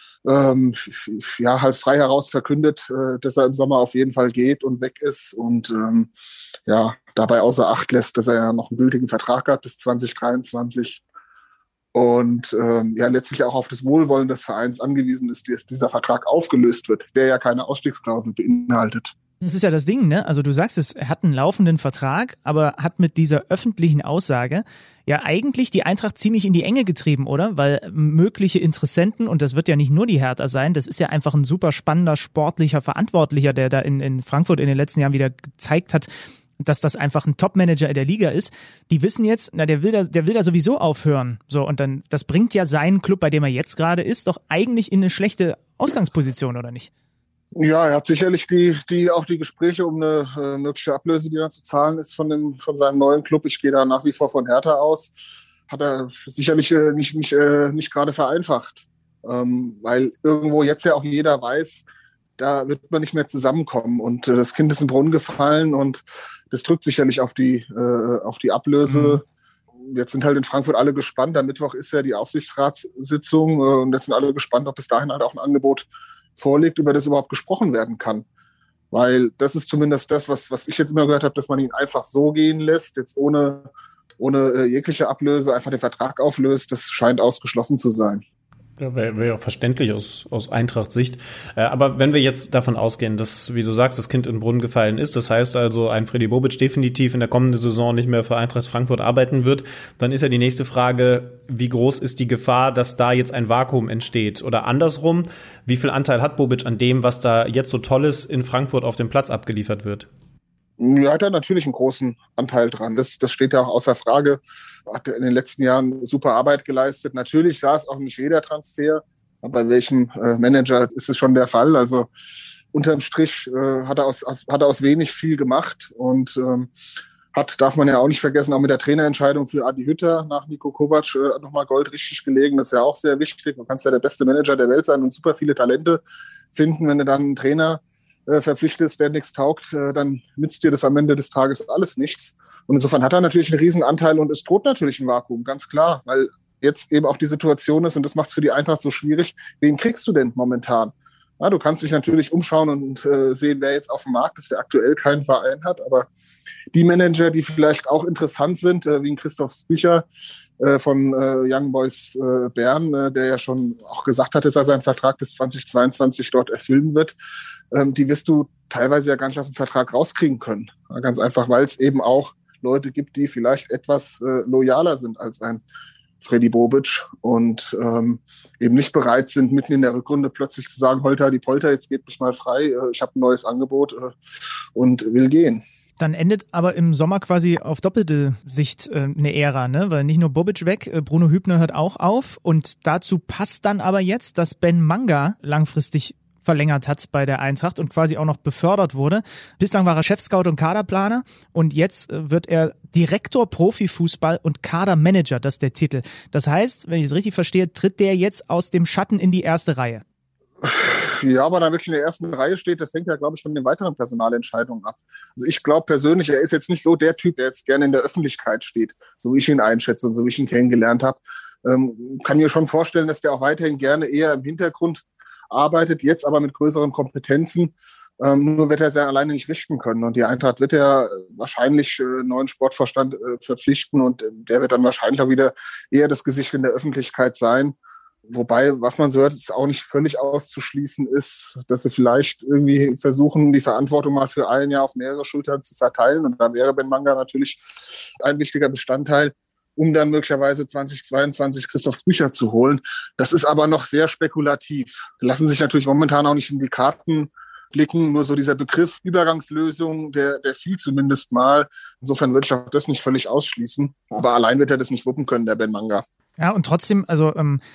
halt frei heraus verkündet, dass er im Sommer auf jeden Fall geht und weg ist und dabei außer Acht lässt, dass er ja noch einen gültigen Vertrag hat bis 2023 und letztlich auch auf das Wohlwollen des Vereins angewiesen ist, dass dieser Vertrag aufgelöst wird, der ja keine Ausstiegsklausel beinhaltet. Das ist ja das Ding, ne? Also du sagst es, er hat einen laufenden Vertrag, aber hat mit dieser öffentlichen Aussage ja eigentlich die Eintracht ziemlich in die Enge getrieben, oder? Weil mögliche Interessenten, und das wird ja nicht nur die Hertha sein, das ist ja einfach ein super spannender, sportlicher Verantwortlicher, der da in Frankfurt in den letzten Jahren wieder gezeigt hat, dass das einfach ein Top-Manager in der Liga ist. Die wissen jetzt, der will da sowieso aufhören. So, und dann, das bringt ja seinen Club, bei dem er jetzt gerade ist, doch eigentlich in eine schlechte Ausgangsposition, oder nicht? Ja, er hat sicherlich auch die Gespräche um eine mögliche Ablöse, die dann zu zahlen ist von seinem neuen Club. Ich gehe da nach wie vor von Hertha aus. Hat er sicherlich nicht gerade vereinfacht, weil irgendwo jetzt ja auch jeder weiß, da wird man nicht mehr zusammenkommen und das Kind ist in den Brunnen gefallen und das drückt sicherlich auf die Ablöse. Jetzt sind halt in Frankfurt alle gespannt. Am Mittwoch ist ja die Aufsichtsratssitzung und jetzt sind alle gespannt, ob bis dahin halt auch ein Angebot vorliegt, über das überhaupt gesprochen werden kann. Weil das ist zumindest das, was ich jetzt immer gehört habe, dass man ihn einfach so gehen lässt, jetzt ohne jegliche Ablöse, einfach den Vertrag auflöst. Das scheint ausgeschlossen zu sein. Ja, wäre ja verständlich aus Eintracht-Sicht. Aber wenn wir jetzt davon ausgehen, dass, wie du sagst, das Kind in den Brunnen gefallen ist, das heißt also, ein Freddy Bobic definitiv in der kommenden Saison nicht mehr für Eintracht Frankfurt arbeiten wird, dann ist ja die nächste Frage, wie groß ist die Gefahr, dass da jetzt ein Vakuum entsteht? Oder andersrum, wie viel Anteil hat Bobic an dem, was da jetzt so Tolles in Frankfurt auf dem Platz abgeliefert wird? Ja, hat er natürlich einen großen Anteil dran. Das steht ja auch außer Frage. Hat in den letzten Jahren super Arbeit geleistet. Natürlich saß auch nicht jeder Transfer, aber bei welchem Manager ist es schon der Fall. Also unterm Strich hat er aus wenig viel gemacht und darf man ja auch nicht vergessen, auch mit der Trainerentscheidung für Adi Hütter nach Niko Kovac nochmal Gold richtig gelegen. Das ist ja auch sehr wichtig. Man kann ja der beste Manager der Welt sein und super viele Talente finden, wenn du dann einen Trainer verpflichtest, der nichts taugt, dann nützt dir das am Ende des Tages alles nichts. Und insofern hat er natürlich einen riesen Anteil und es droht natürlich ein Vakuum, ganz klar, weil jetzt eben auch die Situation ist, und das macht es für die Eintracht so schwierig, wen kriegst du denn momentan? Ja, du kannst dich natürlich umschauen und sehen, wer jetzt auf dem Markt ist, wer aktuell keinen Verein hat, aber die Manager, die vielleicht auch interessant sind, wie ein Christoph Spücher von Young Boys Bern, der ja schon auch gesagt hat, dass er seinen Vertrag bis 2022 dort erfüllen wird, die wirst du teilweise ja gar nicht aus dem Vertrag rauskriegen können. Ja, ganz einfach, weil es eben auch Leute gibt, die vielleicht etwas loyaler sind als ein Freddy Bobic und eben nicht bereit sind, mitten in der Rückrunde plötzlich zu sagen, Holter die Polter, jetzt gebt mich mal frei, ich habe ein neues Angebot und will gehen. Dann endet aber im Sommer quasi auf doppelte Sicht eine Ära, ne? Weil nicht nur Bobic weg, Bruno Hübner hört auch auf und dazu passt dann aber jetzt, dass Ben Manga langfristig verlängert hat bei der Eintracht und quasi auch noch befördert wurde. Bislang war er Chefscout und Kaderplaner und jetzt wird er Direktor Profifußball und Kadermanager, das ist der Titel. Das heißt, wenn ich es richtig verstehe, tritt der jetzt aus dem Schatten in die erste Reihe. Ja, aber da wirklich in der ersten Reihe steht, das hängt ja, glaube ich, von den weiteren Personalentscheidungen ab. Also ich glaube persönlich, er ist jetzt nicht so der Typ, der jetzt gerne in der Öffentlichkeit steht, so wie ich ihn einschätze und so wie ich ihn kennengelernt habe. Kann mir schon vorstellen, dass der auch weiterhin gerne eher im Hintergrund arbeitet, jetzt aber mit größeren Kompetenzen. Nur wird er es ja alleine nicht richten können. Und die Eintracht wird ja wahrscheinlich einen neuen Sportvorstand verpflichten und der wird dann wahrscheinlich auch wieder eher das Gesicht in der Öffentlichkeit sein. Wobei, was man so hört, ist auch nicht völlig auszuschließen ist, dass sie vielleicht irgendwie versuchen, die Verantwortung mal für ein Jahr auf mehrere Schultern zu verteilen. Und da wäre Ben Manga natürlich ein wichtiger Bestandteil, um dann möglicherweise 2022 Christoph Spücher zu holen. Das ist aber noch sehr spekulativ. Lassen sich natürlich momentan auch nicht in die Karten blicken. Nur so dieser Begriff Übergangslösung, der fiel zumindest mal. Insofern würde ich auch das nicht völlig ausschließen. Aber allein wird er das nicht wuppen können, der Ben Manga. Ja, und trotzdem, also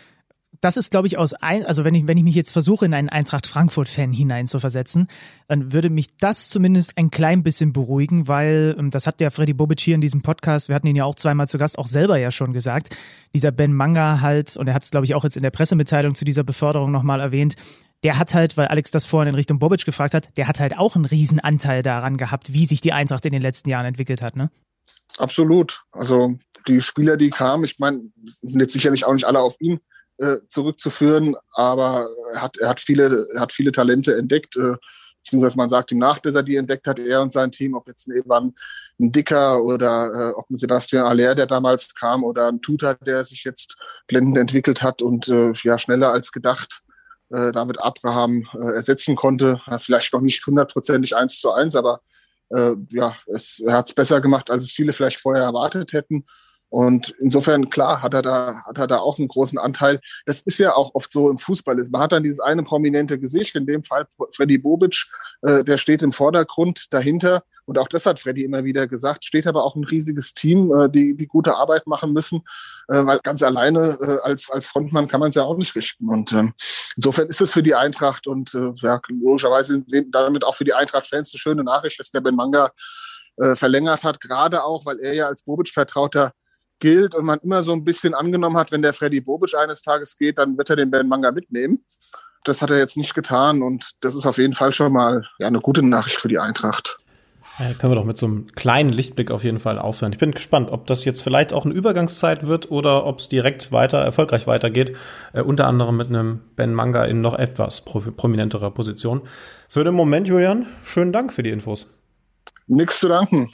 das ist, glaube ich, also wenn ich mich jetzt versuche, in einen Eintracht Frankfurt-Fan hineinzuversetzen, dann würde mich das zumindest ein klein bisschen beruhigen, weil, das hat der Freddy Bobic hier in diesem Podcast, wir hatten ihn ja auch zweimal zu Gast, auch selber ja schon gesagt, dieser Ben Manga halt, und er hat es, glaube ich, auch jetzt in der Pressemitteilung zu dieser Beförderung nochmal erwähnt, der hat halt, weil Alex das vorhin in Richtung Bobic gefragt hat, der hat halt auch einen Riesenanteil daran gehabt, wie sich die Eintracht in den letzten Jahren entwickelt hat, ne? Absolut. Also die Spieler, die kamen, ich meine, sind jetzt sicherlich auch nicht alle auf ihn zurückzuführen, aber er hat viele Talente entdeckt, beziehungsweise man sagt ihm nach, dass er die entdeckt hat, er und sein Team, ob jetzt ein Dicker oder ob ein Sebastian Aller, der damals kam, oder ein Tuta, der sich jetzt blendend entwickelt hat und schneller als gedacht David Abraham ersetzen konnte. Vielleicht noch nicht 100%ig 1:1, aber er hat es besser gemacht, als es viele vielleicht vorher erwartet hätten. Und insofern, klar, hat er da auch einen großen Anteil. Das ist ja auch oft so im Fußball. Man hat dann dieses eine prominente Gesicht, in dem Fall Freddy Bobic, der steht im Vordergrund dahinter. Und auch das hat Freddy immer wieder gesagt, steht aber auch ein riesiges Team, die gute Arbeit machen müssen, weil ganz alleine als Frontmann kann man es ja auch nicht richten. Und insofern ist es für die Eintracht und logischerweise damit auch für die Eintracht-Fans eine schöne Nachricht, dass der Ben Manga verlängert hat, gerade auch, weil er ja als Bobic-Vertrauter gilt und man immer so ein bisschen angenommen hat, wenn der Freddy Bobic eines Tages geht, dann wird er den Ben Manga mitnehmen. Das hat er jetzt nicht getan und das ist auf jeden Fall schon mal eine gute Nachricht für die Eintracht. Ja, können wir doch mit so einem kleinen Lichtblick auf jeden Fall aufhören. Ich bin gespannt, ob das jetzt vielleicht auch eine Übergangszeit wird oder ob es direkt erfolgreich weitergeht. Unter anderem mit einem Ben Manga in noch etwas prominenterer Position. Für den Moment, Julian, schönen Dank für die Infos. Nichts zu danken.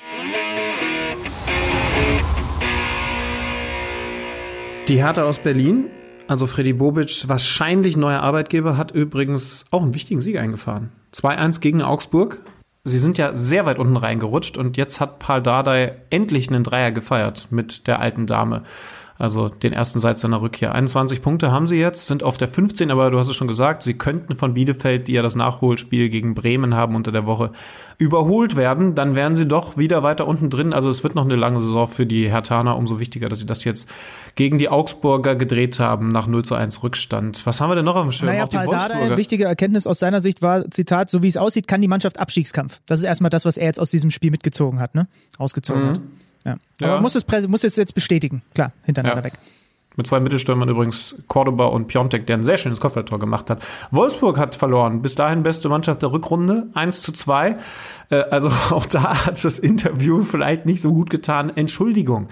Die Hertha aus Berlin, also Freddy Bobic, wahrscheinlich neuer Arbeitgeber, hat übrigens auch einen wichtigen Sieg eingefahren. 2-1 gegen Augsburg. Sie sind ja sehr weit unten reingerutscht und jetzt hat Pal Dardai endlich einen Dreier gefeiert mit der alten Dame. Also den ersten seit seiner Rückkehr. 21 Punkte haben sie jetzt, sind auf der 15, aber du hast es schon gesagt, sie könnten von Bielefeld, die ja das Nachholspiel gegen Bremen haben unter der Woche, überholt werden. Dann wären sie doch wieder weiter unten drin. Also es wird noch eine lange Saison für die Herthaner. Umso wichtiger, dass sie das jetzt gegen die Augsburger gedreht haben nach 0:1 Rückstand. Was haben wir denn noch auf dem Schirm? Naja, Pal Dardai, wichtige Erkenntnis aus seiner Sicht war, Zitat, so wie es aussieht, kann die Mannschaft Abstiegskampf. Das ist erstmal das, was er jetzt aus diesem Spiel mitgezogen hat, ne? Ausgezogen hat. Ja. Aber muss es jetzt bestätigen, klar, hintereinander weg. Mit zwei Mittelstürmern übrigens, Cordoba und Piontek, der ein sehr schönes Kopfballtor gemacht hat. Wolfsburg hat verloren, bis dahin beste Mannschaft der Rückrunde, 1:2. Also auch da hat das Interview vielleicht nicht so gut getan. Entschuldigung.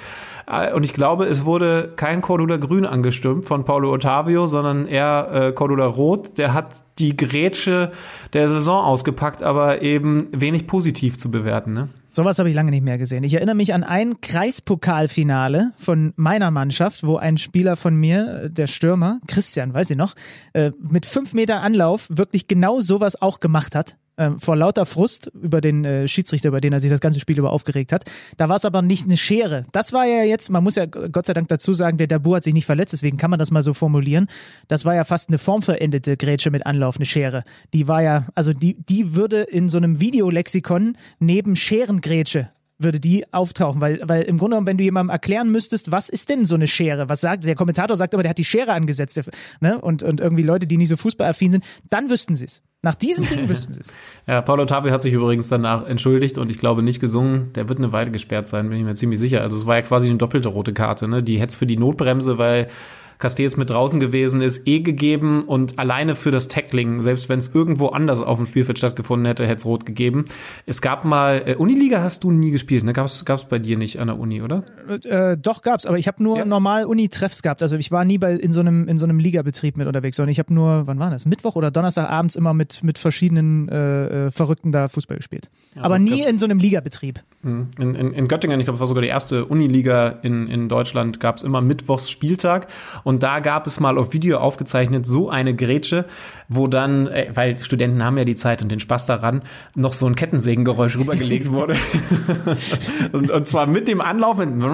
Und ich glaube, es wurde kein Cordula Grün angestürmt von Paulo Ottavio, sondern eher Cordula Roth. Der hat die Grätsche der Saison ausgepackt, aber eben wenig positiv zu bewerten, ne? Sowas habe ich lange nicht mehr gesehen. Ich erinnere mich an ein Kreispokalfinale von meiner Mannschaft, wo ein Spieler von mir, der Stürmer, Christian, weiß ich noch, mit 5 Meter Anlauf wirklich genau sowas auch gemacht hat. Vor lauter Frust über den Schiedsrichter, über den er sich das ganze Spiel über aufgeregt hat. Da war es aber nicht eine Schere. Das war ja jetzt, man muss ja Gott sei Dank dazu sagen, der Dabur hat sich nicht verletzt, deswegen kann man das mal so formulieren. Das war ja fast eine formverendete Grätsche mit Anlauf, eine Schere. Die war ja, also die würde in so einem Videolexikon neben Scherengrätsche würde die auftauchen, weil im Grunde genommen, wenn du jemandem erklären müsstest, was ist denn so eine Schere, was sagt, der Kommentator sagt immer, der hat die Schere angesetzt, ne? Und irgendwie Leute, die nicht so fußballaffin sind, dann wüssten sie es. Nach diesem Ding wüssten sie es. Ja, Paulo Ottavio hat sich übrigens danach entschuldigt und ich glaube nicht gesungen. Der wird eine Weile gesperrt sein, bin ich mir ziemlich sicher. Also es war ja quasi eine doppelte rote Karte, ne? Die hätte es für die Notbremse, weil Castells mit draußen gewesen ist, gegeben und alleine für das Tackling, selbst wenn es irgendwo anders auf dem Spielfeld stattgefunden hätte, hätte es rot gegeben. Es gab mal, Uniliga hast du nie gespielt, ne? Gab's bei dir nicht an der Uni, oder? Doch, gab's, aber ich habe nur normal Uni-Treffs gehabt. Also ich war nie in so einem Ligabetrieb mit unterwegs, sondern ich habe nur, wann war das? Mittwoch oder Donnerstagabends immer mit verschiedenen Verrückten da Fußball gespielt. Also, aber nie in so einem Ligabetrieb. In Göttingen, ich glaube, das war sogar die erste Uniliga in Deutschland, gab's immer Mittwochs Spieltag. Und da gab es mal auf Video aufgezeichnet so eine Grätsche, wo dann, weil Studenten haben ja die Zeit und den Spaß daran, noch so ein Kettensägengeräusch rübergelegt wurde. und zwar mit dem Anlauf.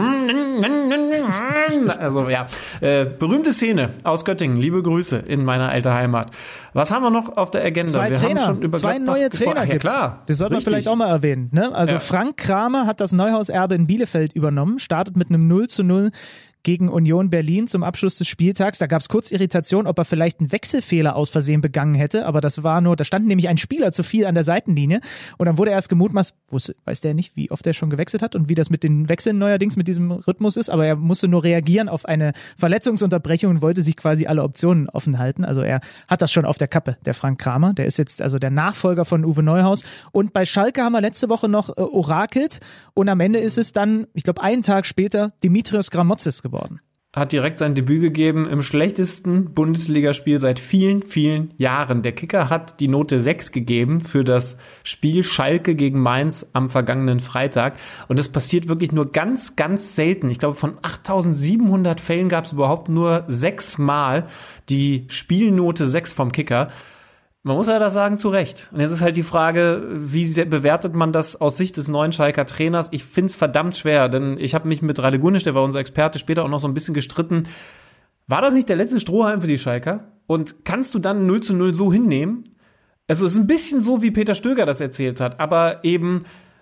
Also ja, berühmte Szene aus Göttingen. Liebe Grüße in meiner alten Heimat. Was haben wir noch auf der Agenda? Zwei neue Trainer gibt's. Ja, klar. Das sollte man vielleicht auch mal erwähnen. Ne? Also Frank Kramer hat das Neuhauserbe in Bielefeld übernommen, startet mit einem 0:0 gegen Union Berlin zum Abschluss des Spieltags. Da gab es kurz Irritation, ob er vielleicht einen Wechselfehler aus Versehen begangen hätte, aber das war nur, da stand nämlich ein Spieler zu viel an der Seitenlinie und dann wurde erst gemutmaßt, weiß der nicht, wie oft er schon gewechselt hat und wie das mit den Wechseln neuerdings mit diesem Rhythmus ist, aber er musste nur reagieren auf eine Verletzungsunterbrechung und wollte sich quasi alle Optionen offen halten. Also er hat das schon auf der Kappe, der Frank Kramer. Der ist jetzt also der Nachfolger von Uwe Neuhaus. Und bei Schalke haben wir letzte Woche noch orakelt und am Ende ist es dann, ich glaube, einen Tag später Dimitrios Gramotzis geworden. Hat direkt sein Debüt gegeben im schlechtesten Bundesligaspiel seit vielen, vielen Jahren. Der Kicker hat die Note 6 gegeben für das Spiel Schalke gegen Mainz am vergangenen Freitag. Und das passiert wirklich nur ganz, ganz selten. Ich glaube, von 8.700 Fällen gab es überhaupt nur 6 Mal die Spielnote 6 vom Kicker. Man muss ja das sagen, zu Recht. Und jetzt ist halt die Frage, wie bewertet man das aus Sicht des neuen Schalker Trainers? Ich find's verdammt schwer, denn ich habe mich mit Rade Gunisch, der war unser Experte, später auch noch so ein bisschen gestritten. War das nicht der letzte Strohhalm für die Schalker? Und kannst du dann 0:0 so hinnehmen? Also es ist ein bisschen so, wie Peter Stöger das erzählt hat, aber eben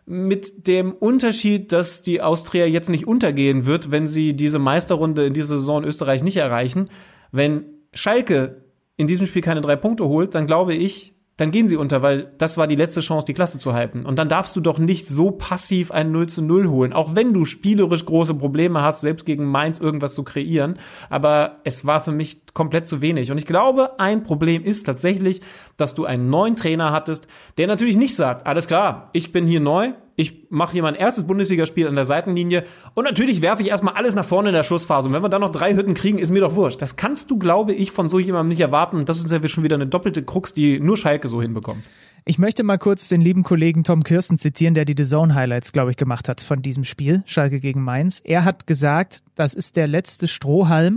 mit dem Unterschied, dass die Austria jetzt nicht untergehen wird, wenn sie diese Meisterrunde in dieser Saison in Österreich nicht erreichen. Wenn Schalke in diesem Spiel keine 3 Punkte holt, dann glaube ich, dann gehen sie unter, weil das war die letzte Chance, die Klasse zu halten. Und dann darfst du doch nicht so passiv ein 0:0 holen, auch wenn du spielerisch große Probleme hast, selbst gegen Mainz irgendwas zu kreieren. Aber es war für mich komplett zu wenig. Und ich glaube, ein Problem ist tatsächlich, dass du einen neuen Trainer hattest, der natürlich nicht sagt, alles klar, ich bin hier neu, ich mache hier mein erstes Bundesligaspiel an der Seitenlinie und natürlich werfe ich erstmal alles nach vorne in der Schlussphase. Und wenn wir dann noch 3 Hütten kriegen, ist mir doch wurscht. Das kannst du, glaube ich, von so jemandem nicht erwarten. Und das ist ja schon wieder eine doppelte Krux, die nur Schalke so hinbekommt. Ich möchte mal kurz den lieben Kollegen Tom Kirsten zitieren, der die The Zone Highlights, glaube ich, gemacht hat von diesem Spiel, Schalke gegen Mainz. Er hat gesagt, das ist der letzte Strohhalm,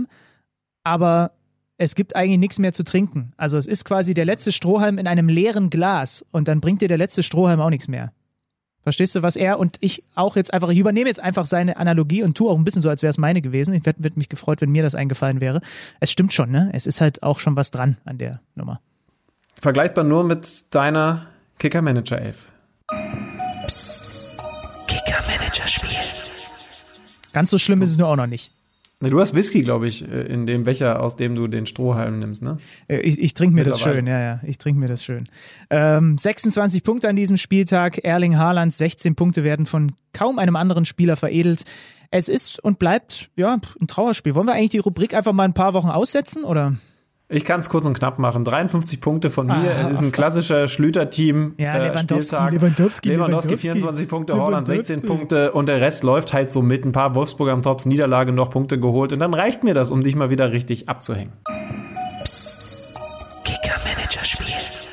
aber es gibt eigentlich nichts mehr zu trinken. Also es ist quasi der letzte Strohhalm in einem leeren Glas und dann bringt dir der letzte Strohhalm auch nichts mehr. Verstehst du, was er und ich auch jetzt einfach, ich übernehme jetzt einfach seine Analogie und tue auch ein bisschen so, als wäre es meine gewesen. Ich hätte mich gefreut, wenn mir das eingefallen wäre. Es stimmt schon, ne? Es ist halt auch schon was dran an der Nummer. Vergleichbar nur mit deiner Kicker-Manager-Elf. Kicker-Manager-Spiel. Ganz so schlimm ist es nur auch noch nicht. Du hast Whisky, glaube ich, in dem Becher, aus dem du den Strohhalm nimmst, ne? Ich trinke mir das schön, ja. Ich trinke mir das schön. 26 Punkte an diesem Spieltag. Erling Haalands 16 Punkte werden von kaum einem anderen Spieler veredelt. Es ist und bleibt, ja, ein Trauerspiel. Wollen wir eigentlich die Rubrik einfach mal ein paar Wochen aussetzen, oder? Ich kann es kurz und knapp machen. 53 Punkte von mir. Es ist ein klassischer Schlüter-Team. Ja, Spieltag. Lewandowski 24 Punkte, Haaland 16 Punkte und der Rest läuft halt so mit. Ein paar Wolfsburger am Tops, Niederlage noch Punkte geholt und dann reicht mir das, um dich mal wieder richtig abzuhängen. Kicker-Manager-Spiel.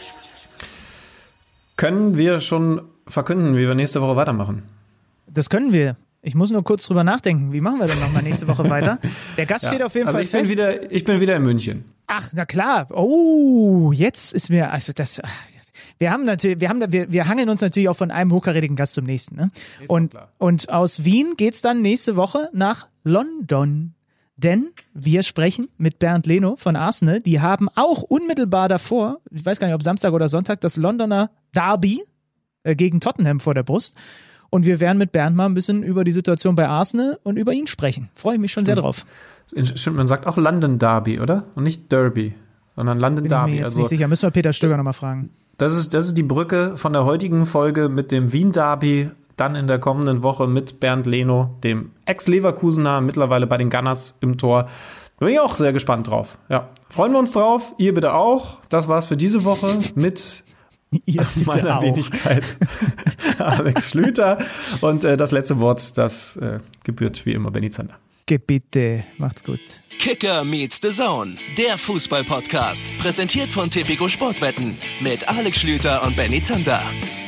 Können wir schon verkünden, wie wir nächste Woche weitermachen? Das können wir. Ich muss nur kurz drüber nachdenken. Wie machen wir denn nochmal nächste Woche weiter? Der Gast steht auf jeden Fall fest. Ich bin wieder in München. Ach, na klar. Oh, jetzt ist mir das. Wir hangeln uns natürlich auch von einem hochkarätigen Gast zum nächsten. Ne? Und aus Wien geht's dann nächste Woche nach London. Denn wir sprechen mit Bernd Leno von Arsenal. Die haben auch unmittelbar davor, ich weiß gar nicht, ob Samstag oder Sonntag, das Londoner Derby gegen Tottenham vor der Brust. Und wir werden mit Bernd mal ein bisschen über die Situation bei Arsenal und über ihn sprechen. Freue ich mich schon sehr drauf. Stimmt, man sagt auch London Derby, oder? Und nicht Derby, sondern London Derby. Bin mir jetzt nicht sicher. Müssen wir Peter Stöger nochmal fragen. Das ist die Brücke von der heutigen Folge mit dem Wien Derby. Dann in der kommenden Woche mit Bernd Leno, dem Ex-Leverkusener, mittlerweile bei den Gunners im Tor. Da bin ich auch sehr gespannt drauf. Ja, freuen wir uns drauf. Ihr bitte auch. Das war's für diese Woche mit meiner Wenigkeit Alex Schlüter. Und das letzte Wort, das gebührt wie immer Benny Zander. Bitte, macht's gut. Kicker meets the Zone, der Fußball-Podcast. Präsentiert von Tipico Sportwetten mit Alex Schlüter und Benny Zander.